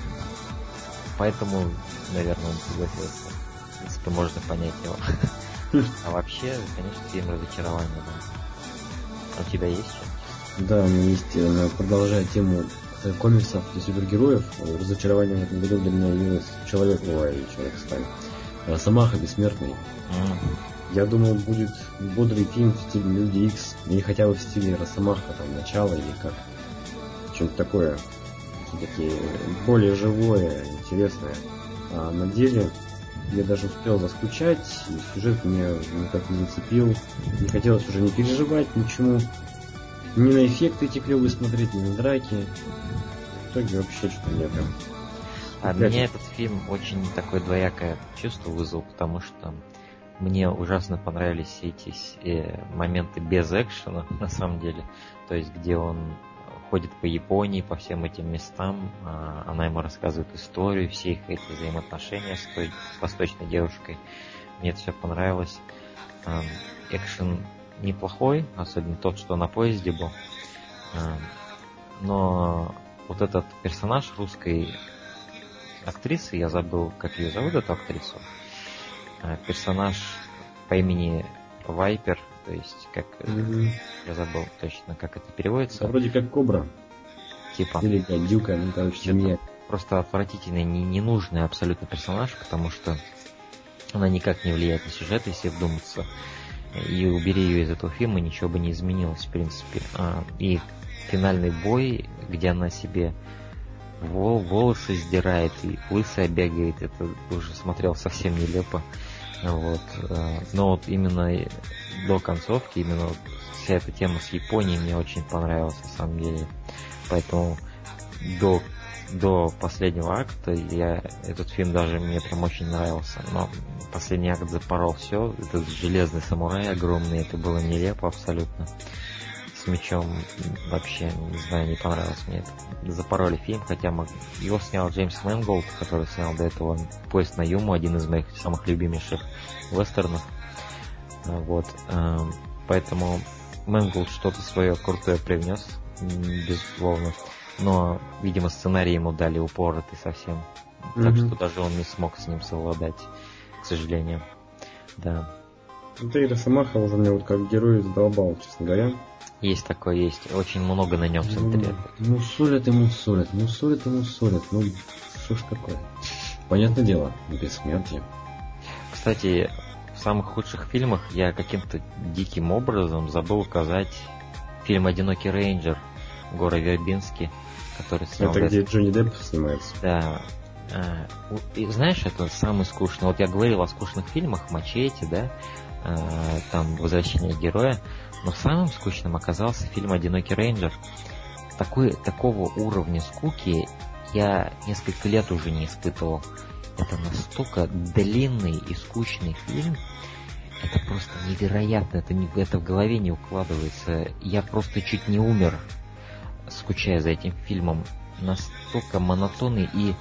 Поэтому, наверное, он согласился. В принципе, можно понять его. А вообще, конечно, фильм разочарования, да. А у тебя есть что? Да, у меня есть, продолжая тему комиксов и супергероев, разочарование в этом году для меня явилось Человек-Муравей и Человек-Сталь. Росомаха Бессмертный. Я думал, будет бодрый фильм в стиле Люди Икс, или хотя бы в стиле Росомаха, там, начало или как. Что-то такое, все-таки более живое, интересное. А на деле я даже успел заскучать, и сюжет меня никак не зацепил. Не хотелось уже не переживать ничему. Ни на эффекты эти клевые смотреть, ни на драки. В итоге вообще что-то мне прям... Меня этот фильм очень такое двоякое чувство вызвал, потому что мне ужасно понравились все эти моменты без экшена, на самом деле. То есть, где он ходит по Японии, по всем этим местам, она ему рассказывает историю, все их эти взаимоотношения с той восточной девушкой. Мне это все понравилось. Экшен неплохой, особенно тот, что на поезде был. Но вот этот персонаж русской актрисы, я забыл, как ее зовут, эту актрису. Персонаж по имени Вайпер, то есть как... Я забыл точно, как это переводится. Вроде как Кобра. Типа. Или гадюка, ну короче, семья. Просто отвратительный, ненужный абсолютно персонаж, потому что она никак не влияет на сюжет, если вдуматься. И убери ее из этого фильма, ничего бы не изменилось, в принципе. И финальный бой, где она себе волосы сдирает и лысая бегает, это уже смотрел совсем нелепо. Вот. Но вот именно до концовки, именно вся эта тема с Японией мне очень понравилась, на самом деле. Поэтому до последнего акта этот фильм даже мне прям очень нравился. Но последний акт запорол все. Этот железный самурай огромный, это было нелепо абсолютно. С мечом вообще, не знаю, не понравилось мне это. Запороли фильм, хотя его снял Джеймс Мэнголд, который снял до этого «Поезд на Юму», один из моих самых любимейших вестернов. Вот. Поэтому Мэнголд что-то свое крутое привнес, безусловно. Но, видимо, сценарий ему дали упоротый совсем. Так что даже он не смог с ним совладать, к сожалению. Да. Ты Росомаха уже мне вот как герой задолбал, честно говоря. Есть такое, есть. Очень много на нем смотрели. Мусорят. Ну, что ж такое? Понятное дело, бессмертие. Кстати, в самых худших фильмах я каким-то диким образом забыл указать фильм «Одинокий рейнджер» Гора Вербински, который снял... Это где Джонни Депп снимается? Да. И знаешь, это самый скучный. Вот я говорил о скучных фильмах, «Мачете», да, там «Возвращение героя», но самым скучным оказался фильм «Одинокий рейнджер». Такого уровня скуки я несколько лет уже не испытывал. Это настолько длинный и скучный фильм, это просто невероятно, это в голове не укладывается. Я просто чуть не умер, скучая за этим фильмом. Настолько монотонный, и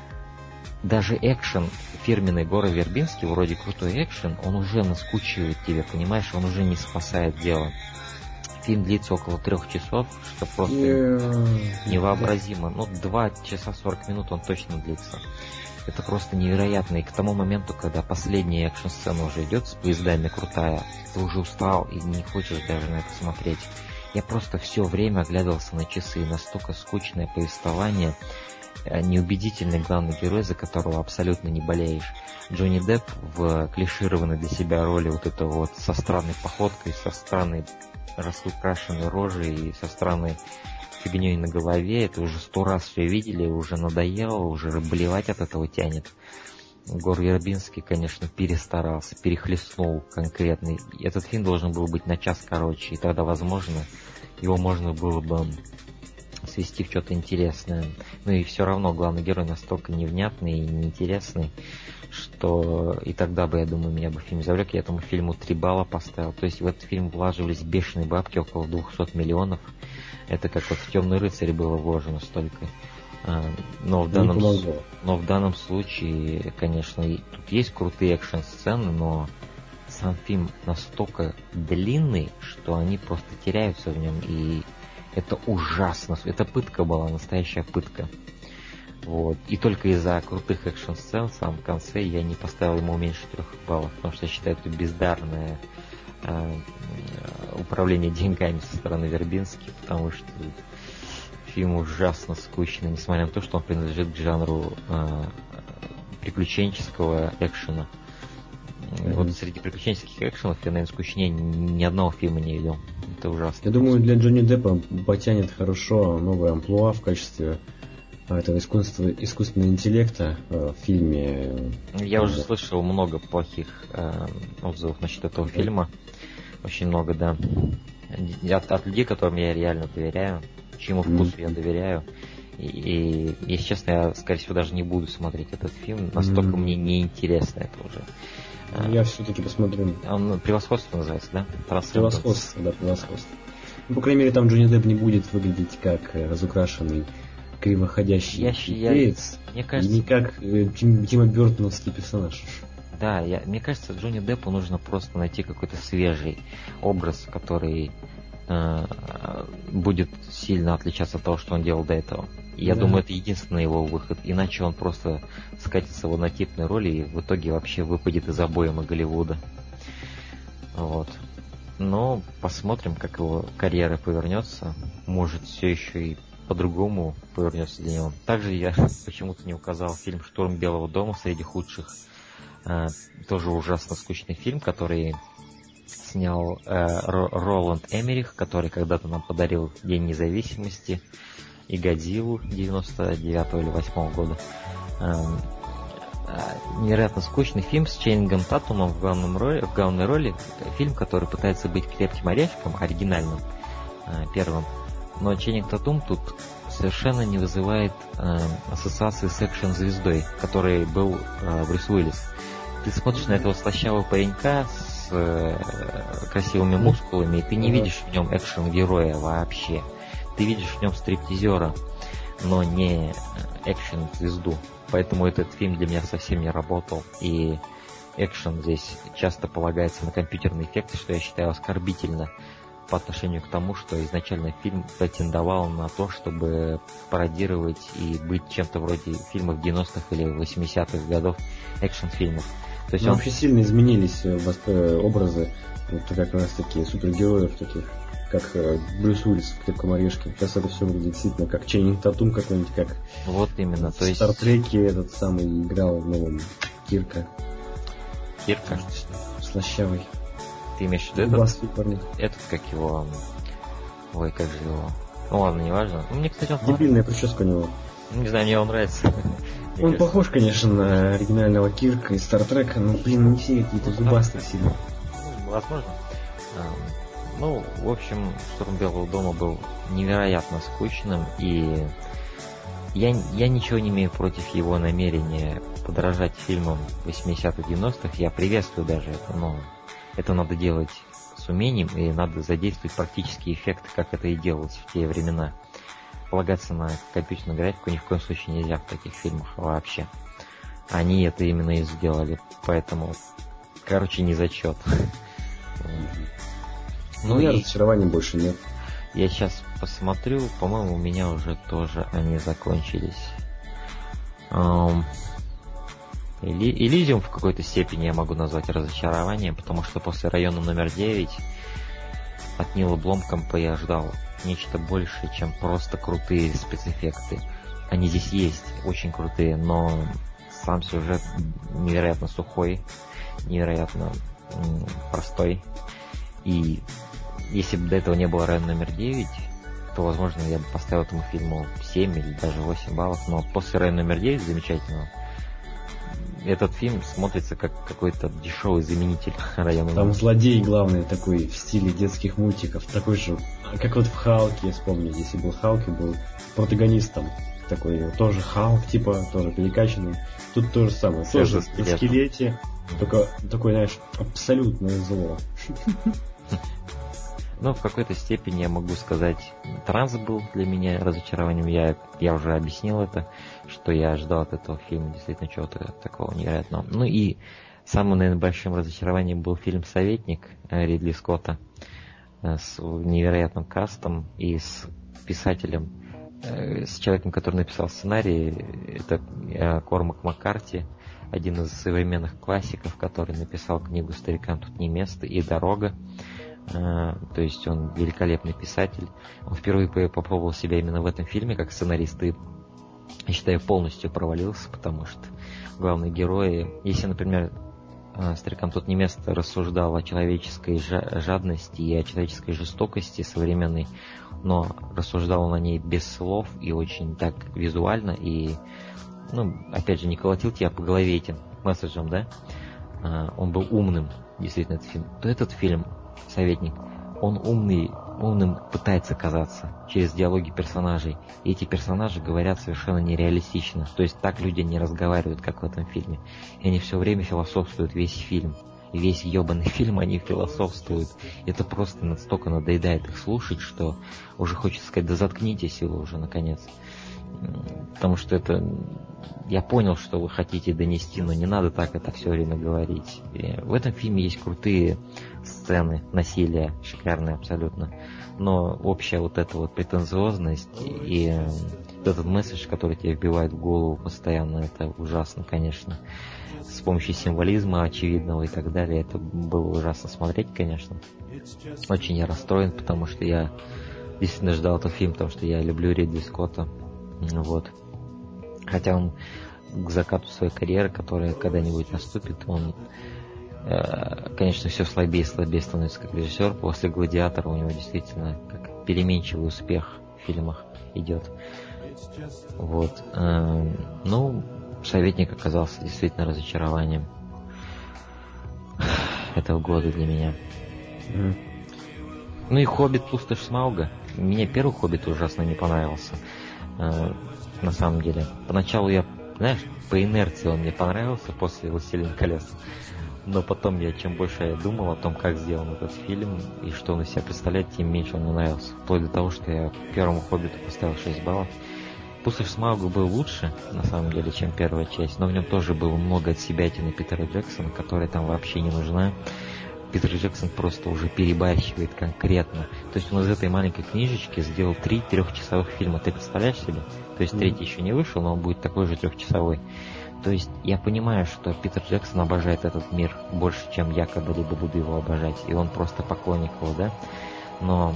даже экшен фирменный Гора Вербински, вроде крутой экшен, он уже наскучивает тебя, понимаешь, он уже не спасает дело. Фильм длится около 3 часов, что просто невообразимо. 2 часа 40 минут он точно длится. Это просто невероятно. И к тому моменту, когда последняя экшн-сцена уже идет с поездами крутая, ты уже устал и не хочешь даже на это смотреть. Я просто все время оглядывался на часы. Настолько скучное повествование, неубедительный главный герой, за которого абсолютно не болеешь. Джонни Депп в клишированной для себя роли вот этого вот со странной походкой, со странной расукрашенной рожей и со странной фигней на голове. Это уже 100 раз все видели, уже надоело, уже блевать от этого тянет. Гор Вербински, конечно, перестарался, перехлестнул конкретно. Этот фильм должен был быть на час короче, и тогда, возможно, его можно было бы свести в что-то интересное. Ну и все равно главный герой настолько невнятный и неинтересный, что и тогда бы, я думаю, меня бы фильм завлек. Я этому фильму 3 балла поставил. То есть в этот фильм влаживались бешеные бабки, около 200 миллионов. Это как вот в «Темный рыцарь» было вложено столько. Но в данном случае, конечно, тут есть крутые экшн-сцены, но сам фильм настолько длинный, что они просто теряются в нем, и это ужасно. Это пытка была, настоящая пытка. Вот. И только из-за крутых экшн-сцен в самом конце я не поставил ему меньше 3 баллов, потому что я считаю, это бездарное управление деньгами со стороны Вербински, потому что фильм ужасно скучный, несмотря на то, что он принадлежит к жанру приключенческого экшена. Вот среди приключенческих экшенов я, наверное, скучнее ни одного фильма не видел. Это ужасно. Я думаю, для Джонни Деппа потянет хорошо новое амплуа в качестве этого искусственного интеллекта в фильме. Я уже слышал много плохих отзывов насчет этого фильма. Очень много, да. От людей, которым я реально доверяю, чьему вкусу я доверяю. И, если честно, я, скорее всего, даже не буду смотреть этот фильм. Настолько мне неинтересно это уже. Я все-таки посмотрю. Он «Превосходство» называется, да? Превосходство, да, превосходство. Ну, по крайней мере, там Джонни Депп не будет выглядеть как разукрашенный, кривоходящий японец, мне кажется, и не как Тима Бёртоновский персонаж. Да, мне кажется, Джонни Деппу нужно просто найти какой-то свежий образ, который будет сильно отличаться от того, что он делал до этого. И я думаю, это единственный его выход. Иначе он просто скатится в однотипной роли и в итоге вообще выпадет из обоймы Голливуда. Вот. Но посмотрим, как его карьера повернется. Может, все еще и по-другому повернется для него. Также я почему-то не указал фильм «Штурм Белого дома» среди худших. Тоже ужасно скучный фильм, который снял Роланд Эммерих, который когда-то нам подарил День независимости и Годзиллу 99-го или 8-го года. Невероятно скучный фильм с Ченнингом Татумом в главной роли. Фильм, который пытается быть крепким орешком, оригинальным, первым. Но Ченнинг Татум тут совершенно не вызывает ассоциации с экшн-звездой, который был Брюс Уиллис. Ты смотришь на этого слащавого паренька с красивыми мускулами, и ты не видишь в нем экшн-героя вообще. Ты видишь в нем стриптизера, но не экшн-звезду. Поэтому этот фильм для меня совсем не работал. И экшен здесь часто полагается на компьютерные эффекты, что я считаю оскорбительно по отношению к тому, что изначально фильм претендовал на то, чтобы пародировать и быть чем-то вроде фильмов 90-х или 80-х годов, экшн-фильмов. То есть он... вообще сильно изменились образы вот как раз таки супергероев таких, как Брюс Уиллис в «Крепком орешке». Сейчас это все выглядит действительно как Ченнинг Татум какой-нибудь, как вот именно. В Стартреке этот самый играл в новом Кирка. Кирка? Слащавый. Ты имеешь в виду этот, как его... Ой, как же его... Ну ладно, неважно. Ну, мне, кстати, он... Дебильная прическа у него. Не знаю, мне он нравится. Он похож, конечно, на оригинального Кирка из Стартрека, но, блин, не все какие-то зубастые сильно. Возможно. Ну, в общем, «Штурм Белого дома» был невероятно скучным, и я ничего не имею против его намерения подражать фильмам 80-х, 90-х. Я приветствую даже это, но это надо делать с умением, и надо задействовать практические эффекты, как это и делалось в те времена. Полагаться на компьютерную графику ни в коем случае нельзя в таких фильмах вообще. Они это именно и сделали, поэтому, короче, не зачет. Ну, и разочарований больше нет. Я сейчас посмотрю, по-моему, у меня уже тоже они закончились. Элизиум в какой-то степени я могу назвать разочарованием, потому что после района номер 9 от Нила Бломкампа я ждал нечто большее, чем просто крутые спецэффекты. Они здесь есть, очень крутые, но сам сюжет невероятно сухой, невероятно простой. И если бы до этого не было района номер 9, то, возможно, я бы поставил этому фильму 7 или даже 8 баллов. Но после района номер 9, замечательного, этот фильм смотрится как какой-то дешевый заменитель района. Там злодей главный такой в стиле детских мультиков, такой же, как вот в Халке, я вспомню, если был Халк и был протагонистом, такой тоже Халк, типа, тоже перекачанный. Тут то же самое, тоже в скелете, только такой, знаешь, абсолютное зло. Ну, в какой-то степени я могу сказать, Транс был для меня разочарованием. Я уже объяснил это, что я ожидал от этого фильма действительно чего-то такого невероятного. Ну и самым, наверное, большим разочарованием был фильм «Советник» Ридли Скотта с невероятным кастом и с писателем, с человеком, который написал сценарий. Это Кормак Маккарти, один из современных классиков, который написал книгу «Старикам тут не место» и «Дорога». То есть он великолепный писатель. Он впервые попробовал себя именно в этом фильме как сценарист и, я считаю, полностью провалился, потому что главные герои, если, например, «Старикам тут не место» рассуждал о человеческой жадности и о человеческой жестокости современной, но рассуждал он о ней без слов и очень так визуально, и, ну, опять же, не колотил тебя по голове этим месседжем, да? Он был умным, действительно, этот фильм. То этот фильм «Советник», он умным пытается казаться через диалоги персонажей. И эти персонажи говорят совершенно нереалистично. То есть так люди не разговаривают, как в этом фильме. И они все время философствуют весь фильм. И весь ебаный фильм они философствуют. Это просто настолько надоедает их слушать, что уже хочется сказать, да заткнитесь его уже наконец. Потому что это... Я понял, что вы хотите донести, но не надо так это все время говорить. И в этом фильме есть крутые сцены насилия, шикарные абсолютно. Но общая вот эта вот претенциозность и этот месседж, который тебе вбивает в голову постоянно, это ужасно, конечно. С помощью символизма очевидного и так далее, это было ужасно смотреть, конечно. Очень я расстроен, потому что я действительно ждал этот фильм, потому что я люблю Ридли Скотта. Вот. Хотя он к закату своей карьеры, которая когда-нибудь наступит, он, конечно, все слабее и слабее становится как режиссер. После «Гладиатора» у него действительно как переменчивый успех в фильмах идет. Вот. Ну, «Советник» оказался действительно разочарованием этого года для меня. Ну и «Хоббит. Пустошь Смауга». Мне первый «Хоббит» ужасно не понравился. На самом деле. Поначалу я, знаешь, по инерции он мне понравился после «Властелина колес». Но потом чем больше я думал о том, как сделан этот фильм и что он из себя представляет, тем меньше он мне нравился. Вплоть до того, что я первому «Хоббиту» поставил 6 баллов. «Пустошь Смауга» был лучше, на самом деле, чем первая часть, но в нем тоже было много отсебятины Питера Джексона, которая там вообще не нужна. Питер Джексон просто уже перебарщивает конкретно. То есть он из этой маленькой книжечки сделал 3 трехчасовых фильма. Ты представляешь себе? То есть третий еще не вышел, но он будет такой же 3-часовой. То есть я понимаю, что Питер Джексон обожает этот мир больше, чем я когда-либо буду его обожать, и он просто поклонник его, да? Но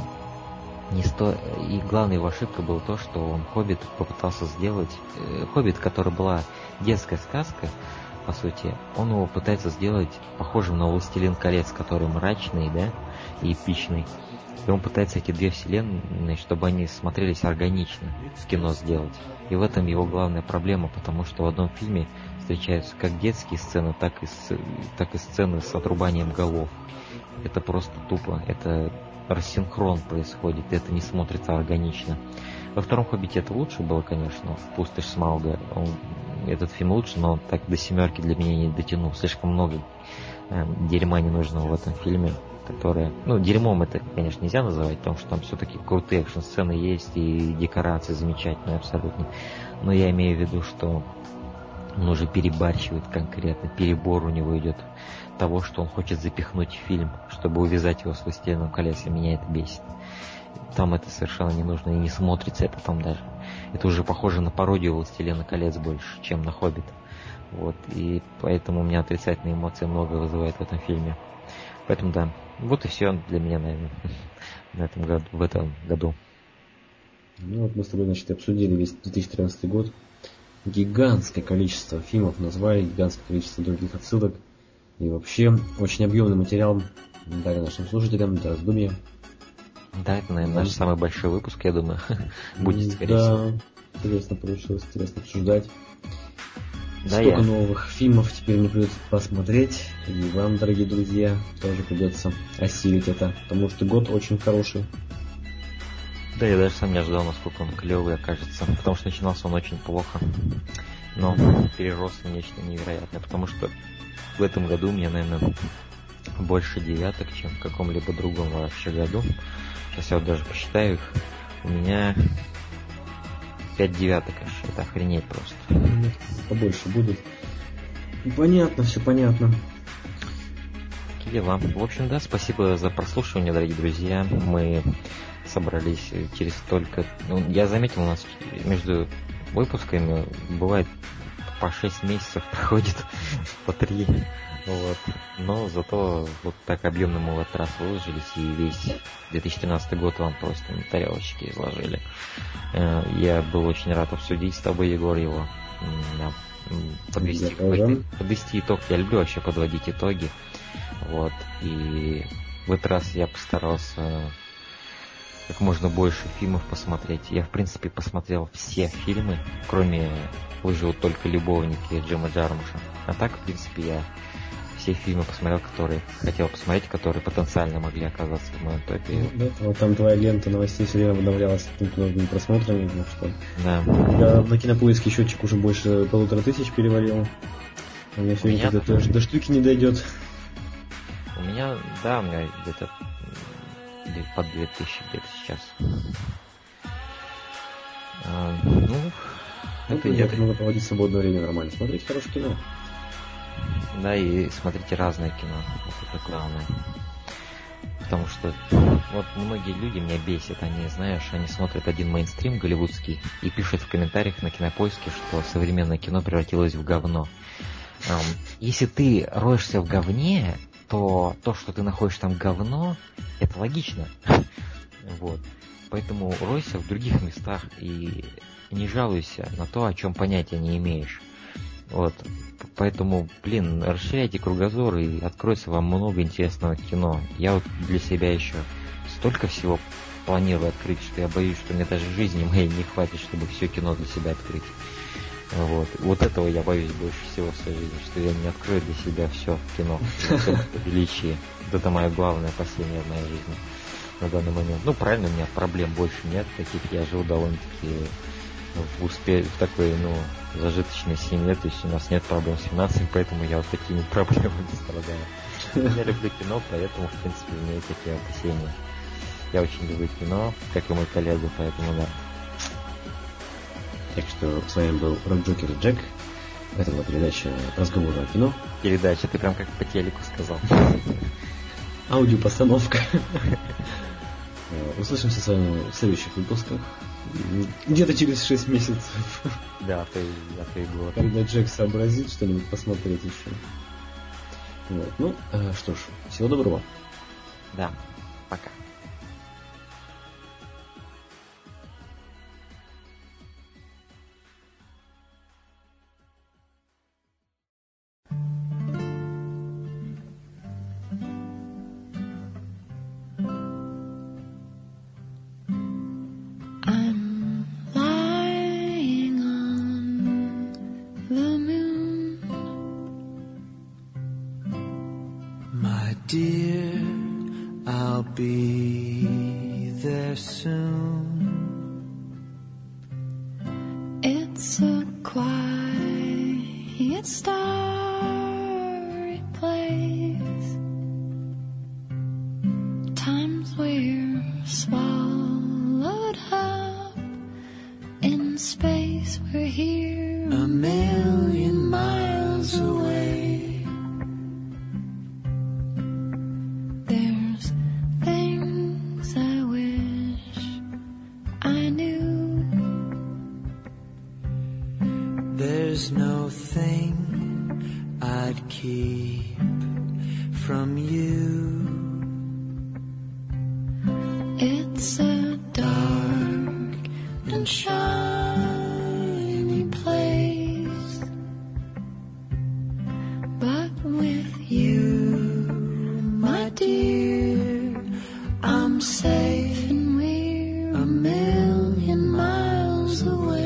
и главная его ошибка была то, что он «Хоббит» попытался сделать... «Хоббит», который была детская сказка, по сути, он его пытается сделать похожим на «Властелин колец», который мрачный, да, и эпичный. И он пытается эти две вселенные, чтобы они смотрелись органично, в кино сделать. И в этом его главная проблема, потому что в одном фильме встречаются как детские сцены, так и сцены с отрубанием голов. Это просто тупо, это рассинхрон происходит, это не смотрится органично. Во втором «Хоббите» это лучше было, конечно, «Пустошь Смауга». Этот фильм лучше, но так до 7 для меня не дотянул. Слишком много дерьма ненужного в этом фильме, которое... Ну, дерьмом это, конечно, нельзя называть, потому что там все-таки крутые экшн-сцены есть, и декорации замечательные абсолютно. Но я имею в виду, что он уже перебарщивает конкретно, перебор у него идет того, что он хочет запихнуть в фильм, чтобы увязать его с «Властелином колец», и меня это бесит. Там это совершенно не нужно, и не смотрится это там даже. Это уже похоже на пародию «Властелина колец» больше, чем на «Хоббит». Вот, и поэтому у меня отрицательные эмоции много вызывает в этом фильме. Поэтому да, вот и все для меня, наверное, в этом году. Ну вот мы с тобой, значит, обсудили весь 2013 год. Гигантское количество фильмов назвали, гигантское количество других отсылок. И вообще, очень объемный материал дали нашим слушателям для раздумья. Да, это, наверное, наш самый большой выпуск, я думаю, будет, скорее всего. Да, интересно получилось, интересно обсуждать. Да, Столько новых фильмов теперь мне придется посмотреть. И вам, дорогие друзья, тоже придется осилить это, потому что год очень хороший. Да, я даже сам не ожидал, насколько он клевый окажется, потому что начинался он очень плохо, но перерос в нечто невероятное, потому что в этом году у меня, наверное, больше девяток, чем в каком-либо другом вообще году. Сейчас я вот даже посчитаю их. У меня 5 девяток аж. Это охренеть просто. Побольше будет. Понятно, все понятно. Какие дела? В общем, да, спасибо за прослушивание, дорогие друзья. Мы собрались через столько... Ну, я заметил, у нас между выпусками бывает по 6 месяцев проходит, по 3. Вот. Но зато вот так объемно мы в этот раз выложились, и весь 2013 год вам просто на тарелочке изложили. Я был очень рад обсудить с тобой, Егор, его. Да. Подвести итог. Я люблю вообще подводить итоги. Вот. И в этот раз я постарался как можно больше фильмов посмотреть. Я, в принципе, посмотрел все фильмы, кроме «Выживут только любовники» Джима Джармуша. А так, в принципе, я все фильмы посмотрел, которые хотел посмотреть, которые потенциально могли оказаться в моем топе. Да, вот там твоя лента новостей все время обновлялась какими-то новыми просмотрами, потому что да. Я на Кинопоиске счетчик уже больше 1500 перевалил. У меня все до штуки не дойдет. У меня где-то под 2000 где-то сейчас. Это я могу проводить свободное время нормально. Смотреть хорошее кино. Да, и смотрите разное кино. Вот это главное. Потому что вот многие люди меня бесят. Они, знаешь, они смотрят один мейнстрим голливудский и пишут в комментариях на Кинопоиске, что современное кино превратилось в говно. Если ты роешься в говне, то что ты находишь там говно, это логично. Вот. Поэтому ройся в других местах и не жалуйся на то, о чем понятия не имеешь. Вот. Поэтому, расширяйте кругозор, и откроется вам много интересного кино. Я вот для себя еще столько всего планирую открыть, что я боюсь, что мне даже жизни моей не хватит, чтобы все кино для себя открыть. Вот этого я боюсь больше всего в своей жизни, что я не открою для себя все кино, все величие. Это мое главное опасение в моей жизни на данный момент. Ну, правильно, у меня проблем больше нет таких, я живу довольно-таки в такой, зажиточной семье, то есть у нас нет проблем с финансами, поэтому я вот такими проблемами страдаю. Я люблю кино, поэтому, в принципе, у меня есть такие опасения. Я очень люблю кино, как и мой коллега, поэтому да. Так что с вами был Рок-Джокер Джек. Это была передача «Разговоры о кино». Передача, ты прям как по телеку сказал. Аудиопостановка. Услышимся с вами в следующих выпусках. Где-то через 6 месяцев. Да, ты год. Когда Джек сообразит что-нибудь посмотреть еще. Вот. Ну, что ж, всего доброго. Да, пока. Dear, I'll be there soon. It's a quiet, starry place. Times we're swallowed up in space. We're here 1,000,000 miles away. There's no thing I'd keep from you. It's a dark and shiny place, but with you, my dear, I'm safe and we're 1,000,000 miles away.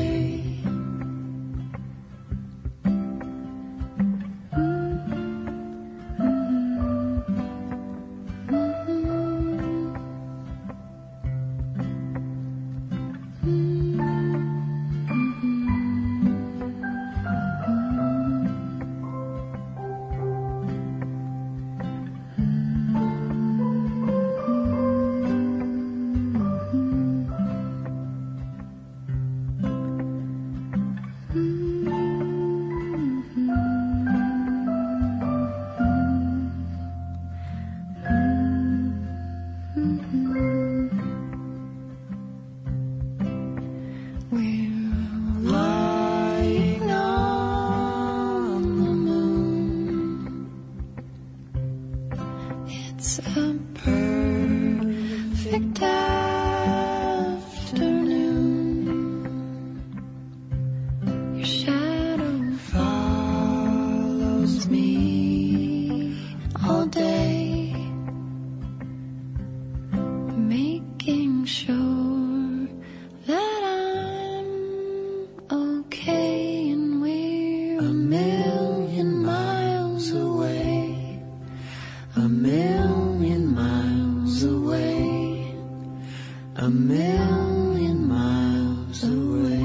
It's a perfect afternoon. Your shadow follows me all day, making sure that I'm okay and we're 1,000,000 miles away. 1,000,000 miles away. 1,000,000 miles away.